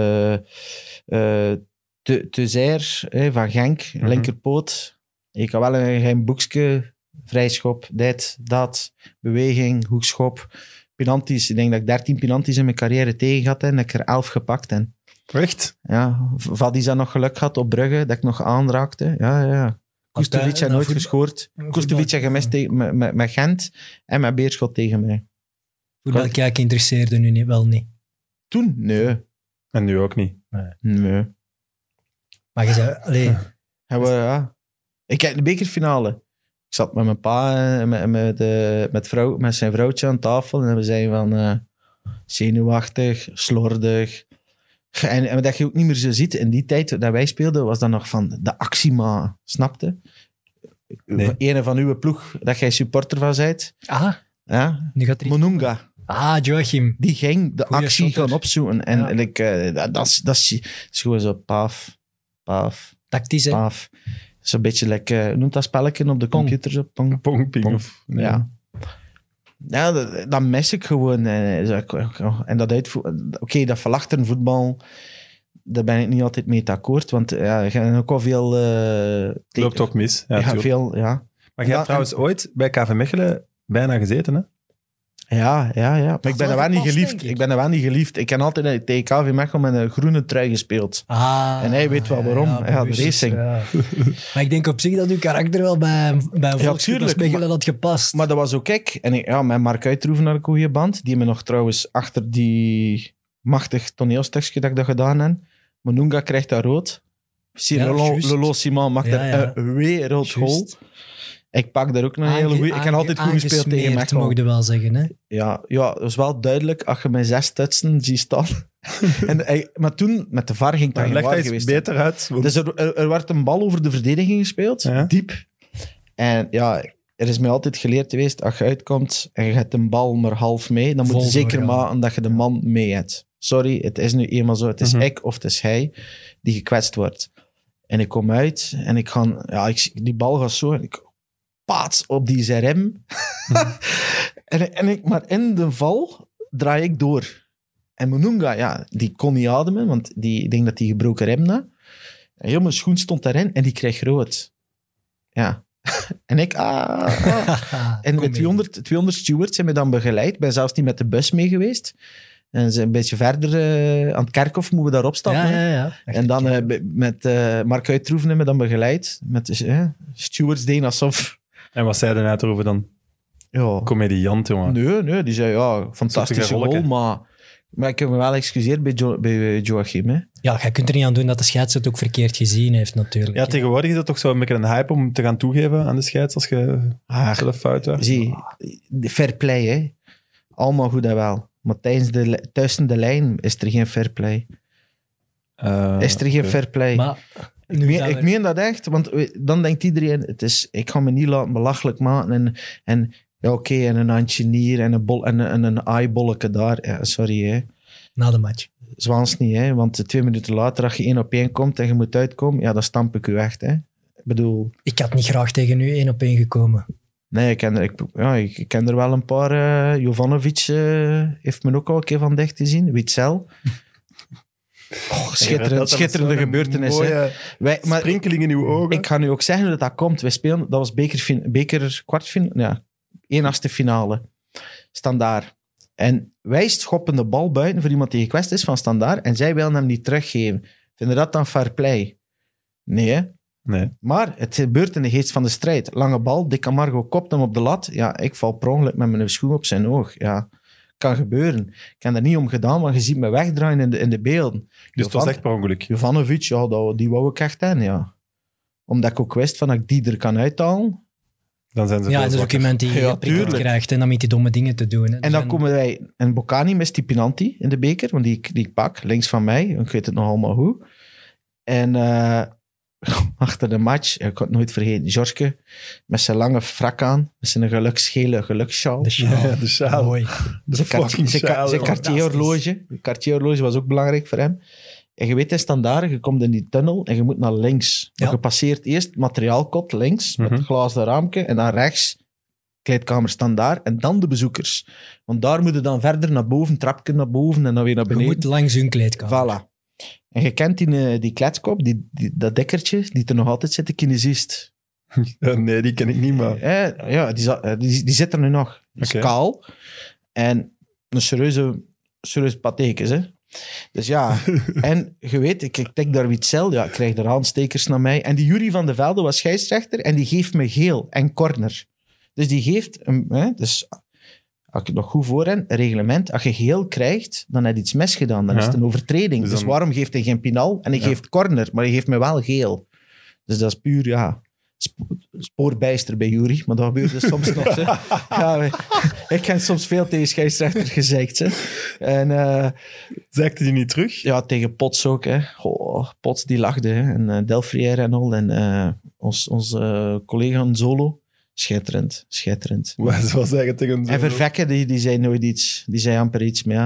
Teuzair van Genk, linkerpoot. Ik had wel een geheim boekje, vrijschop, dit, dat, beweging, hoekschop, penalties. Ik denk dat ik 13 penalties in mijn carrière tegen had en dat ik er 11 gepakt heb. Echt? Ja, Vadis had nog geluk gehad op Brugge, dat ik nog aanraakte. Ja. Kustovic had nooit gescoord. Kustovic had gemist met Gent en met Beerschot tegen mij. Voetbal kijken interesseerde nu niet. Toen? Nee. En nu ook niet. Nee. Maar je zei, allee, Ja. Ik heb de bekerfinale. Ik zat met mijn pa en met zijn vrouwtje aan tafel en we zeiden van zenuwachtig, slordig. En dat je ook niet meer zo ziet, in die tijd dat wij speelden, was dat nog van de actiema, snapte? Nee. Een van uw ploeg, dat jij supporter van bent. Ja? nu gaat er iets... Monunga. Joachim. Die ging de Goeie actie shotter. gaan opzoeken. En dat is gewoon zo paaf, Tactisch, hè? paaf. Zo'n beetje lekker, hoe noemt dat spelletje op de Pong. computer? Zo, pong. Pongping Pong. of... Nee. Ja, dat mis ik gewoon. En dat Oké, dat verlachten voetbal, daar ben ik niet altijd mee akkoord. Want ja, er gaan ook wel veel... Loopt ook mis. Ja, Ja, tuurlijk. veel, ja. Maar jij hebt trouwens ooit bij KV Mechelen bijna gezeten, hè? Ja. Maar ik ben wel er wel niet gepast, geliefd. denk ik. Ik ben er wel niet geliefd. Ik heb altijd tegen KV Mechelen met een groene trui gespeeld. En hij weet wel waarom. Ja, de bewust, racing. ja. Maar ik denk op zich dat uw karakter wel bij een volksclub als tuurlijk, Mechelen had gepast. Maar dat was ook ik. En met Mark Uitroeven had ik een goede band. Die me nog trouwens achter die machtig toneelstukje dat ik dat gedaan heb. Monunga krijgt dat rood. Ja, juist. Lolo Simon maakt Ja, er een wereldgoal. Juist. Ik pak daar ook nog een hele goeie. Ik heb altijd goed gespeeld tegen Aangesmeerd, Mechelen. mogen we wel zeggen, hè? Ja, dat is wel duidelijk als je met 6 tutsen ziet staan. Maar toen, met de VAR, ging dat geen Leg waar dat eens geweest. beter uit. want- Dus er werd een bal over de verdediging gespeeld, Ja. diep. En ja, er is mij altijd geleerd geweest, als je uitkomt en je hebt een bal maar half mee, dan moet je Vol zeker doorgaan. maken dat je de man mee hebt. Sorry, het is nu eenmaal zo. Het is ik of het is hij die gekwetst wordt. En ik kom uit en ik ga... Ja, die bal gaat zo en ik paats op die ZRM. Maar in de val draai ik door. En Monunga, ja, die kon niet ademen, want ik denk dat die gebroken rem had. En heel mijn schoen stond daarin en die kreeg rood. Ja. En ik... En met 200 stewards zijn me dan begeleid. Ik ben zelfs niet met de bus mee geweest. En ze een beetje verder aan het Kerkhof moeten we daarop stappen. Ja. En dan met Mark Uitroeven hebben we dan begeleid. Met de stewards deden alsof... En wat zei de net erover dan? Ja, Comediant, jongen. nee, die zei ja, fantastische Zotte goal, gevolken. maar ik heb me wel excuseerd bij Joachim. Hè. Ja, jij kunt er niet aan doen dat de scheids het ook verkeerd gezien heeft, natuurlijk. Ja, tegenwoordig is dat toch zo een beetje een hype om te gaan toegeven aan de scheids als je zelf fout hebt. Zie, de fair play, hè. Allemaal goed en wel. Maar tussen de lijn is er geen fair play. Is er geen fair play. Maar Ik meen dat echt, want dan denkt iedereen, ik ga me niet laten belachelijk maken en ja, oké, en een handje hier en een eye-bolletje daar. Ja, sorry, hè. na de match. Zwans niet, hè. Want 2 minuten later, als je 1-op-1 komt en je moet uitkomen, ja, dan stamp ik u echt, hè. Ik bedoel... Ik had niet graag tegen u 1-op-1 gekomen. Nee, ik ken er wel een paar. Jovanovic heeft me ook al een keer van dicht gezien. Witzel. Schitterende gebeurtenis. Hè. Maar Sprinkeling in uw ogen. ik ga nu ook zeggen hoe dat komt. Wij spelen, dat was beker kwartfinale, ja, 1/8 finale. Standaard. En wij schoppen de bal buiten voor iemand die gekwetst is van Standaard en zij willen hem niet teruggeven. Vinden dat dan fair play? Nee, hè? Nee. Maar het gebeurt in de geest van de strijd. Lange bal, De Camargo kopt hem op de lat. Ja, ik val per ongeluk met mijn schoen op zijn oog. Ja, kan gebeuren. Ik heb er niet om gedaan, maar je ziet me wegdraaien in de beelden. Dus het was echt per ongeluk. Jovanovic, ja, die wou ik echt in, ja. Omdat ik ook wist van dat ik die er kan uithalen. Dan zijn ze Ja, veel dat is ook zwakker. iemand die Ja, prikkel tuurlijk. krijgt en dan met die domme dingen te doen. Hè. En dan komen wij... En Bocani mist die penalty in de beker, want die ik pak, links van mij. Ik weet het nog allemaal hoe. En achter de match, ik kan het nooit vergeten, Jorske met zijn lange frak aan, met zijn gele gelukssjaal. De sjaal. Ja, de sjaal. Mooi. De fucking sjaal. Zijn Cartier-horloge. De Cartier-horloge was ook belangrijk voor hem. En je weet in standaard, je komt in die tunnel en je moet naar links. Ja. Je passeert eerst het materiaalkot links, met het glazen raampje, en dan rechts, kleedkamer standaard, en dan de bezoekers. Want daar moet je dan verder naar boven, trapje naar boven en dan weer naar Je beneden. moet langs hun kleedkamer. Voilà. En je kent die kletskop, dat dekkertje, die er nog altijd zit, de kinesist. Nee, die ken ik niet, maar... Ja, die zit er nu nog. Die is Oké. kaal. En een serieus pathekes, hè. Dus ja, en je weet, ik tik daar Witzel, ja, ik krijg er aanstekers naar mij. En die Jury van de Velde was scheidsrechter en die geeft me geel en corner. Dus die geeft, dus als ik het nog goed voor heb, een reglement, als je geel krijgt, dan heb je iets misgedaan. Dan Ja. is het een overtreding. Dus Dus dan- waarom geeft hij geen penal en hij geeft corner, maar hij geeft me wel geel. Dus dat is puur, ja... spoorbijster bij Jury, maar dat gebeurt dus soms nog. Hè. Ja, ik heb soms veel tegen scheidsrechter gezegd. Hè. En Zegde die niet terug? ja, tegen Pots ook. Hè. Goh, Pots die lachte. Hè. En Delfrière en al. En onze collega Zolo. Schitterend. Wat zou zeggen tegen En Vervekke, die zei nooit iets. Die zei amper iets, maar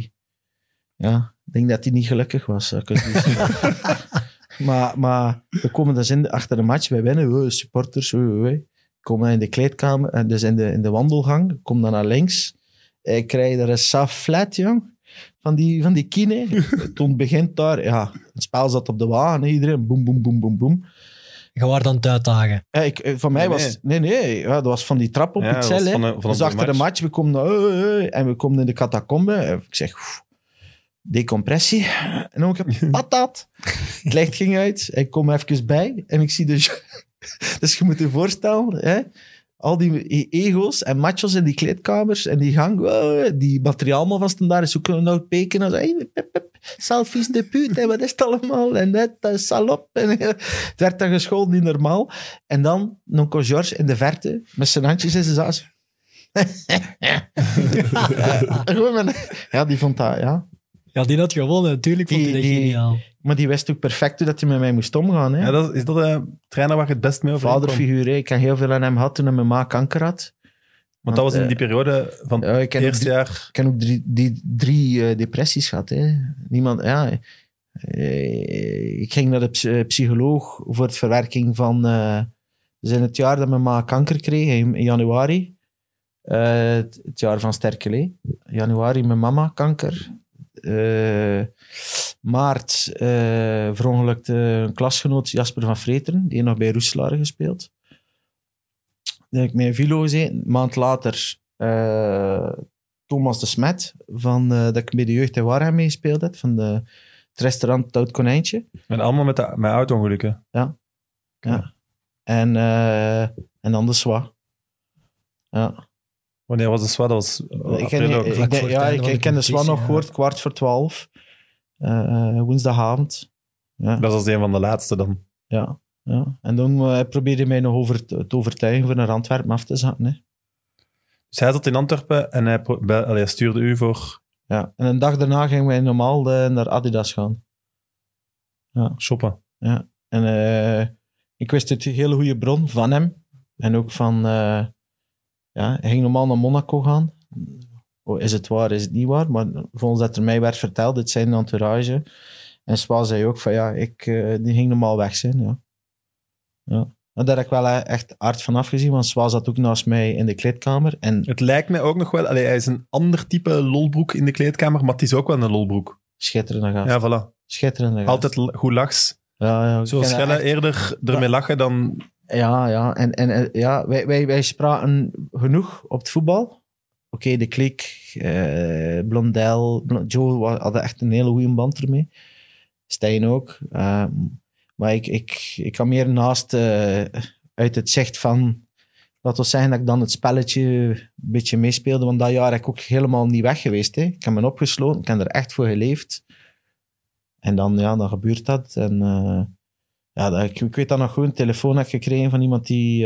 ja, ik denk dat hij niet gelukkig was. Ik weet niet. Maar we komen dus achter de match, wij winnen, supporters, we komen in de kleedkamer, en dus in de wandelgang, ik kom dan naar links, ik krijg daar een saflet, jong, van die kine. Toen begint daar, ja, het spel zat op de wagen, iedereen, boem, boem, boem, boem, boem. Je was dan het uitdagen. Van mij was... Nee, ja, dat was van die trap op Ja, het dat was cel. van Hè. de- van Dus de achter de match. match, we komen en we komen in de catacombe. En ik zeg, decompressie. En dan heb ik patat. Het licht ging uit. Ik kom even bij en ik zie dus... Dus je moet je voorstellen, hè, al die ego's en machos in die kleedkamers en die gang, die materiaalman van standaard is ook nou peken en zo, hey, selfies de put, en wat is het allemaal? En net, salop. En, het werd dan gescholden, niet normaal. En dan Nonco George in de verte, met zijn handjes in zijn zaas. Ja, die vond dat, ja. Ja, die had gewonnen. Natuurlijk vond hij dat geniaal. Maar die wist ook perfect hoe dat hij met mij moest omgaan. Hè. Ja, is dat de trainer waar je het best mee over Vaderfiguur, hè. Ik heb heel veel aan hem gehad toen hij mijn ma kanker had. Want dat was in die periode van Ja, ik het ken eerste jaar... Ik heb ook drie depressies gehad. Hè. Niemand, ja. Ik ging naar de psycholoog voor het verwerking van... dus in het jaar dat mijn ma kanker kreeg, in januari. Het jaar van Sterkele. Januari mijn mama kanker. Maart verongelukte een klasgenoot, Jasper van Vreteren, die heeft nog bij Roeselaar gespeeld. Dan heb ik mijn vilo gezeten. Een maand later Thomas de Smet, van, dat ik bij de jeugd in Warham meegespeeld heb, van het restaurant Oud Konijntje. En allemaal met auto-ongelukken. Ja. En dan de SWA. Ja. Wanneer was de SWA? Dat was april ook. Ik ken de SWA nog gehoord, 11:15. Woensdagavond. Ja. Dat was een van de laatste dan. Ja. En dan probeerde hij mij nog te overtuigen voor naar Antwerpen af te zakken. Hè. Dus hij zat in Antwerpen en hij stuurde u voor Ja. En een dag daarna gingen wij normaal naar Adidas gaan. Ja. shoppen. Ja. En ik wist het een hele goede bron van hem. En ook van... hij ging normaal naar Monaco gaan. Is het waar, is het niet waar? Maar volgens dat er mij werd verteld, het zijn entourage. En Swa zei ook van die ging normaal weg zijn. Ja. En daar heb ik wel echt hard van afgezien, want Swa zat ook naast mij in de kleedkamer. En Het lijkt mij ook nog wel... hij is een ander type lolbroek in de kleedkamer, maar het is ook wel een lolbroek. schitterende gast. Ja, voilà. Schitterende gast. Altijd goed lachs. Ja, Zoals ik ken Schelle echt- eerder ermee lachen dan... Ja. En wij spraken genoeg op het voetbal. Oké, de klik, Blondel, Joe had echt een hele goede band ermee. Stijn ook. Maar ik kan meer naast uit het zicht van... Laten we zeggen dat ik dan het spelletje een beetje meespeelde. Want dat jaar heb ik ook helemaal niet weg geweest. Hè. Ik heb me opgesloten. Ik heb er echt voor geleefd. En dan gebeurt dat. En ik weet dat nog goed. Een telefoon heb ik gekregen van iemand die...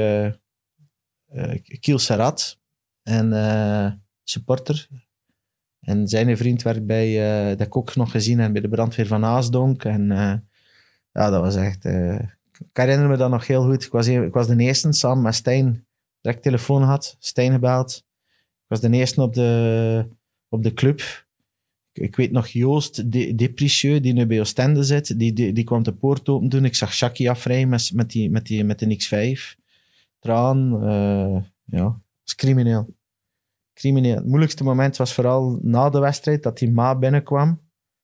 Kiel Serrat. En supporter. En zijn vriend werkt bij... dat ik ook nog gezien heb bij de brandweer van Aasdonk. En dat was echt... ik herinner me dat nog heel goed. Ik was de eerste samen met Stijn... direct telefoon had, Stijn gebeld. Ik was de eerste op de club. Ik weet nog Joost Depricieux, die nu bij Oostende zit, die kwam de poort open doen. Ik zag Shaki afrijden met de X5. Traan, dat is crimineel. Het moeilijkste moment was vooral na de wedstrijd, dat die ma binnenkwam.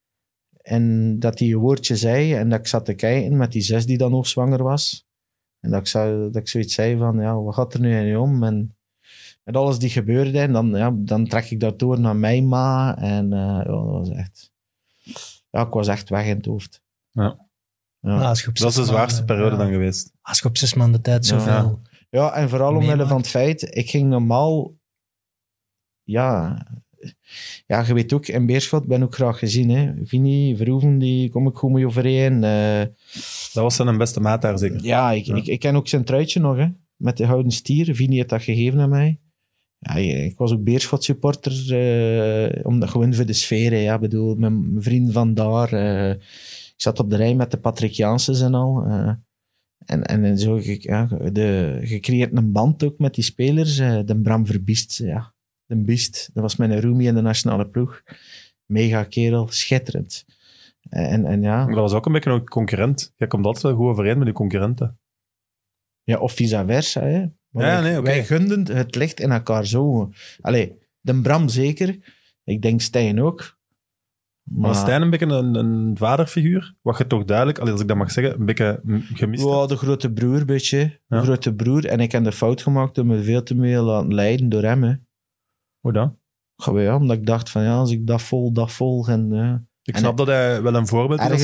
En dat hij een woordje zei, en dat ik zat te kijken met die zus die dan ook zwanger was. En dat ik zoiets zei van, wat gaat er nu in om? En met alles die gebeurde, en dan trek ik dat door naar mijn ma. En dat was echt... Ja, ik was echt weg in het hoofd. Ja. Dat is de zwaarste periode dan geweest. Als je op 6 maanden tijd zoveel... Ja, en vooral omwille van het feit, ik ging normaal... Ja, je weet ook, in Beerschot ben ik ook graag gezien. Hè. Vini, Verhoeven, die kom ik goed mee overeen. Dat was zijn beste maat daar zeker? Ja, ik ken ook zijn truitje nog, hè, met de gouden stier. Vini heeft dat gegeven aan mij. Ja, ik was ook Beerschot supporter, gewoon voor de sfeer. Hè, bedoel, mijn vriend van daar. Ik zat op de rij met de Patriciaanses en al. En zo, je creëert een band ook met die spelers. De Bram Verbiest, de Biest. Dat was mijn roomie in de nationale ploeg. Mega kerel, schitterend. En ja. Dat was ook een beetje een concurrent. Jij komt altijd wel goed overeen met die concurrenten. Ja, of vice versa. Hè. Maar wij gunden het licht in elkaar zo. Allee, de Bram zeker. Ik denk Stijn ook. Maar Stijn een beetje een vaderfiguur? Wat je toch duidelijk, als ik dat mag zeggen, een beetje gemist hebt? Ja, de grote broer, een beetje. De grote broer. En ik heb de fout gemaakt om me veel te meer laten leiden door hem. Hè. Hoe dan? Ja, omdat ik dacht van, als ik dat volg en... Ik snap dat hij wel een voorbeeld is, als je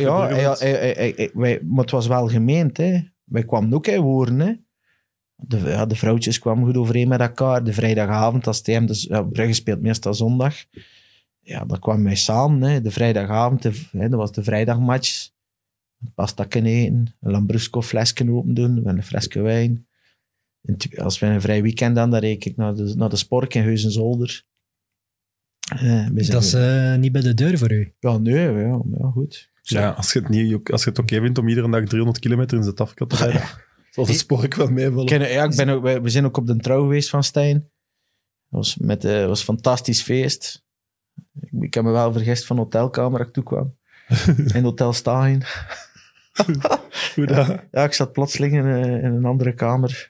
zeker maar het was wel gemeend, hè. Wij kwamen ook in woorden, hè. De vrouwtjes kwamen goed overeen met elkaar. De vrijdagavond, als TM, dus Brugge speelt meestal zondag. Ja, dan kwamen wij samen, hè. De vrijdagavond, dat was de vrijdagmatch. Pasta kunnen eten, een Lambrusco flesje open doen, met een flesje wijn. Als we een vrij weekend dan reed ik naar de Spork in Heusenzolder. Dat is niet bij de deur voor u? Ja, nee, ja goed. Ja, als je het oké vindt om iedere dag 300 kilometer in Zuid-Afrika te rijden, zal de Spork wel meevallen. We zijn ook op de trouw geweest van Stijn. Dat was een fantastisch feest. Ik heb me wel vergist van de hotelkamer dat ik toe kwam. In Hotel Stein. Hoe dat? Ja, ik zat plotseling in een andere kamer.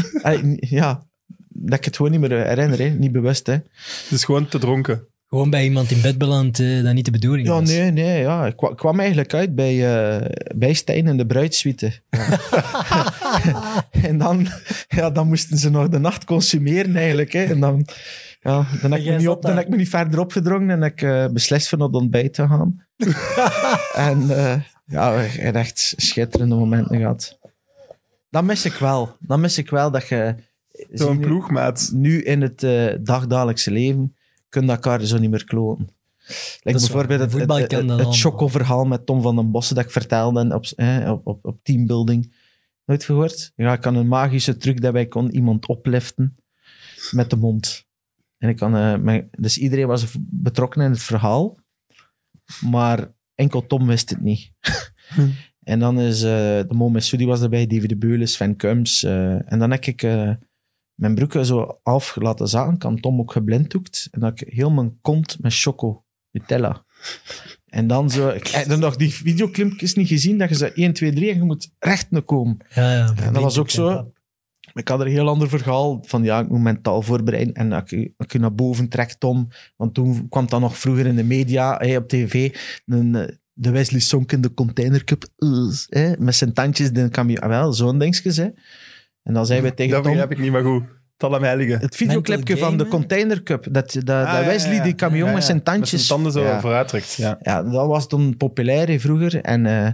Dat ik het gewoon niet meer herinner, hè. Niet bewust. Hè. Het is gewoon te dronken. Gewoon bij iemand in bed beland, dat niet de bedoeling was. Nee. Ja. Ik kwam eigenlijk uit bij Stijn in de bruidssuite. Ja. En dan moesten ze nog de nacht consumeren eigenlijk. Hè. En dan heb ik me niet verder opgedrongen en heb ik beslist van op het ontbijt te gaan. En ik heb echt schitterende momenten gehad. Dat mis ik wel. Dat je... Zo'n ploegmaat. Nu in het dagdagelijkse leven kun je elkaar zo niet meer kloten. Bijvoorbeeld het Choco-verhaal met Tom van den Bossen dat ik vertelde op teambuilding. Nooit gehoord? Ja, ik kan een magische truc dat wij kon iemand opliften met de mond. En ik kan, dus iedereen was betrokken in het verhaal, maar enkel Tom wist het niet. En dan is de Mo Messoudi was erbij, Davy de Beulen, Sven Kums. En dan heb ik mijn broeken zo af laten zagen. Kan Tom ook geblinddoekt. En dan heb ik heel mijn kont met choco, Nutella. En dan zo... Ik heb nog die videoclipjes niet gezien, dat je zo 1, 2, 3 en je moet recht naar komen. Ja, en dat was ook zo... Ik had er een heel ander verhaal van, ik moet mentaal voorbereiden. En als ik naar boven trek, Tom. Want toen kwam dat nog vroeger in de media, op tv... De Wesley Sonk in de Container Cup, met zijn tandjes, dan kan je wel zo'n dingetjes. En dan zijn we tegen Tom... Dat begrijp ik niet, maar goed. Het videoclipje van de Container Cup. Dat Wesley, die camion met zijn tandjes... Met zijn tanden zo vooruit trekt. Ja, dat was toen populair vroeger. En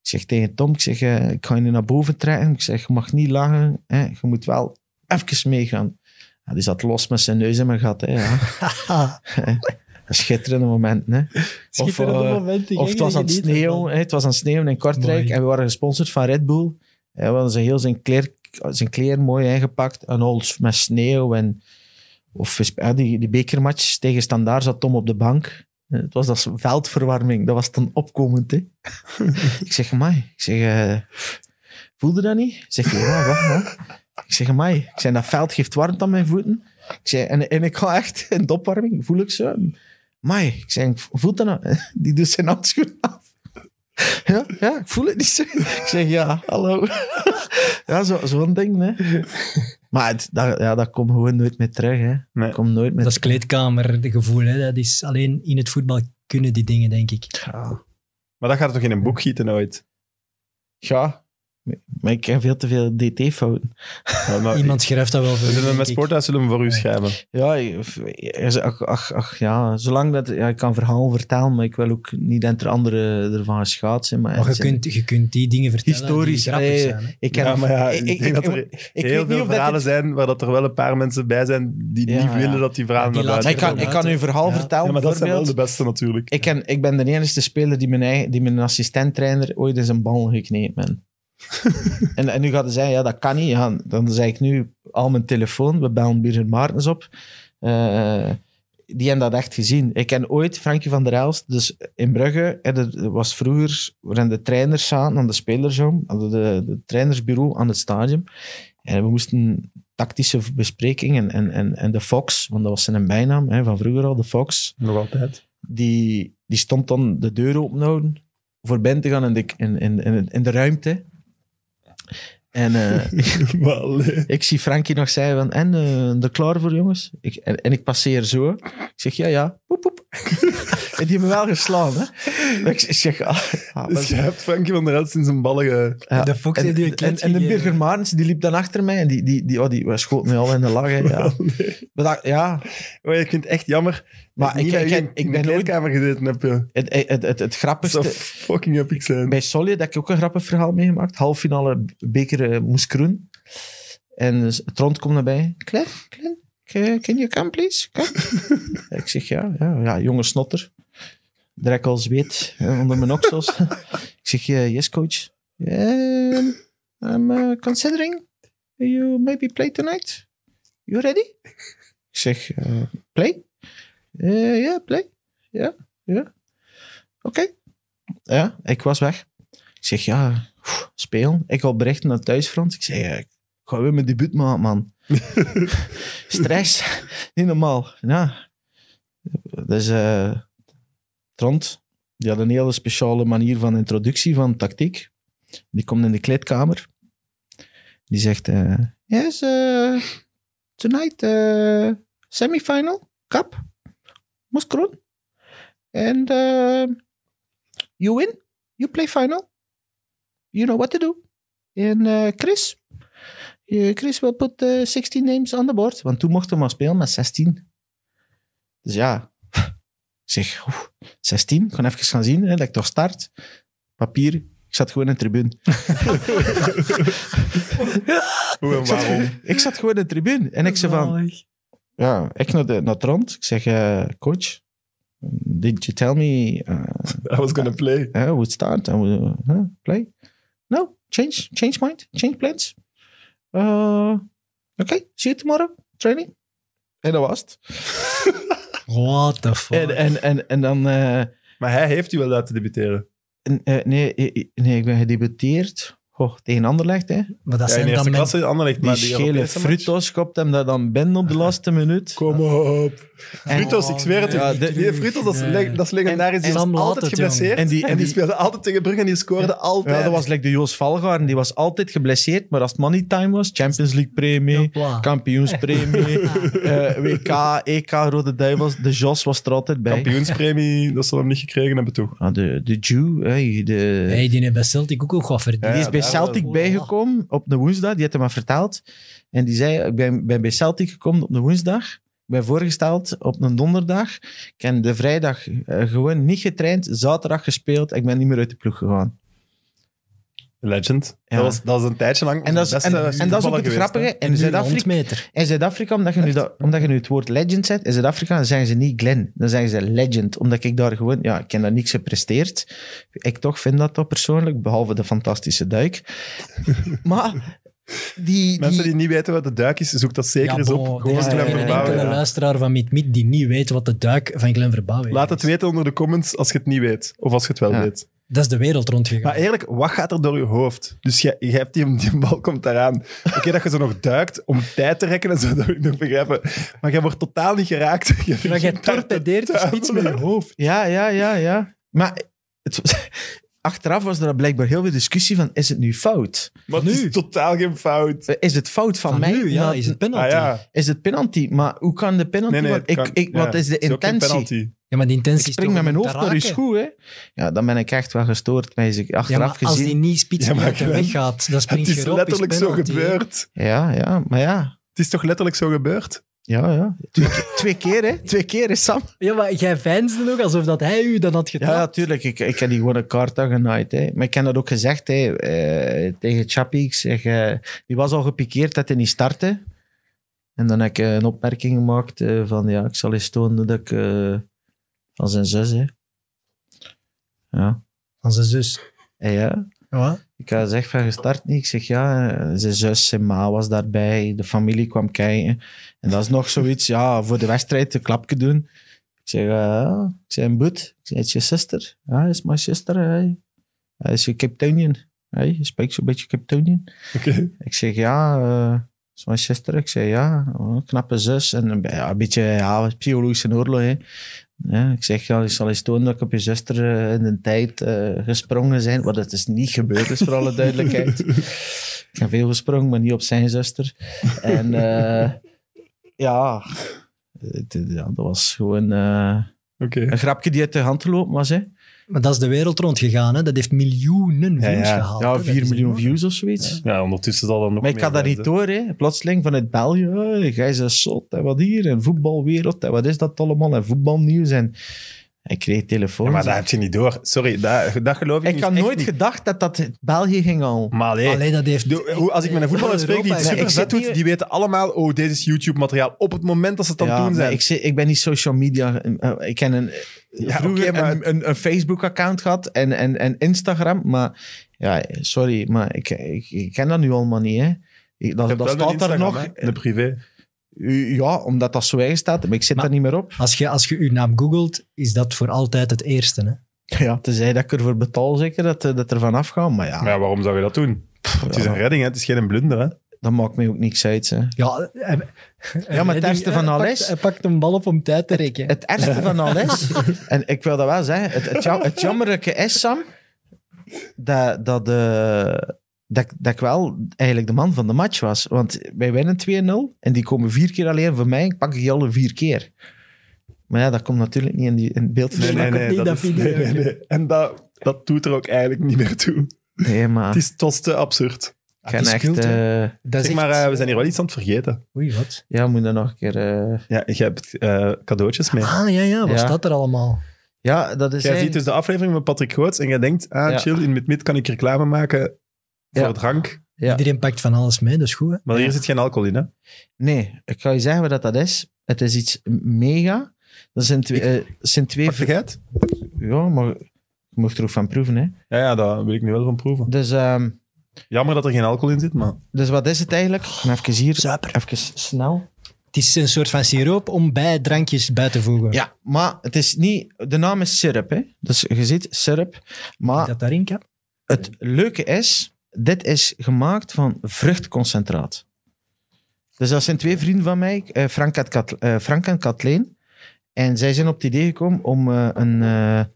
Ik zeg tegen Tom, ik ga je nu naar boven trekken. Ik zeg, je mag niet lachen. Hè? Je moet wel even meegaan. Ja, die zat los met zijn neus in mijn gat. Hè, ja. Schitterende momenten. Hè. Of het was aan het sneeuwen. Het was aan het sneeuwen in Kortrijk. Mooi. En we waren gesponsord van Red Bull. We hadden ze heel zijn kleer mooi ingepakt. En alles met sneeuw. Die bekermatch tegen Standaard zat Tom op de bank. Het was dat veldverwarming. Dat was dan opkomend. Hè. Ik zeg, amai. Voelde dat niet? Zegt hij, ja, wat? Ik zeg, amai. Dat veld geeft warmte aan mijn voeten. Ik zeg, en ik ga echt in de opwarming, voel ik zo. Amai. Ik zeg, voelt dat nou? Die doet zijn handschoen af. Ja, ik voel het niet zo. Ik zeg, ja, hallo. Ja, zo'n ding, hè. Maar dat komt gewoon nooit meer terug, hè. Nee. Komt nooit meer dat is kleedkamergevoel, hè. Dat is alleen in het voetbal kunnen die dingen, denk ik. Ja. Maar dat gaat toch in een boek gieten ooit? Ja, maar ik heb veel te veel DT-fouten. Ja, iemand schrijft dat wel voor. We zullen met Sporthuis zullen we voor u schrijven. Ja, zolang dat... Ja, ik kan verhaal vertellen, maar ik wil ook niet dat er anderen ervan geschaad zijn. Maar je kunt die dingen vertellen historisch, die grappig zijn. Hè? Ik denk dat er heel veel verhalen zijn waar dat er wel een paar mensen bij zijn die niet willen dat die verhalen naar buiten komen. Ik kan u een verhaal vertellen. Ja, maar dat zijn wel de beste natuurlijk. Ik ben de enige speler die mijn assistent-trainer ooit in zijn bal gekneed ben. en nu gaat hij zeggen, ja, dat kan niet. Ja, dan zeg ik nu al mijn telefoon, we bellen Birger Maartens op. Die hebben dat echt gezien. Ik ken ooit Frankie van der Elst, dus in Brugge, dat was vroeger, waarin de trainers zaten aan de spelersroom, de trainersbureau aan het stadion. En we moesten tactische bespreking en de Fox, want dat was zijn bijnaam van vroeger al, de Fox. Nog altijd. Die stond dan de deur open houden voor binnen te gaan in de ruimte. En ik zie Frankie nog zeggen van, er klaar voor, jongens? En ik passeer zo. Ik zeg, ja. Poep, poep. En die hebben me wel geslaan, hè. Ik zeg, dus je hebt Frankie van der Elst in zijn ballen de Fox en de Birger Maartens, die liep dan achter mij en die schoot me al in de lach. Ja. Maar Oh, je kunt echt jammer. Maar ik ben in de kleedkamer gezeten heb je. Het grappigste... Dat zou fucking epic zijn. Bij Solje heb ik ook een grappig verhaal meegemaakt. Halffinale beker Moeskroen. En Trond komt erbij. Glenn, can you come please? Come. Ik zeg ja, jonge snotter. Direct al zweet onder mijn oksels. Ik zeg, yes coach. I'm considering you maybe play tonight. You ready? Ik zeg, play? Play. Ja. Oké. Ja, ik was weg. Ik zeg, spelen. Ik al berichten naar het thuisfront. Ik zeg, ik ga weer mijn debuut maken, man. Stress. Niet normaal. Ja. Dus Trond, die had een hele speciale manier van introductie van tactiek. Die komt in de kleedkamer. Die zegt, yes, tonight semifinal, cup, Moeskroen. And you win, you play final. You know what to do. En Chris will put 16 names on the board. Want toen mochten we maar spelen met 16. Dus ja, ik zeg, 16, ik ga even gaan zien, dat ik toch start. Papier, ik zat gewoon in de tribune. Hoe en waarom? Ik zat gewoon in de tribune. En ik zei van... Ja, ik naar Trond. Ik zeg, coach, did you tell me... I was gonna play. Would start and play? No, change mind, change plans. Okay, see you tomorrow, training. En dat was het. What the fuck? En dan... Maar hij heeft u wel laten debuteren. Nee, ik ben gedebuteerd tegen Anderlecht. Hè. Maar dat in zijn eerste dan klasse Anderlecht. Die schele frutos kopt hem dat dan binnen op de laatste minuut. Kom op. Frutos, ik zweer het u. Die Frutos, dat is legendarisch. Die was altijd geblesseerd. En die speelde altijd tegen Brugge en die scoorde altijd. Ja, dat was like de Joos Valgaarden. Die was altijd geblesseerd, maar als het money time was, Champions League premie, kampioenspremie, WK, EK, Rode Duivels, de Jos was er altijd bij. Kampioenspremie, dat ze hem niet gekregen hebben, toch? De Jew, die heeft bij Celtic ook nog wat verdiend. Die is bij Celtic bijgekomen op de woensdag, die had hem maar verteld. En die zei, ik ben bij Celtic gekomen op de woensdag. Ik ben voorgesteld op een donderdag. Ik heb de vrijdag gewoon niet getraind, zaterdag gespeeld. Ik ben niet meer uit de ploeg gegaan. Legend. Ja. Dat was een tijdje lang. En dat is ook het grappige. In Zuid-Afrika, omdat je nu het woord legend zet, in Zuid-Afrika dan zeggen ze niet Glenn, dan zeggen ze legend. Omdat ik daar gewoon, ik heb daar niks gepresteerd. Ik toch vind dat toch persoonlijk, behalve de fantastische duik. Maar mensen die niet weten wat de duik is, zoek dat zeker eens op. Er is geen enkele luisteraar van Mit die niet weet wat de duik van Glenn Verbouwen is. Laat het weten onder de comments als je het niet weet. Of als je het wel weet. Dat is de wereld rondgegaan. Maar eerlijk, wat gaat er door je hoofd? Dus je hebt die bal komt daaraan. Oké, dat je zo nog duikt om tijd te rekken en zo, dat wil ik nog begrijpen. Maar jij wordt totaal niet geraakt. Maar jij torpedeert de spits met je hoofd. Ja. Maar achteraf was er blijkbaar heel veel discussie van, is het nu fout? Maar het is totaal geen fout. Is het fout van mij? Nu, ja, is het penalty? Is het penalty? Maar hoe kan de penalty? Nee, wat is de intentie? Ja, maar die intentie ik spring met mijn hoofd naar je schoen, hè? Ja, dan ben ik echt wel gestoord. Maar achteraf gezien... als die niet spits weggaat, dan springt je erop. Het is letterlijk zo gebeurd. Ja, maar ja. Het is toch letterlijk zo gebeurd? Ja. Twee keer, hè? 2 keer, hè, Sam? Ja, maar jij veinsde nog alsof dat hij u dan had gedaan. Ja, natuurlijk. Ik heb die gewoon een kaart genaaid, hè. Maar ik heb dat ook gezegd, hè, tegen Chappie. Ik zeg, die was al gepikeerd dat hij niet startte. En dan heb ik een opmerking gemaakt van, ik zal eens tonen dat ik... van zijn zus, hè. Ja. Van zijn zus? Ja. Wat? Ik had gezegd van, gestart niet. Ik zeg, zijn zus, zijn ma was daarbij. De familie kwam kijken. En dat is nog zoiets, voor de wedstrijd een klapje doen. Ik zeg, een boet. Ik zeg, is je sister? Ja, is mijn sister. Hij is je Capetonian. Je spreekt zo'n beetje Capetonian. Okay. Ik zeg, is mijn sister. Ik zeg, een knappe zus. En een beetje, psychologische oorlog, hè. Ja, ik zeg, ik zal eens tonen dat ik op je zuster in de tijd gesprongen zijn. Wat het is niet gebeurd is, voor alle duidelijkheid. Ik heb veel gesprongen, maar niet op zijn zuster. En dat was gewoon een grapje die uit de hand gelopen was. Hè. Maar dat is de wereld rondgegaan. Hè? Dat heeft miljoenen views gehaald. Ja, 4 miljoen views of zoiets. Ja, ondertussen zal dat nog maar ik had dat niet door. Hè. Plotseling vanuit België. Jij is zot. En wat hier. En voetbalwereld. En wat is dat allemaal? En voetbalnieuws. En ik kreeg telefoons. Ja, maar dat heb je niet door. Sorry, dat geloof ik niet. Ik had nooit gedacht dat België ging al. Maar dat heeft... Als ik met een voetballer spreek die het super vet doet, die weten allemaal, dit is YouTube-materiaal. Op het moment dat ze het dan doen zijn. Ik ben niet social media. Ik ken vroeger een Facebook-account gehad en Instagram. Maar sorry, maar ik ken dat nu allemaal niet. Hè. Dat staat daar nog. De privé. Ja, omdat dat zo eigen staat. Maar ik zit daar niet meer op. Als je uw naam googelt, is dat voor altijd het eerste. Hè? Ja, tenzij dat ik ervoor betaal, zeker, dat er vanaf gaat. Maar ja. Maar waarom zou je dat doen? Het is een redding, hè? Het is geen blunder. Hè? Dat maakt mij ook niks uit. Hè. Ja, maar het ergste van alles... Hij pakt een bal op om tijd te rekken. Het ergste van alles... En ik wil dat wel zeggen. Het jammerlijke is, Sam... Dat ik wel eigenlijk de man van de match was. Want wij winnen 2-0 en die komen 4 keer alleen voor mij. Ik pak die alle 4 keer. Maar ja, dat komt natuurlijk niet in het beeld. Nee. En dat doet er ook eigenlijk niet meer toe. Nee, maar... Het was te absurd. We zijn hier wel iets aan het vergeten. Oei, wat? Ja, moet je nog een keer... Ja, je hebt cadeautjes mee. Wat staat er allemaal? Ja, dat is... Jij ziet dus de aflevering met Patrick Goots en jij denkt, chill, in Mit kan ik reclame maken voor drank. Ja. Iedereen pakt van alles mee, dat is goed. Hè? Maar hier zit geen alcohol in, hè? Nee, ik ga je zeggen wat dat is. Het is iets mega. Dat zijn twee... Pak jij het? Ja, maar je mocht er ook van proeven, hè? Ja, daar wil ik nu wel van proeven. Dus... jammer dat er geen alcohol in zit, maar... Dus wat is het eigenlijk? Even hier, even snel. Het is een soort van siroop om bij drankjes bij te voegen. Ja, maar het is niet... De naam is syrup, hè. Dus je ziet syrup, maar... Dat daarin kan? Het leuke is, dit is gemaakt van vruchtconcentraat. Dus dat zijn 2 vrienden van mij, Frank en Kathleen. En zij zijn op het idee gekomen om een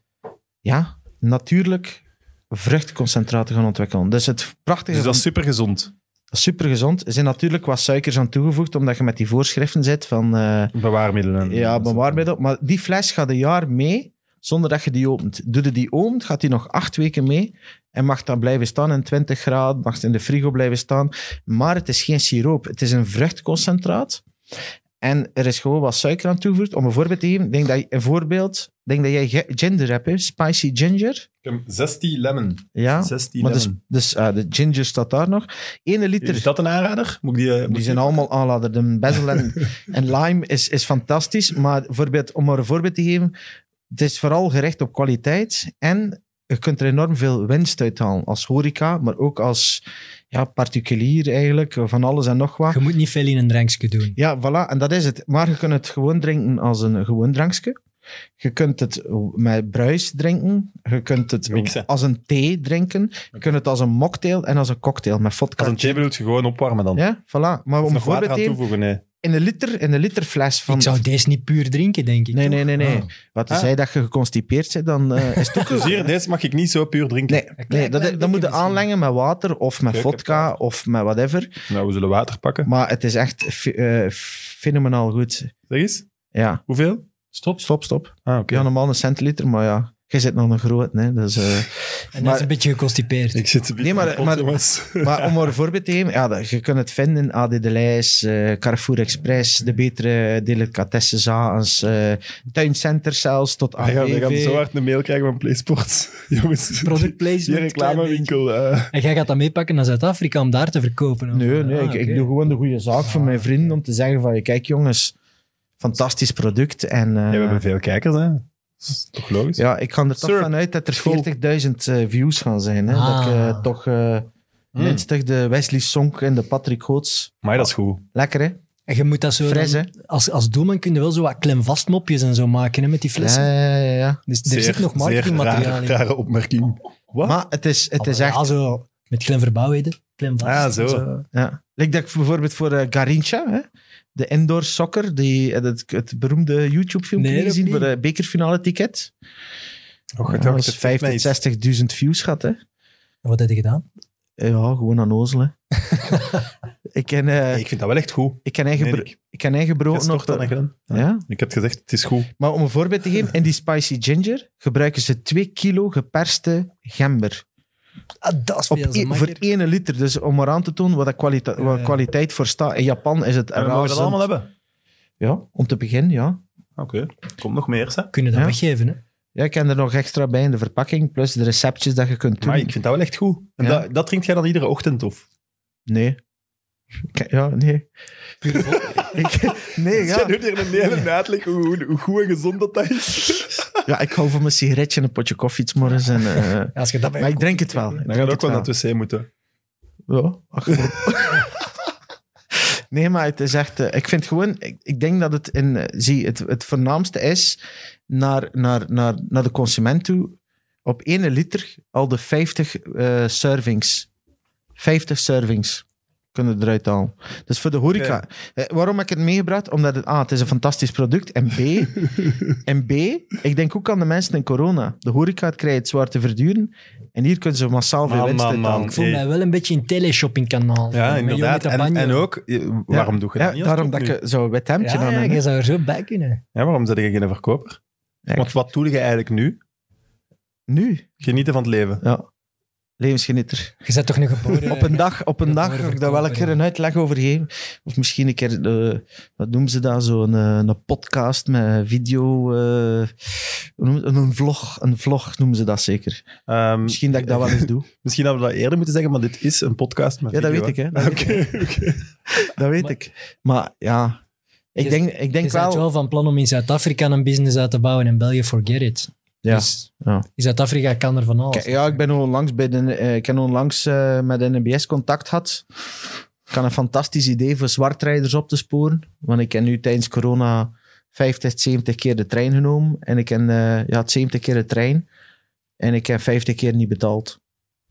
natuurlijk vruchtconcentraat te gaan ontwikkelen. Dus het prachtige... Dus dat is super gezond. Super gezond. Er zijn natuurlijk wat suikers aan toegevoegd, omdat je met die voorschriften zit van... bewaarmiddelen. Ja, bewaarmiddelen. Maar die fles gaat een jaar mee, zonder dat je die opent. Doe je die opent, gaat die nog 8 weken mee en mag dat blijven staan in 20 graden, mag het in de frigo blijven staan. Maar het is geen siroop. Het is een vruchtconcentraat. En er is gewoon wat suiker aan toegevoegd. Om een voorbeeld te geven, ik denk dat een voorbeeld denk dat jij ginger hebt, hè? Spicy ginger. Ik heb 16 lemon. Ja, 16 maar lemon. dus de ginger staat daar nog. 1 liter... Is dat een aanrader? Moet ik Die zijn allemaal aanlader. De basil en lime is fantastisch. Maar om maar een voorbeeld te geven, het is vooral gericht op kwaliteit. En je kunt er enorm veel winst uithalen. Als horeca, maar ook als particulier eigenlijk. Van alles en nog wat. Je moet niet veel in een drankje doen. Ja, voilà. En dat is het. Maar je kunt het gewoon drinken als een gewoon drankje. Je kunt het met bruis drinken. Je kunt het Mixen. als een thee drinken. Je kunt het als een mocktail en als een cocktail met vodka. Als een thee bedoelt je gewoon opwarmen dan. Ja, voilà. Maar om Nog water voorbeeld aan te geven, toevoegen, nee. in een liter fles van... Ik zou deze niet puur drinken, denk ik. Nee. toch? Wat je zei dat je geconstipeerd bent, dan is het ook... Dus hier, deze mag ik niet zo puur drinken. Nee, dat moet je misschien. aanlengen met water of met vodka of met whatever. Nou, we zullen water pakken. Maar het is echt fenomenaal goed. Zeg eens, Ja. hoeveel? Stop. Ah, oké. Ja, normaal een centiliter, maar ja, jij zit nog een groot. Hè, dus, En dat maar- is een beetje geconstipeerd. Ik zit een beetje Nee, maar- kapot, maar- jongens. maar om maar een voorbeeld te geven, je kunt het vinden in AD de Lijs, Carrefour Express, de betere delicatessenzaals, tuincenters zelfs, tot We gaan AVV. zo hard een mail krijgen van PlaySports. Jongens, Product placement, die reclamewinkel. En jij gaat dat meepakken naar Zuid-Afrika om daar te verkopen? Of? Nee, ik oké. doe gewoon de goede zaak voor mijn vrienden om te zeggen van, kijk jongens, fantastisch product. En, Ja, we hebben veel kijkers, hè. Dat is toch logisch? ja, ik ga er toch Sir. vanuit dat er 40.000 views gaan zijn. Hè? Ah. Dat ik toch minstens de Wesley Sonk en de Patrick Goots. Maar dat is goed. Lekker, hè? En je moet dat zo... Fres, dan- hè? als doelman kun je wel zo wat klemvast mopjes en zo maken hè, met die flessen. Ja. Dus er zit nog marketingmateriaal in. rare opmerking. Wat? Maar het is Maar echt... ja, zo met Glen Verbouwheden. Klemvast. Ah, zo. Ja. Like dat ik bijvoorbeeld voor Garincha, hè? De indoor soccer, het beroemde YouTube-filmpje Nee, dat gezien niet. voor de bekerfinale ticket. Och, Ja, dat is 50.000, 60.000 views gehad, hè? Wat heb je gedaan? Ja, gewoon aan ozelen. ik ken Ik vind dat wel echt goed. ik ken Nee, ingebroken nog op... dan Glen. Ja? Ik heb gezegd, het is goed. Maar om een voorbeeld te geven, in die spicy ginger gebruiken ze 2 kilo geperste gember. Ah, dat is Voor veel, zo 1 makkelijk. liter. Dus om maar aan te tonen wat kwaliteit voor staat. In Japan is het En we mogen dat allemaal hebben. Ja, om te beginnen, ja. Oké. Komt nog meer, hè. Kunnen dat Ja. weggeven, hè? Ja, ik ken er nog extra bij in de verpakking, plus de receptjes dat je kunt doen. Maar ik vind dat wel echt goed. En Ja. dat drink jij dan iedere ochtend, of? Nee. Nee. Nee, Jij ja. doet hier een hele uitleg hoe goed en gezond dat is. Ja, ik hou van mijn sigaretje en een potje koffie 's morgens. En, Ja, als je dat bij maar ik drink het wel. Dan gaat ook wel naar het wc moeten. Ja, ach, nee, maar het is echt... ik vind gewoon... Ik denk dat het het voornaamste is naar de consument toe. Op 1 liter al de 50 servings. 50 servings kunnen eruit halen. Dus voor de horeca... waarom heb ik het meegebracht? Omdat het is een fantastisch product. En B, ik denk ook aan de mensen in corona. De horeca krijgt het zwaar te verduren. En hier kunnen ze massaal veel Man, winst man, uithalen. man. Ik voel Hey. mij wel een beetje in teleshoppingkanaal. Ja, Met inderdaad. Jonathan Banjo. En ook, waarom doe je dat Ja, niet? daarom dat ik zo'n wit hemdje Ja, aan heb. je zou er zo bij kunnen. Ja, waarom zet je geen verkoper? Ja, Want wat doe je eigenlijk nu? nu? Genieten van het leven. Ja. Levensgenieter. Je bent toch een geboren... Op een dag ga ik daar wel een keer een uitleg over geven. Of misschien een keer, wat noemen ze dat, zo'n een podcast met video. Een vlog noemen ze dat zeker. Misschien dat ik dat wel eens doe. Misschien hadden we dat eerder moeten zeggen, maar dit is een podcast met Ja, dat video, weet ik, hè. Oké. Dat weet ik. Maar ja, ik denk Je bent wel... wel van plan om in Zuid-Afrika een business uit te bouwen en België, forget it. Ja, Dus ja. in Zuid-Afrika kan er van alles. Ja, ik ben onlangs ik heb onlangs met de NBS contact gehad. Ik had een fantastisch idee voor zwartrijders op te sporen. Want ik heb nu tijdens corona 50, 70 keer de trein genomen. En ik heb 70 keer de trein. En ik heb 50 keer niet betaald.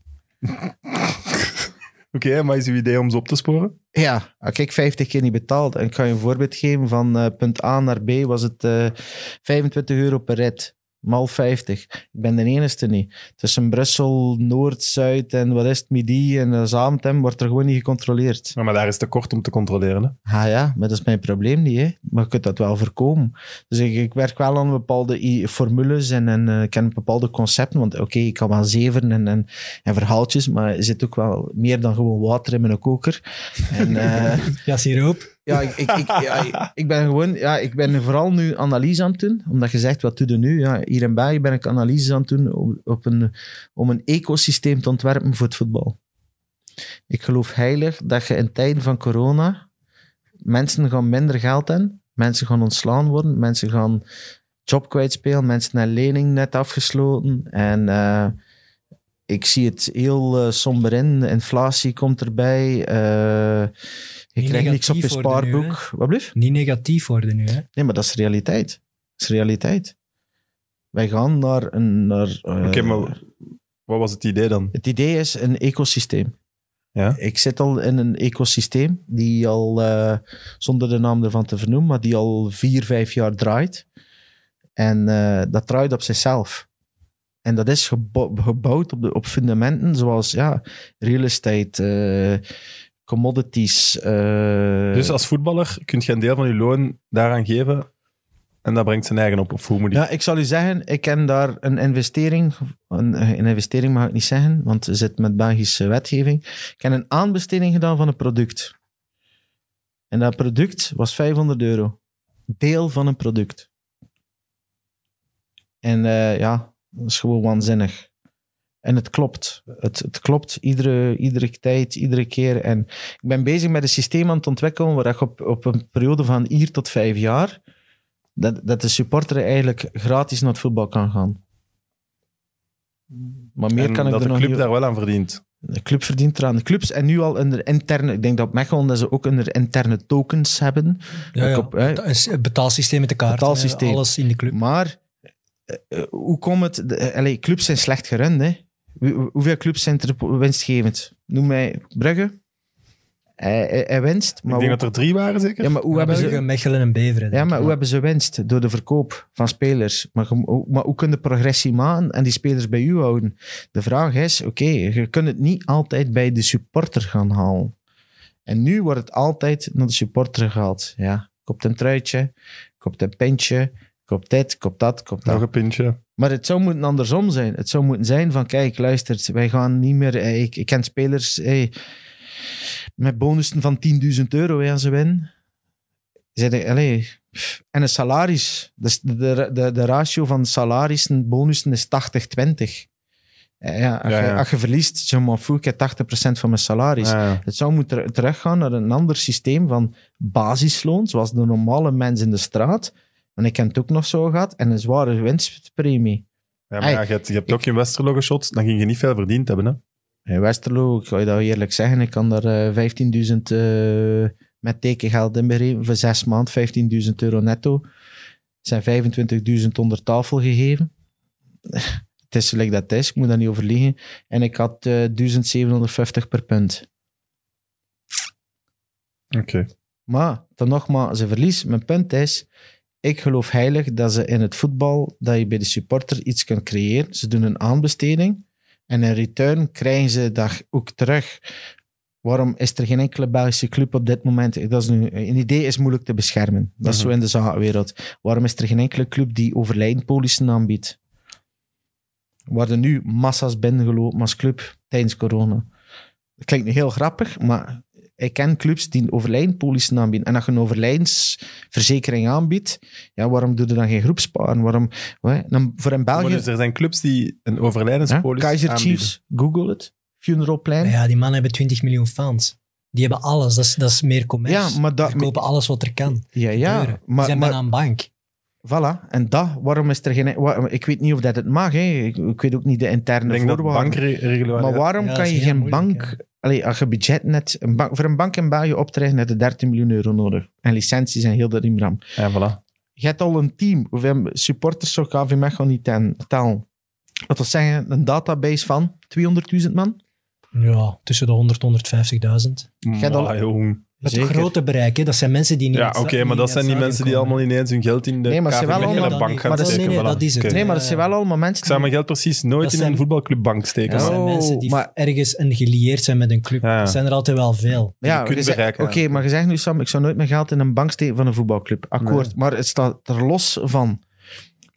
Oké, maar is uw idee om ze op te sporen? Ja, als ik 50 keer niet betaald. En ik kan je een voorbeeld geven. Van punt A naar B was het €25 per rit. Mal 50. Ik ben de enige niet. Tussen Brussel, Noord, Zuid en wat is het, Midi en Zaventem wordt er gewoon niet gecontroleerd. Maar daar is te kort om te controleren. Hè? Ah ja, maar dat is mijn probleem niet. Hè. Maar je kunt dat wel voorkomen. Dus ik werk wel aan bepaalde formules en ik ken bepaalde concepten. Want oké, ik kan wel zeveren en verhaaltjes, maar er zit ook wel meer dan gewoon water in mijn koker. En, Ja, siroop. Ja, ik ben gewoon... Ja, ik ben vooral nu analyse aan het doen. Omdat je zegt, wat doe je nu? Ja, hier in België ben ik analyse aan het doen om een ecosysteem te ontwerpen voor het voetbal. Ik geloof heilig dat je in tijden van corona... Mensen gaan minder geld hebben. Mensen gaan ontslaan worden. Mensen gaan job kwijtspelen. Mensen hebben lening net afgesloten. En ik zie het heel somber in. De inflatie komt erbij. Je krijgt niks op je spaarboek. Wat blieft? Niet negatief worden nu, hè? Nee, maar dat is realiteit. Dat is realiteit. Wij gaan naar... Oké, maar wat was het idee dan? Het idee is een ecosysteem. Ja? Ik zit al in een ecosysteem die al, zonder de naam ervan te vernoemen, maar die al 4-5 jaar draait. En dat draait op zichzelf. En dat is gebouwd op fundamenten zoals real estate, commodities. Dus als voetballer kun je een deel van je loon daaraan geven en dat brengt zijn eigen op. Of hoe moet die... Ja, ik zal u zeggen, ik ken daar een investering. Een investering mag ik niet zeggen, want het zit met Belgische wetgeving. Ik heb een aanbesteding gedaan van een product. En dat product was €500. Deel van een product. En dat is gewoon waanzinnig. En het klopt. Het klopt iedere tijd, iedere keer. En ik ben bezig met een systeem aan het ontwikkelen waar ik op een periode van 4 tot 5 jaar dat de supporter eigenlijk gratis naar het voetbal kan gaan. Maar meer en kan ik dat er de nog club niet... daar wel aan verdient. De club verdient eraan. De clubs en nu al onder interne... Ik denk dat op Mechelen dat ze ook onder interne tokens hebben. Een betaalsysteem met de kaart. Betaalsysteem. Alles in de club. Maar hoe komt het... Clubs zijn slecht gerund, hè. Hoeveel clubs zijn er winstgevend? Noem mij Brugge. Hij winst. Maar ik denk dat er 3 waren, zeker? Ja, maar hoe hebben Brugge, ze... Mechelen en Beveren. Ja, maar hoe hebben ze winst? Door de verkoop van spelers. Maar hoe kun je progressie maken en die spelers bij u houden? De vraag is, oké, je kunt het niet altijd bij de supporter gaan halen. En nu wordt het altijd naar de supporter gehaald. Ja, koopt een truitje, koopt een pintje, koopt dit, koopt dat, koopt dat. Nog een pintje. Maar het zou moeten andersom zijn. Het zou moeten zijn van, kijk, luister, wij gaan niet meer... Ik ken spelers... met bonussen van €10.000 als ze winnen. En een salaris. Dus de ratio van salarissen en bonussen is 80-20. Als je verliest, je m'en fout, ik heb 80% van mijn salaris. Het zou moeten teruggaan naar een ander systeem van basisloon, zoals de normale mens in de straat. En ik heb het ook nog zo gehad. En een zware winstpremie. Ja, maar je hebt ook in Westerlo geschot, dan ging je niet veel verdiend hebben, hè? In Westerlo, ik ga je dat eerlijk zeggen, ik kan daar 15.000 met tekengeld inberekenen voor 6 maanden, €15.000 netto. Het zijn 25.000 onder tafel gegeven. Het is gelijk dat het is, ik moet dat niet overliegen. En ik had 1.750 per punt. Oké. Maar, dan nogmaals, ze verlies. Mijn punt is, ik geloof heilig dat ze in het voetbal, dat je bij de supporter iets kunt creëren. Ze doen een aanbesteding. En in return krijgen ze dat ook terug. Waarom is er geen enkele Belgische club op dit moment... Dat is nu, een idee is moeilijk te beschermen. Dat is zo in de zakenwereld. Waarom is er geen enkele club die overlijdenpolissen aanbiedt? Er worden nu massa's binnengelopen als club tijdens corona. Dat klinkt nu heel grappig, maar ik ken clubs die een overlijdenpolissen aanbieden. En als je een overlijdensverzekering aanbiedt, waarom doe je dan geen groepsparen? Waarom, voor in België... Maar dus er zijn clubs die een overlijdenspolis Kaizer aanbieden. Chiefs, Google het. Funeral plan. Ja, die mannen hebben 20 miljoen fans. Die hebben alles. Dat is meer commercie. Ja, maar die verkopen alles wat er kan. Ja, die zijn bijna een bank. Voilà. En waarom is er geen... Ik weet niet of dat het mag. Hè. Ik weet ook niet de interne voorwaarden. Maar waarom kan je geen bank... als je budget net... voor een bank in België optreden heb je €13 miljoen nodig. En licenties en heel dat rimram. Ja, voilà. Je hebt al een team. Hoeveel supporters zou KV Mechelen niet tellen? Dat wil zeggen, een database van 200.000 man? Ja, tussen de 100 en 150.000. Jong. Het grote bereik, hè? Dat zijn mensen die niet... Ja, oké, maar dat zijn die mensen die allemaal ineens hun geld in de bank gaan steken. Nee, dat is het. Nee, maar dat zijn wel allemaal mensen... Ik zou mijn geld precies nooit in een voetbalclubbank steken. Dat zijn mensen die ergens gelieerd zijn met een club. Ja. Dat zijn er altijd wel veel. Ja, oké, maar je zegt nu, Sam, ik zou nooit mijn geld in een bank steken van een voetbalclub. Akkoord, nee. Maar het staat er los van.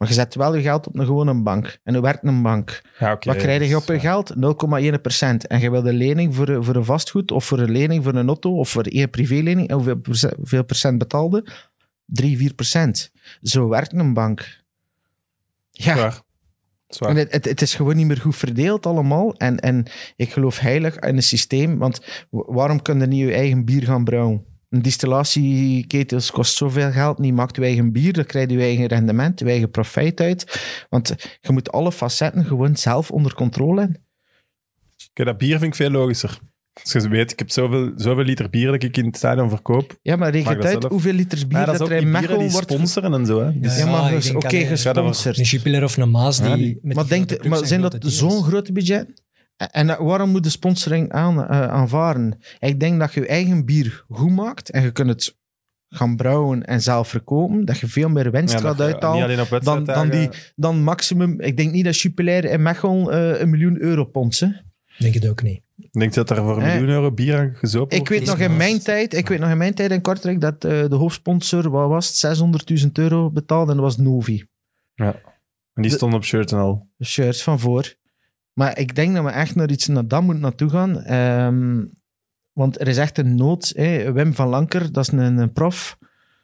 Maar je zet wel je geld op een gewone bank. En hoe werkt een bank? Ja, oké. Wat krijg je op je geld? 0,1%. En je wil een lening voor een vastgoed, of voor een lening voor een auto, of voor één privélening. En hoeveel procent betaalde? 3-4%. Zo werkt een bank. Ja. Zwaar. En het is gewoon niet meer goed verdeeld allemaal. En ik geloof heilig in een systeem. Want waarom kun je niet je eigen bier gaan brouwen? Een distillatieketels kost zoveel geld. Niet maakt je eigen bier, dan krijg je je eigen rendement, je eigen profijt uit. Want je moet alle facetten gewoon zelf onder controle hebben. Oké, dat bier vind ik veel logischer. Als je weet, ik heb zoveel liter bier dat ik in het stadion verkoop. Ja, maar reken uit zelf. hoeveel liters bier Maar dat is dat ook er in die bieren Mechelen die wordt... sponsoren en zo. Hè. Dus, Ja, maar ik denk oké, alleen- gesponsord. Een Jupiler of een Maas die... Ja, met Maar die denk, grote clubs maar en zijn grote dat teams. zo'n grote budget? En waarom moet de sponsoring aanvaren? Ik denk dat je je eigen bier goed maakt en je kunt het gaan brouwen en zelf verkopen, dat je veel meer winst gaat niet uithalen alleen op wedstrijddagen. dan maximum... Ik denk niet dat Jupiler in Mechelen €1 miljoen pompt, hè. Denk het ook niet. Ik denk dat er voor €1 miljoen bier aan gezopen Ik wordt. weet nog in mijn tijd in Kortrijk dat de hoofdsponsor, wat was het, €600.000 betaalde en dat was Novi. Ja. En die stond op shirt en al. Shirts van voor. Maar ik denk dat we echt naar dat moeten naartoe gaan. Want er is echt een nood. Wim van Lanker, dat is een prof.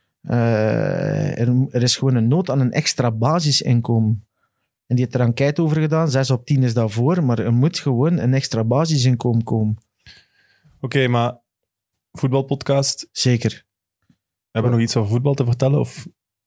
Er is gewoon een nood aan een extra basisinkomen. En die heeft er een enquête over gedaan. 6 op 10 is dat voor. Maar er moet gewoon een extra basisinkomen komen. Oké, maar voetbalpodcast. Zeker. Hebben we nog iets over voetbal te vertellen? Of...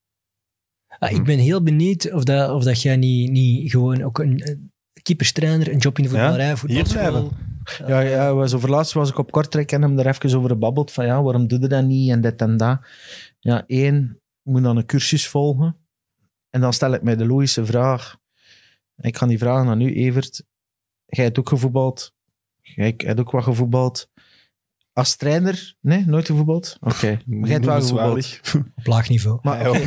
Ik ben heel benieuwd of dat jij niet gewoon ook een keeperstrainer, een job in de voetballerij, Hier voetbalschool... Ja, zo verlaatst was ik op Kortrijk en hem daar even over gebabbeld. Van ja, waarom doe je dat niet en dit en dat. Ja, 1, ik moet dan een cursus volgen. En dan stel ik mij de logische vraag. Ik ga die vragen aan u, Evert. Jij hebt ook gevoetbald. Jij hebt ook wat gevoetbald. Als trainer? Nee, nooit gevoetbald? Oké. Maar jij hebt wel gevoetbald. Op laag niveau. Maar Ja,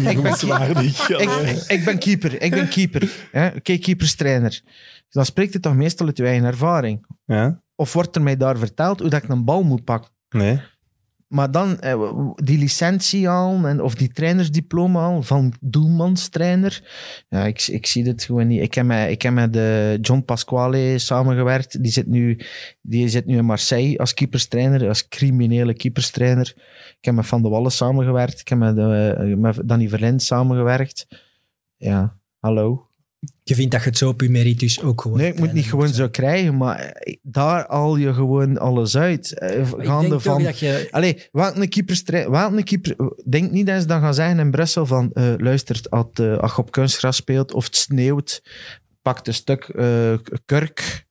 ik ben keeper. Oké, keeperstrainer. Dan spreekt het toch meestal uit je eigen ervaring. Ja? Of wordt er mij daar verteld hoe dat ik een bal moet pakken? Nee. Maar dan die licentie halen of die trainersdiploma halen van doelmanstrainer. Ja, ik zie dit gewoon niet. Ik heb met John Pasquale samengewerkt. Die zit nu in Marseille als keeperstrainer, als criminele keeperstrainer. Ik heb met Van de Wallen samengewerkt. Ik heb met Danny Verlind samengewerkt. Ja, hallo. Je vindt dat je het zo op je meritus ook gewoon... Nee, ik moet niet gewoon zo krijgen, maar daar haal je gewoon alles uit. Gaande van... dat je... Allee, welke keeper... Denk niet dat ze dan gaan zeggen in Brussel van... luister, als je op kunstgras speelt of het sneeuwt, pak een stuk kurk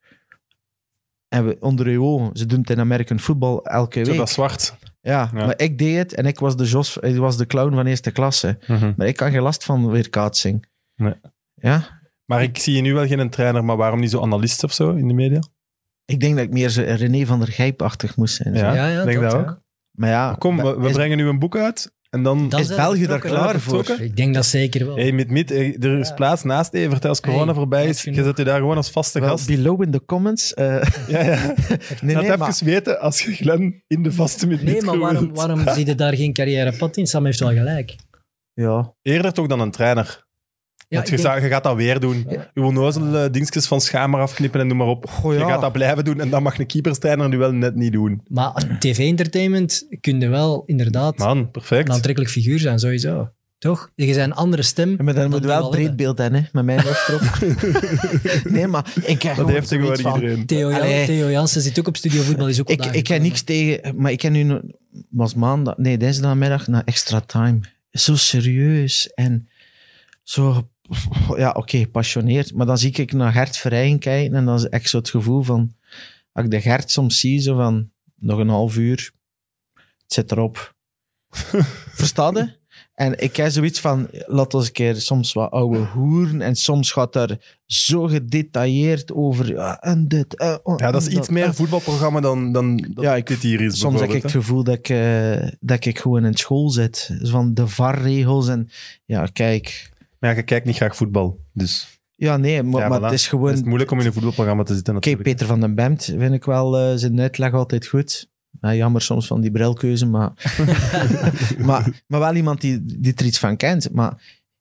en onder je ogen. Ze doen het in American football elke week. Zo dat zwart. Ja, maar ik deed het en ik was de clown van eerste klasse. Maar ik had geen last van weerkaatsing. Nee. Ja? Maar ik zie je nu wel geen trainer, maar waarom niet zo analist of zo in de media? Ik denk dat ik meer zo René van der Gijp-achtig moest zijn. Zo. Ja, denk dat ook. Maar ja... Kom, we brengen nu een boek uit en dan... Dan is zijn België we daar vertrokken. klaar voor? vertrokken? Ik denk dat zeker wel. Hey, er is plaats naast Evert als corona Hey, voorbij is. dat is Je zet je daar gewoon als vaste Wel, gast. below in the comments. Ja. Nee, Laat even maar weten als je Glenn in de vaste Nee, mid maar waarom zie je daar geen carrièrepad in? Sam heeft wel gelijk. ja. Eerder toch dan een trainer. Ja, Want ik denk- je gaat dat weer doen. Je wil nozel dingetjes van schaam afknippen en noem maar op. Oh, ja. Je gaat dat blijven doen en dan mag een keeperstrainer nu wel net niet doen. Maar tv-entertainment kun je wel inderdaad Man, perfect. een aantrekkelijk figuur zijn, sowieso. Toch? Je bent een andere stem. Maar dan moet we wel wel breed hebben. beeld hebben, hè, met mijn hoofd erop. Nee, maar ik heb Dat heeft zoiets tegenwoordig van... iedereen. Allee. Theo Jansen zit ook op Studio Voetbal. Is ook al daar Ik heb niks tegen... Maar ik heb nu... Was maandag... Nee, dinsdagmiddag naar Extra Time. Zo serieus en zo... Ja, oké, passioneerd. Maar dan zie ik naar Gert Verheyen kijken en dan is echt zo het gevoel van... Als ik de Gert soms zie, zo van... Nog een half uur. Het zit erop. Versta je? En ik heb zoiets van... Laat ons een keer soms wat oude hoeren. En soms gaat daar zo gedetailleerd over... Ja, en dit... Ja, dat is iets meer voetbalprogramma dan Ja, dit hier is. Soms heb ik het gevoel dat ik gewoon in school zit. Zo van de VAR-regels en... Ja, kijk... Maar ja, je kijkt niet graag voetbal, dus Ja, nee, maar, ja, maar voilà. het is gewoon... Het is moeilijk om in een voetbalprogramma te zitten Kijk, natuurlijk. Peter van den Bemt vind ik wel zijn uitleg altijd goed. Ja, jammer soms van die brilkeuze, maar... maar wel iemand die er iets van kent. Maar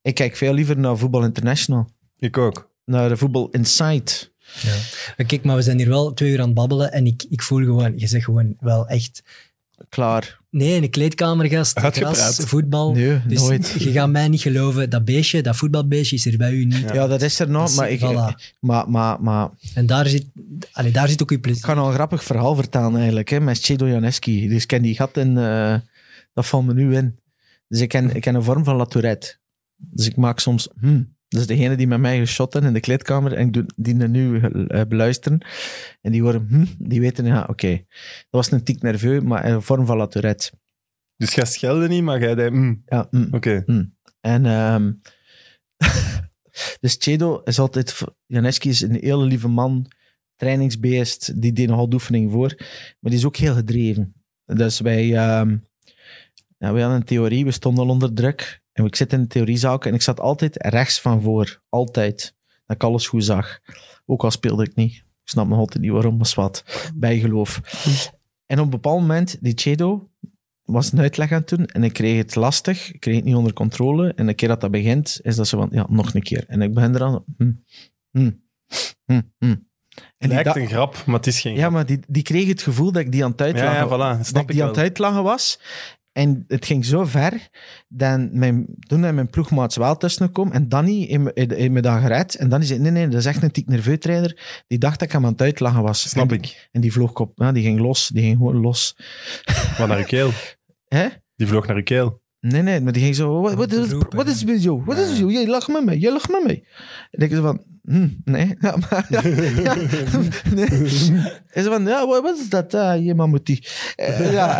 Ik kijk veel liever naar Voetbal International. Ik ook. Naar de Voetbal Insight. Ja. Kijk, maar we zijn hier wel 2 uur aan het babbelen en ik voel gewoon, je zegt gewoon wel echt... Klaar. Nee, een kleedkamergast, Uitgepraat. gras, voetbal. Nee, Dus nooit. je gaat mij niet geloven, dat beestje, dat voetbalbeestje is er bij u niet. Ja, dat is er nog, Dus, maar ik En daar zit ook uw plezier. ga nog een grappig verhaal vertellen eigenlijk, hè, met Cedo Janeski. Dus ik ken die gat in, dat valt me nu in. Dus ik ken een vorm van La Tourette. Dus ik maak soms, Dat is degene die met mij geschot hebben in de kleedkamer en ik doe die nu beluisteren. En die horen, die weten, ja, oké. Dat was een tic nerveus, maar een vorm van La Tourette. Dus jij schelde niet, maar jij deed... Ja, Oké. En dus Cedo is altijd... Janeski is een hele lieve man, trainingsbeest, die deed nogal de oefening voor. Maar die is ook heel gedreven. Dus wij hadden een theorie, we stonden al onder druk. En ik zit in de theoriezaal en ik zat altijd rechts van voor. Altijd. Dat ik alles goed zag. Ook al speelde ik niet. Ik snap nog altijd niet waarom, maar wat. Bijgeloof. En op een bepaald moment, die Cedo was een uitleg aan het doen en ik kreeg het lastig. Ik kreeg het niet onder controle. En een keer dat begint, is dat zo van, ja, nog een keer. En ik begin eraan... Het lijkt een grap, maar het is geen grap. Ja, maar die kreeg het gevoel dat ik die aan het uitlachen, Ja, voilà, dat snap ik ik die aan wel. het uitlachen was. En het ging zo ver, dat toen mijn ploegmaats wel tussen kwam en Danny in me dat gered. En Danny zei, nee, dat is echt een tic nerveus trainer. Die dacht dat ik hem aan het uitlachen was. Snap en, ik. En die vloog op, ja, die ging los. Die ging gewoon los. Wat naar uw keel. Hè? Die vloog naar uw keel. Nee, maar die ging zo, wat is het met jou? Wat is het met jou? Jij lacht met mij. En ik zo van, nee. Ja, maar, ja, nee. En zo van, ja, wat is dat? Je mammoetie. Ja.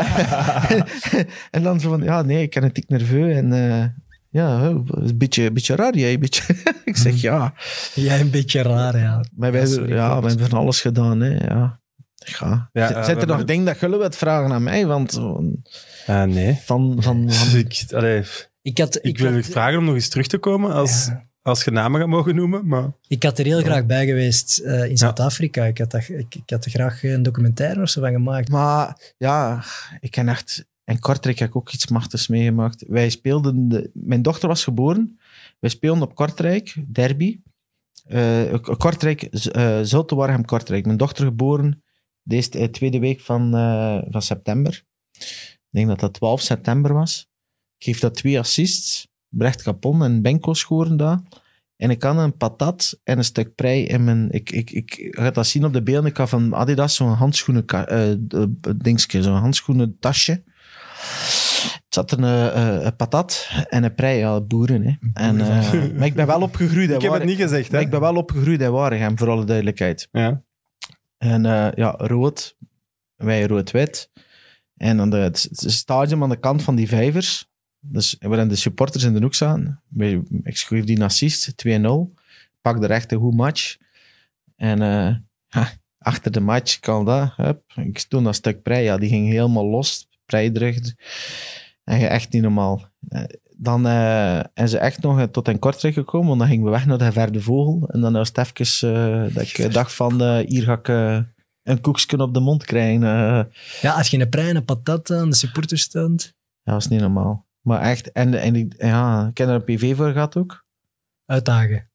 En dan zo van, ja, nee, ik ken een tic nerveus. En ja, een beetje raar, jij. Ik zeg, ja. Jij een beetje raar, ja. Maar wij hebben van alles gedaan, hè. Ja. Ja, Zit er nog dingen dat jullie wat vragen aan mij? Want Nee. van Ik wil je vragen om nog eens terug te komen als je namen gaat mogen noemen. Maar... Ik had er heel graag bij geweest in Zuid-Afrika. Ik had er graag een documentaire of zo van gemaakt. Maar ja, ik ken echt... In Kortrijk heb ik ook iets machtigs meegemaakt. Wij speelden... Mijn dochter was geboren. Wij speelden op Kortrijk, derby. Kortrijk, Zulte-Waregem, Kortrijk. Mijn dochter geboren deze tweede week van september. Ik denk dat dat 12 september was. Ik geef dat 2 assists. Brecht Capon en Benko scoren daar. En ik had een patat en een stuk prei in mijn... Ik ga dat zien op de beelden. Ik had van Adidas zo'n handschoenen dingetje, zo'n handschoenen tasje. Het zat er een patat en een prei, ja, boeren. Hè. En, maar ik ben wel opgegroeid. Ik heb het niet gezegd, hè. Maar ik ben wel opgegroeid in Waregem, voor alle duidelijkheid. Ja. En rood. Wij rood-wit. En dan het stadion aan de kant van die vijvers. Dus waarin de supporters in de hoek staan. Ik schreef die assist, 2-0. Pak de rechte goed match. En achter de match kan dat. Hup, ik stond dat stuk prei. Ja, die ging helemaal los. Prei terug. En echt niet normaal. Dan zijn ze echt nog tot in Kortrijk gekomen. Want dan gingen we weg naar de Verde Vogel. En dan was het even dat ik dacht van... hier ga ik een koekje op de mond krijgen. Ja, als je een prei en een patat aan de supporterstand... Ja, dat is niet normaal. Maar echt, en ik heb er een PV voor gehad ook. Uitdagen.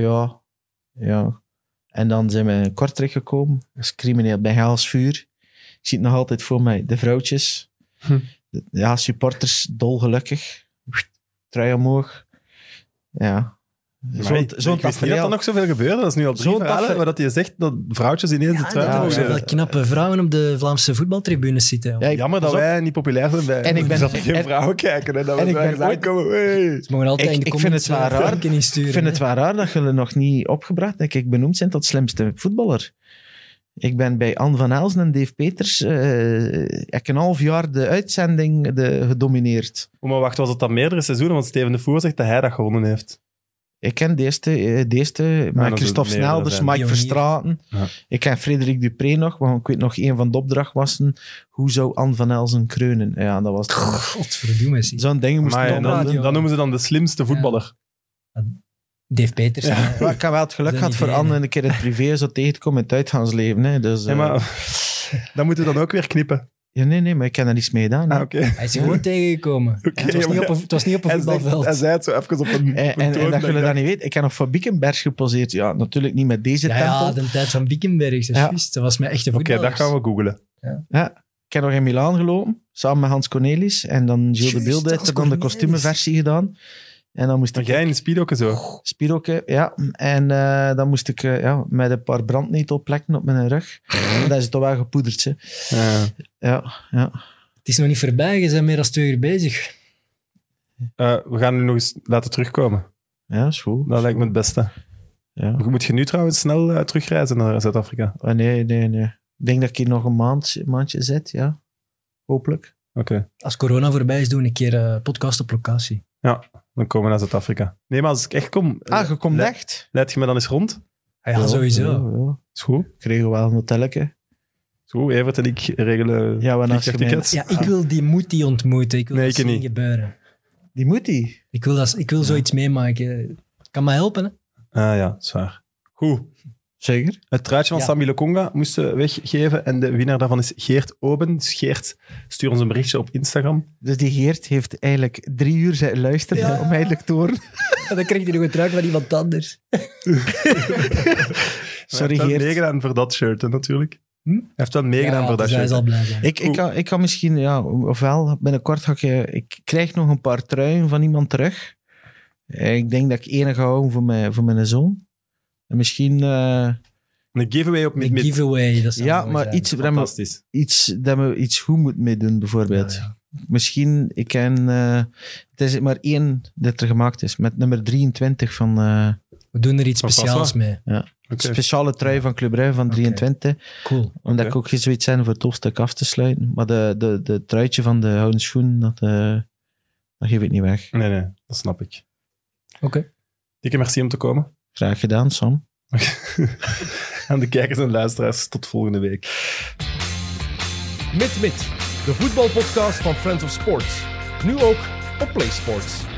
Ja. En dan zijn we in Kortrijk gekomen. Dat is crimineel bij Haals vuur. Ik zie het nog altijd voor mij. De vrouwtjes. Ja, supporters, dolgelukkig. Trui omhoog. Ja. Ik wist niet dat er nog zoveel gebeurde. Dat is nu al 3 verhalen, maar dat je zegt dat vrouwtjes ineens de trui er mogen. zoveel knappe vrouwen op de Vlaamse voetbaltribunes zitten. Ja, Jammer dat wij niet populair zijn bij En ik ben- dat er geen vrouwen kijken. En dat we ergens aankomen. Hey. Ze mogen altijd in de Ik vind het comments wel raar. filmpje insturen. Ik vind het wel raar dat jullie nog niet opgebracht dat ik benoemd zijn tot slimste voetballer. Ik ben bij Anne van Elsen en Dave Peters ik heb een half jaar de uitzending gedomineerd. Oh, maar wacht, was het dan meerdere seizoenen? Want Steven de Voer zegt dat hij dat gewonnen heeft. Ik ken deze met dat Christophe zullen Snelders, meerdere Mike zijn. Verstraeten. Ja. Ik ken Frederik Dupré nog, want ik weet nog, een van de opdrachten was hoe zou Anne van Elsen kreunen? Ja, dat was Godverdomme, zie. zo'n ding moest Maar je dan radio. noemen ze dan de slimste voetballer. Dave Peters. Ja. hè. Maar ik heb wel het geluk Dat gehad is voor een Anne idee, en een keer in het privé zo tegenkomen in het uitgaansleven. Hè. Dus, Ja, maar dan moeten we dan ook weer knippen. Ja, nee, maar ik heb daar niets mee gedaan. hè. Ah, oké. Hij is gewoon tegengekomen. Oké, Het was niet maar- het was niet op een Hij voetbalveld. zei het zo even op een En toon dat jullie ik dat niet weten, ik heb op Van Biekenberg geposeerd. Ja, natuurlijk niet met deze Ja, tempo. de tijd van Biekenberg, dat is Ja. juist. Dat was mijn echte Oké, voetballers. dat gaan we googlen. Ja. Ik heb nog in Milaan gelopen, samen met Hans Cornelis. En dan Gilles de Juist, Beelde heeft Hans er dan de Cornelis. kostumenversie gedaan. En dan moest Maar ik jij in de speed ook zo? Spiroken, ja. En dan moest ik met een paar brandnetelplekken op mijn rug. En dat is toch wel gepoederd, hè. Ja. Het is nog niet voorbij, je bent meer dan 2 uur bezig. We gaan nu nog eens laten terugkomen. Ja, is goed. Dat lijkt me het beste. Ja. Moet je nu trouwens snel terugreizen naar Zuid-Afrika? Nee. Ik denk dat ik hier nog een maandje zit, ja. Hopelijk. Oké. Als corona voorbij is, doen we een keer podcast op locatie. Ja, dan komen we naar Zuid-Afrika. Nee, maar als ik echt kom... Je komt le- echt? Leid je me dan eens rond? Ja, sowieso. Ja. Is goed. Kregen we wel een hotelletje. Is goed. Evert en ik regelen Ja, want als je vliegtuigtickets. Ja, ik wil die Moetie ontmoeten. Ik wil Nee, dat ik zien niet. gebeuren. Die moet die. Ik wil zoiets meemaken. Kan mij helpen, hè? Ah ja, zwaar. Goed. Zeker? Het truitje van Ja. Sami Lokonga moesten we weggeven en de winnaar daarvan is Geert Oben. Dus Geert, stuur ons een berichtje op Instagram. Dus die Geert heeft eigenlijk 3 uur zitten luisteren Ja. om eindelijk te horen. En dan krijg je nog een trui van iemand anders. Hij Sorry, heeft wel Geert. meegedaan voor dat shirt, hè, natuurlijk. Hm? Hij heeft wel meegedaan voor dat dus hij shirt. zal blij zijn. Ik kan misschien, ofwel binnenkort ga ik krijg nog een paar truien van iemand terug. Ik denk dat ik één ga houden voor mijn zoon. En misschien Een giveaway op Een giveaway, dat zou ja, mooi maar zijn. Fantastisch. dat we iets goed moeten mee doen, bijvoorbeeld. Ja. Misschien, het is maar 1 dat er gemaakt is, met nummer 23 van We doen er iets Van speciaals François? mee. Oké. speciale trui van Club Brugge van 23. Cool. Omdat Oké. ik ook geen zoiets zijn voor het hoofdstuk af te sluiten. Maar de truitje van de houten schoen, dat geef ik niet weg. Nee, dat snap ik. Oké. Dikke merci om te komen. Graag gedaan, Sam. Aan de kijkers en luisteraars, tot volgende week. Mit, de voetbalpodcast van Friends of Sports. Nu ook op PlaySports.